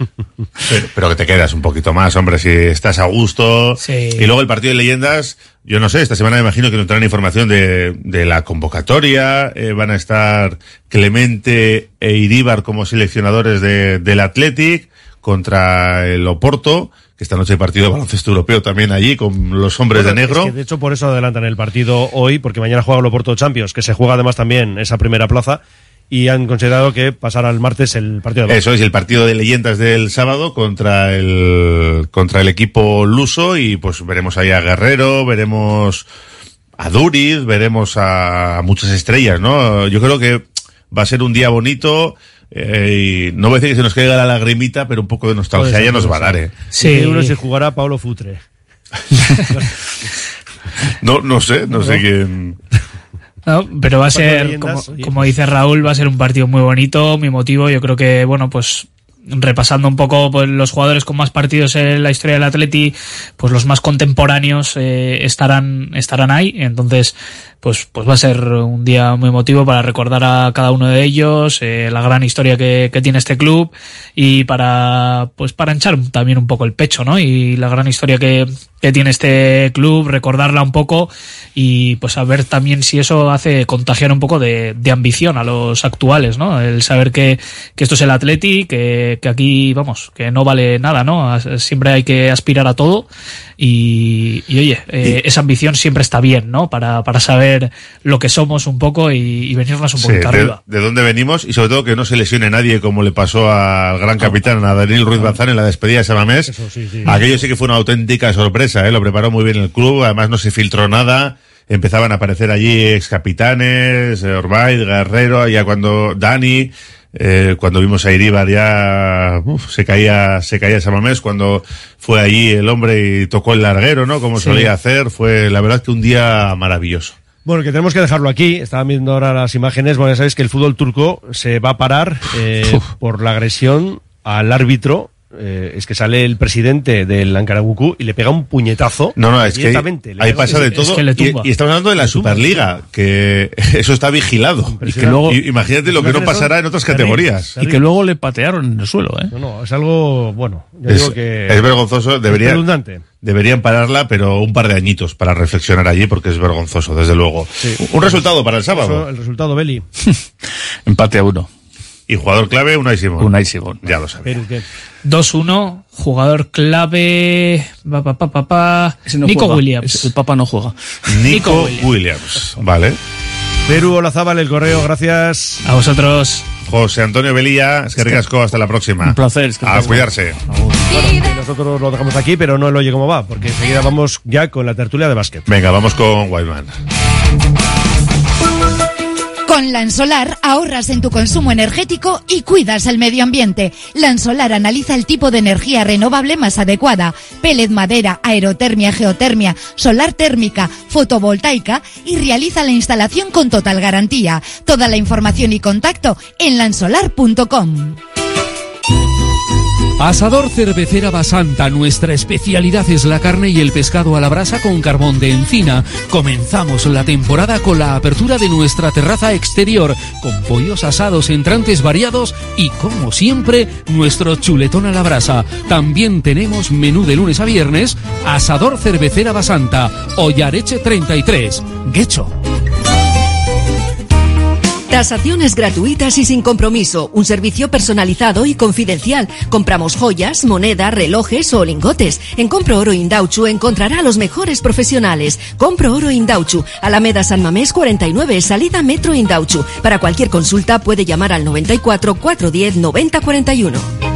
Pero, pero que te quedas un poquito más, hombre, si estás a gusto. Sí. Y luego el partido de leyendas, yo no sé, esta semana me imagino que nos traerán información de, de la convocatoria, eh, van a estar Clemente e Iríbar como seleccionadores de, del Athletic contra el Oporto, que esta noche hay partido de baloncesto europeo también allí con los hombres Bueno, de negro. es que de hecho por eso adelantan el partido hoy, porque mañana juega el Oporto Champions, que se juega además también esa primera plaza. y han considerado que pasará el martes el partido de Eso es, el partido de leyendas del sábado contra el contra el equipo luso, y pues veremos ahí a Guerrero, veremos a Duriz, veremos a muchas estrellas, ¿no? Yo creo que va a ser un día bonito. Eh, y no voy a decir que se nos caiga la lagrimita, pero un poco de nostalgia ya nos va a dar, ¿eh? Sí. Uno se jugará Pablo Futre. no, no sé, no sé quién. No, pero va a ser, como, como dice Raúl, va a ser un partido muy bonito, muy emotivo. Yo creo que, bueno, pues repasando un poco pues, los jugadores con más partidos en la historia del Atleti, pues los más contemporáneos eh, estarán estarán ahí. Entonces, pues pues va a ser un día muy emotivo para recordar a cada uno de ellos, eh, la gran historia que, que tiene este club, y para pues para hinchar también un poco el pecho, ¿no? Y la gran historia que, que tiene este club, recordarla un poco, y pues a ver también si eso hace contagiar un poco de, de ambición a los actuales, ¿no? El saber que, que esto es el Atleti, que, que aquí, vamos, que no vale nada, ¿no? Siempre hay que aspirar a todo, y, y oye, eh, esa ambición siempre está bien, ¿no? Para, para saber lo que somos un poco y, y venirnos un sí, poquito de, arriba. De dónde venimos, y sobre todo que no se lesione nadie, como le pasó al gran capitán, a Daniel Ruiz Bazán, en la despedida de Samamés. Eso, sí, sí. Aquello sí que fue una auténtica sorpresa, ¿eh? Lo preparó muy bien el club, además no se filtró nada. Empezaban a aparecer allí ex capitanes, eh, Orbaiz, Guerrero, ya cuando Dani, eh, cuando vimos a Iríbar ya uf, se caía se caía Samamés, cuando fue allí el hombre y tocó el larguero, ¿no? Como sí. solía hacer. Fue la verdad que un día maravilloso. Bueno, que tenemos que dejarlo aquí. Estaban viendo ahora las imágenes. Bueno, ya sabéis que el fútbol turco se va a parar eh, por la agresión al árbitro. Eh, es que sale el presidente del Ankaragucu y le pega un puñetazo. No, no, es que ahí, ahí pasa de todo. Es que y, y estamos hablando de la Superliga, que eso está vigilado. Y que luego, y, imagínate lo que no pasará en otras categorías. Y que luego le patearon en el suelo, ¿eh? No, no, es algo, bueno, yo es, digo que es vergonzoso. Debería, deberían pararla, pero un par de añitos para reflexionar allí, porque es vergonzoso, desde luego. Sí. Un resultado para el sábado. Eso, el resultado, Beli. Empate a uno. Y jugador clave, Unai Simón. Unai Simón. Ya lo sabía. dos uno, jugador clave, pa, pa, pa, pa, pa. No Nico juega. Williams. Ese, el Papa no juega. Nico, Nico Williams. Williams. Vale. Perú Olazábal, el correo, gracias. A vosotros. José Antonio Velilla, es que ricasco, hasta la próxima. Un placer. Es que a cuidarse. Bueno, nosotros lo dejamos aquí, pero no el Oye Cómo Va, porque enseguida vamos ya con la tertulia de básquet. Venga, vamos con Whiteman. Con Lansolar ahorras en tu consumo energético y cuidas el medio ambiente. Lansolar analiza el tipo de energía renovable más adecuada: pellet, madera, aerotermia, geotermia, solar térmica, fotovoltaica, y realiza la instalación con total garantía. Toda la información y contacto en lansolar punto com. Asador Cervecera Basanta, nuestra especialidad es la carne y el pescado a la brasa con carbón de encina. Comenzamos la temporada con la apertura de nuestra terraza exterior, con pollos asados, entrantes variados y, como siempre, nuestro chuletón a la brasa. También tenemos menú de lunes a viernes. Asador Cervecera Basanta, Ollareche treinta y tres, Guecho. Tasaciones gratuitas y sin compromiso. Un servicio personalizado y confidencial. Compramos joyas, moneda, relojes o lingotes. En Compro Oro Indauchu encontrará a los mejores profesionales. Compro Oro Indauchu, Alameda San Mamés cuarenta y nueve, salida Metro Indauchu. Para cualquier consulta puede llamar al noventa y cuatro, cuatrocientos diez, noventa cuarenta y uno.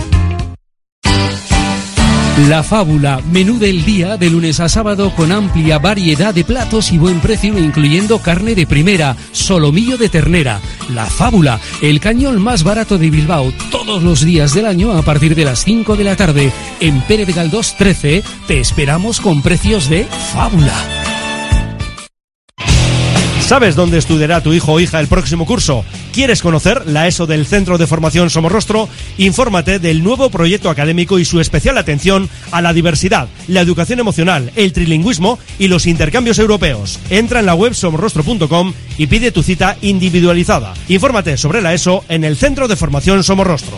La Fábula, menú del día de lunes a sábado con amplia variedad de platos y buen precio, incluyendo carne de primera, solomillo de ternera. La Fábula, el cañón más barato de Bilbao, todos los días del año a partir de las cinco de la tarde. En Pérez Galdós trece te esperamos con precios de Fábula. ¿Sabes dónde estudiará tu hijo o hija el próximo curso? ¿Quieres conocer la ESO del Centro de Formación Somorrostro? Infórmate del nuevo proyecto académico y su especial atención a la diversidad, la educación emocional, el trilingüismo y los intercambios europeos. Entra en la web somorrostro punto com y pide tu cita individualizada. Infórmate sobre la ESO en el Centro de Formación Somorrostro.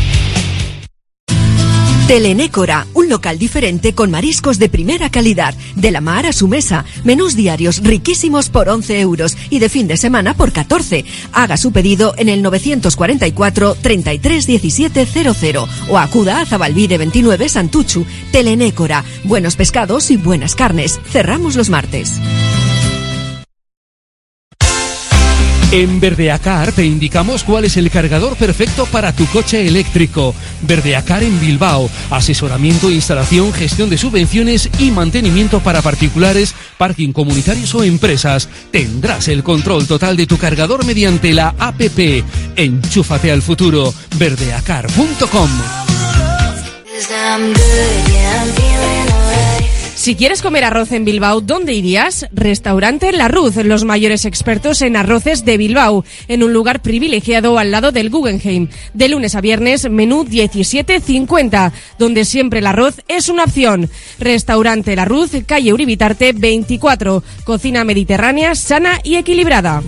Telenécora, un local diferente con mariscos de primera calidad, de la mar a su mesa, menús diarios riquísimos por once euros y de fin de semana por catorce. Haga su pedido en el novecientos cuarenta y cuatro, treinta y tres, diecisiete cero cero o acuda a Zabalbide veintinueve Santuchu. Telenécora, buenos pescados y buenas carnes. Cerramos los martes. En Verdeacar te indicamos cuál es el cargador perfecto para tu coche eléctrico. Verdeacar en Bilbao. Asesoramiento, instalación, gestión de subvenciones y mantenimiento para particulares, parking comunitarios o empresas. Tendrás el control total de tu cargador mediante la app. Enchúfate al futuro. verdeacar punto com. Si quieres comer arroz en Bilbao, ¿dónde irías? Restaurante La Ruz, los mayores expertos en arroces de Bilbao, en un lugar privilegiado al lado del Guggenheim. De lunes a viernes, menú diecisiete cincuenta, donde siempre el arroz es una opción. Restaurante La Ruz, calle Uribitarte veinticuatro, cocina mediterránea, sana y equilibrada.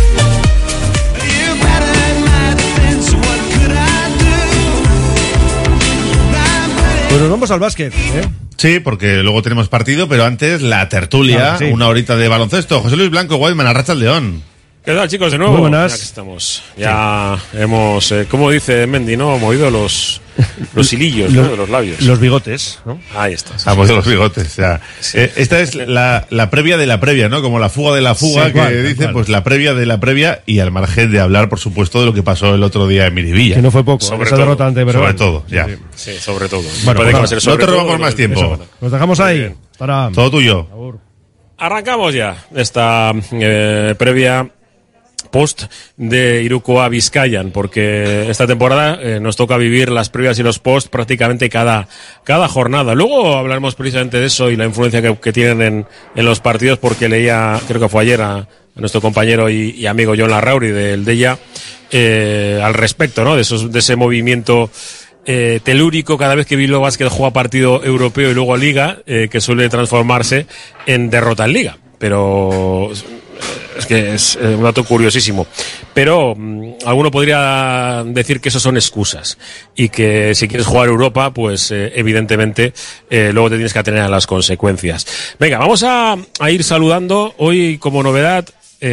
Pues nos vamos al básquet, ¿eh? Sí, porque luego tenemos partido, pero antes la tertulia, ah, sí. Una horita de baloncesto. José Luis Blanco, Guayman, Arrachaldeón. ¿Qué tal, chicos? De nuevo. Muy buenas. Ya que estamos. Ya sí. hemos, eh, como dice Mendy, ¿no? Movido los, los hilillos, ¿no? De los labios. Los bigotes, ¿no? Ahí está. Sí. Ah, pues de los bigotes, ya. Sí. Eh, esta es la, la previa de la previa, ¿no? Como la fuga de la fuga, sí, que cual, dice, cual. Pues la previa de la previa, y al margen de hablar, por supuesto, de lo que pasó el otro día en Miribilla. Que no fue poco, sobre esa todo, derrota ante Sobre todo, ya. Sí, sobre todo. Bueno, pues no, no te robamos más tiempo. Eso. Nos dejamos ahí. Para... Todo tuyo. Arrancamos ya esta eh, previa post de Irukoa Bizkaian, porque esta temporada eh, nos toca vivir las previas y los post prácticamente cada, cada jornada. Luego hablaremos precisamente de eso y la influencia que, que tienen en, en los partidos, porque leía, creo que fue ayer, a, a nuestro compañero y, y amigo John Larrauri del Deia eh, al respecto, ¿no? De, esos, de ese movimiento eh, telúrico cada vez que Bilbao Basket juega partido europeo y luego Liga, eh, que suele transformarse en derrota en Liga. Pero es que es un dato curiosísimo. Pero mmm, alguno podría decir que eso son excusas y que si quieres jugar Europa, pues eh, evidentemente eh, luego te tienes que atener a las consecuencias. Venga, vamos a, a ir saludando. Hoy, como novedad,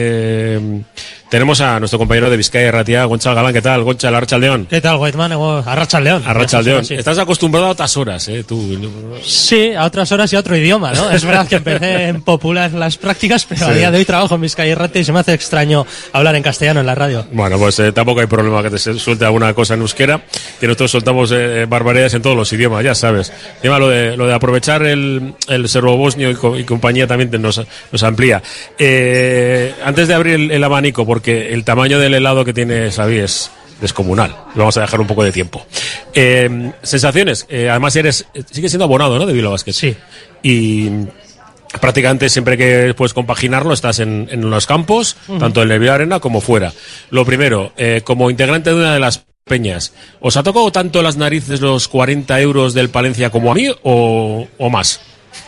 eh, tenemos a nuestro compañero de Vizcaya Erratia, Gonchal Galán. ¿Qué tal, Gonchal? Arrachaldeón. ¿Qué tal, Whiteman? Arrachaldeón. Arrachaldeón. Sí. Estás acostumbrado a otras horas, ¿eh? Tú. Sí, a otras horas y a otro idioma, ¿no? Es verdad que empecé en popular las prácticas, pero sí. A día de hoy trabajo en Vizcaya Erratia y se me hace extraño hablar en castellano en la radio. Bueno, pues eh, tampoco hay problema que te suelte alguna cosa en euskera, que nosotros soltamos eh, barbaridades en todos los idiomas, ya sabes. Encima lo de, lo de aprovechar el, el serbo-bosnio y, co y compañía también nos, nos amplía. Eh, antes de abrir el, el abanico, porque el tamaño del helado que tiene Xavi es descomunal. Le vamos a dejar un poco de tiempo. Eh, sensaciones. Eh, además eres, sigue siendo abonado, ¿no? De Bilbao Basket. Sí. Y prácticamente siempre que puedes compaginarlo estás en, en los campos, uh-huh. tanto en el Bilbao Arena como fuera. Lo primero, eh, como integrante de una de las peñas, ¿os ha tocado tanto las narices los cuarenta euros del Palencia como a mí o, o más?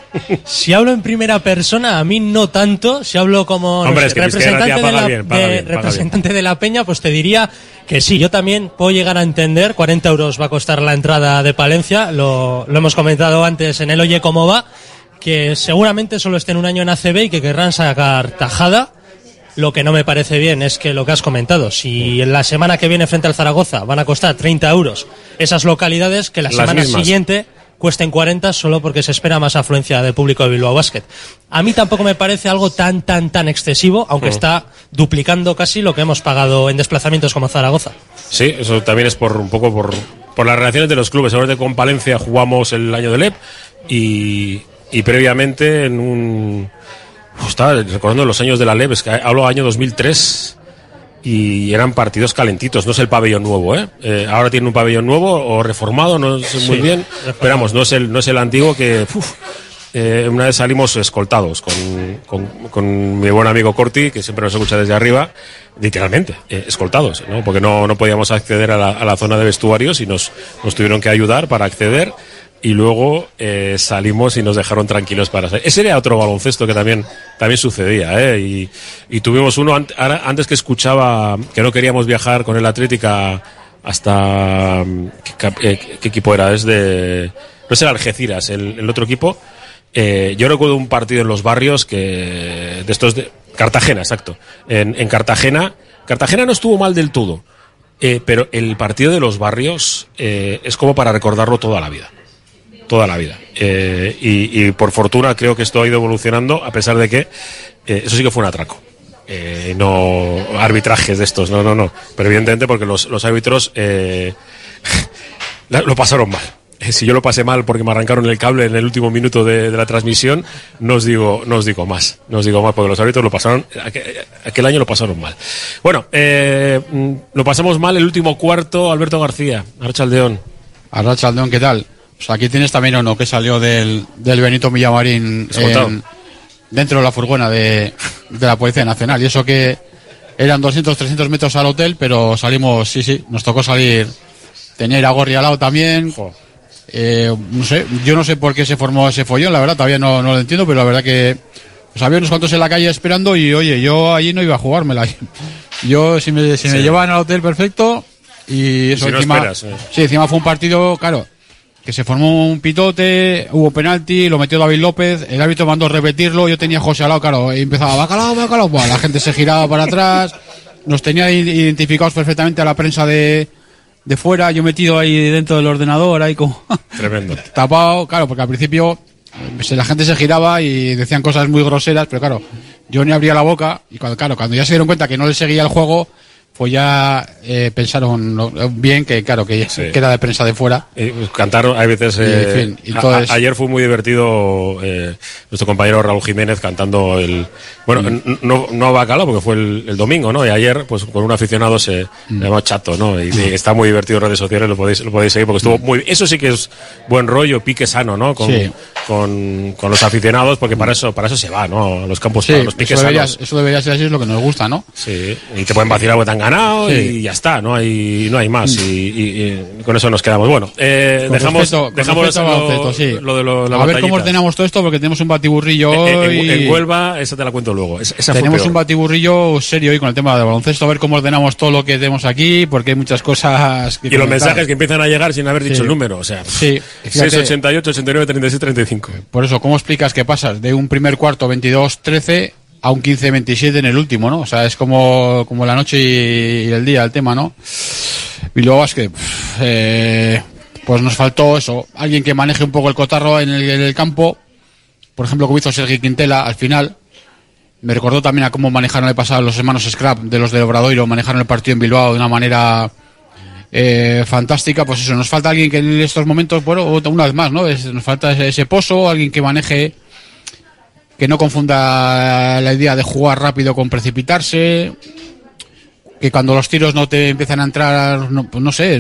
Si hablo en primera persona, a mí no tanto. Si hablo como Hombre, no sé, es que representante, de la, bien, de, bien, representante bien. de la peña, pues te diría que sí, yo también puedo llegar a entender. cuarenta euros va a costar la entrada de Palencia, lo, lo hemos comentado antes en el Oye Cómo Va, que seguramente solo estén un año en A C B y que querrán sacar tajada. Lo que no me parece bien es que lo que has comentado, si en la semana que viene frente al Zaragoza van a costar treinta euros esas localidades, que la Las semana mismas. siguiente cuesten cuarenta solo porque se espera más afluencia de público de Bilbao Basket. A mí tampoco me parece algo tan, tan, tan excesivo, aunque uh-huh. está duplicando casi lo que hemos pagado en desplazamientos como Zaragoza. Sí, eso también es por un poco por, por las relaciones de los clubes. Ahora con Palencia jugamos el año del E P y, y previamente en un... Estaba recordando los años de la L E P, es que hablo año dos mil tres... y eran partidos calentitos, no es el pabellón nuevo, ¿eh? eh ahora tiene un pabellón nuevo o reformado, no sé muy sí, bien, reformado. Pero vamos, no es el, no es el antiguo que, uf, eh, una vez salimos escoltados con, con, con mi buen amigo Corti, que siempre nos escucha desde arriba, literalmente, eh, escoltados, ¿no? Porque no, no podíamos acceder a la, a la zona de vestuarios y nos, nos tuvieron que ayudar para acceder. Y luego eh, salimos y nos dejaron tranquilos para salir. Ese era otro baloncesto que también también sucedía, ¿eh? Y, y tuvimos uno an antes que escuchaba que no queríamos viajar con el Atlética hasta... ¿Qué, qué, qué equipo era? Es de... No es el Algeciras, el, el otro equipo. Eh, yo recuerdo un partido en los barrios que... De estos de... Cartagena, exacto. En, en Cartagena... Cartagena no estuvo mal del todo. Eh, pero el partido de los barrios eh, es como para recordarlo toda la vida. Toda la vida. Eh, y, y por fortuna creo que esto ha ido evolucionando, a pesar de que eh, eso sí que fue un atraco. eh, no arbitrajes de estos, no, no, no. Pero evidentemente porque los, los árbitros eh, lo pasaron mal. Si yo lo pasé mal porque me arrancaron el cable en el último minuto de, de la transmisión, no os digo, no os digo más, no os digo más porque los árbitros lo pasaron, aquel, aquel año lo pasaron mal. Bueno, eh, lo pasamos mal el último cuarto, Alberto García, Arrachaldeón. Arrachaldeón, ¿qué tal? Pues aquí tienes también uno que salió del, del Benito Villamarín en, dentro de la furgona de, de la Policía Nacional, y eso que eran doscientos, trescientos metros al hotel, pero salimos, sí, sí, nos tocó salir, tenía Iragorri al lado también. Jo. Eh, no sé, yo no sé por qué se formó ese follón, la verdad todavía no, no lo entiendo, pero la verdad que pues había unos cuantos en la calle esperando y oye, yo allí no iba a jugármela. Yo si me, si sí. me llevaban al hotel perfecto y eso, y si encima, no esperas, eh. sí, encima fue un partido, claro, que se formó un pitote, hubo penalti, lo metió David López, el árbitro mandó repetirlo, yo tenía a José al lado, claro, y empezaba bacalao, bacalao, bueno, la gente se giraba para atrás, nos tenía identificados perfectamente a la prensa de de fuera, yo metido ahí dentro del ordenador, ahí como tremendo tapado, claro, porque al principio la gente se giraba y decían cosas muy groseras, pero claro, yo ni abría la boca y cuando, claro, cuando ya se dieron cuenta que no les seguía el juego, pues ya eh, pensaron bien que claro que, sí. que era de prensa de fuera. Eh, cantaron, hay veces eh, y, en fin, entonces, a, a, ayer fue muy divertido eh, nuestro compañero Raúl Jiménez cantando el bueno, mm. no, no a Bacalao porque fue el, el domingo, ¿no? Y ayer pues con un aficionado se mm. llama Chato, ¿no? Y, y está muy divertido en redes sociales, lo podéis, lo podéis seguir porque estuvo muy, eso sí que es buen rollo, pique sano, ¿no? Con, sí. con, con los aficionados, porque para eso, para eso se va, ¿no? A los campos, sí, para los piques eso debería, sanos. Eso debería ser así, es lo que nos gusta, ¿no? Sí, y te pueden vacilar porque te han ganado sí. y ya está, no hay, no hay más. Y, y, y con eso nos quedamos. Bueno, eh, con dejamos, respeto, dejamos respeto lo, baloncesto, sí. lo de lo, la a batallita. ver cómo ordenamos todo esto, porque tenemos un batiburrillo hoy. En, en, en Huelva, esa te la cuento luego. Esa, esa tenemos un batiburrillo serio hoy con el tema del baloncesto, a ver cómo ordenamos todo lo que tenemos aquí, porque hay muchas cosas que y comentar. Los mensajes que empiezan a llegar sin haber dicho sí. el número, o sea, sí. seis ochenta y ocho, ochenta y nueve, treinta y seis, treinta y cinco. Por eso, ¿cómo explicas que pasas de un primer cuarto veintidós trece a un quince veintisiete en el último, ¿no? O sea, es como, como la noche y, y el día el tema, ¿no? Y luego es que eh, pues nos faltó eso, alguien que maneje un poco el cotarro en el, en el campo, por ejemplo, como hizo Sergi Quintela al final. Me recordó también a cómo manejaron el pasado los hermanos Scrap de los del Obradoiro, manejaron el partido en Bilbao de una manera eh, fantástica. Pues eso, nos falta alguien que en estos momentos, bueno, una vez más, ¿no? Es, nos falta ese, ese pozo, alguien que maneje, que no confunda la idea de jugar rápido con precipitarse, que cuando los tiros no te empiezan a entrar, no, pues no sé,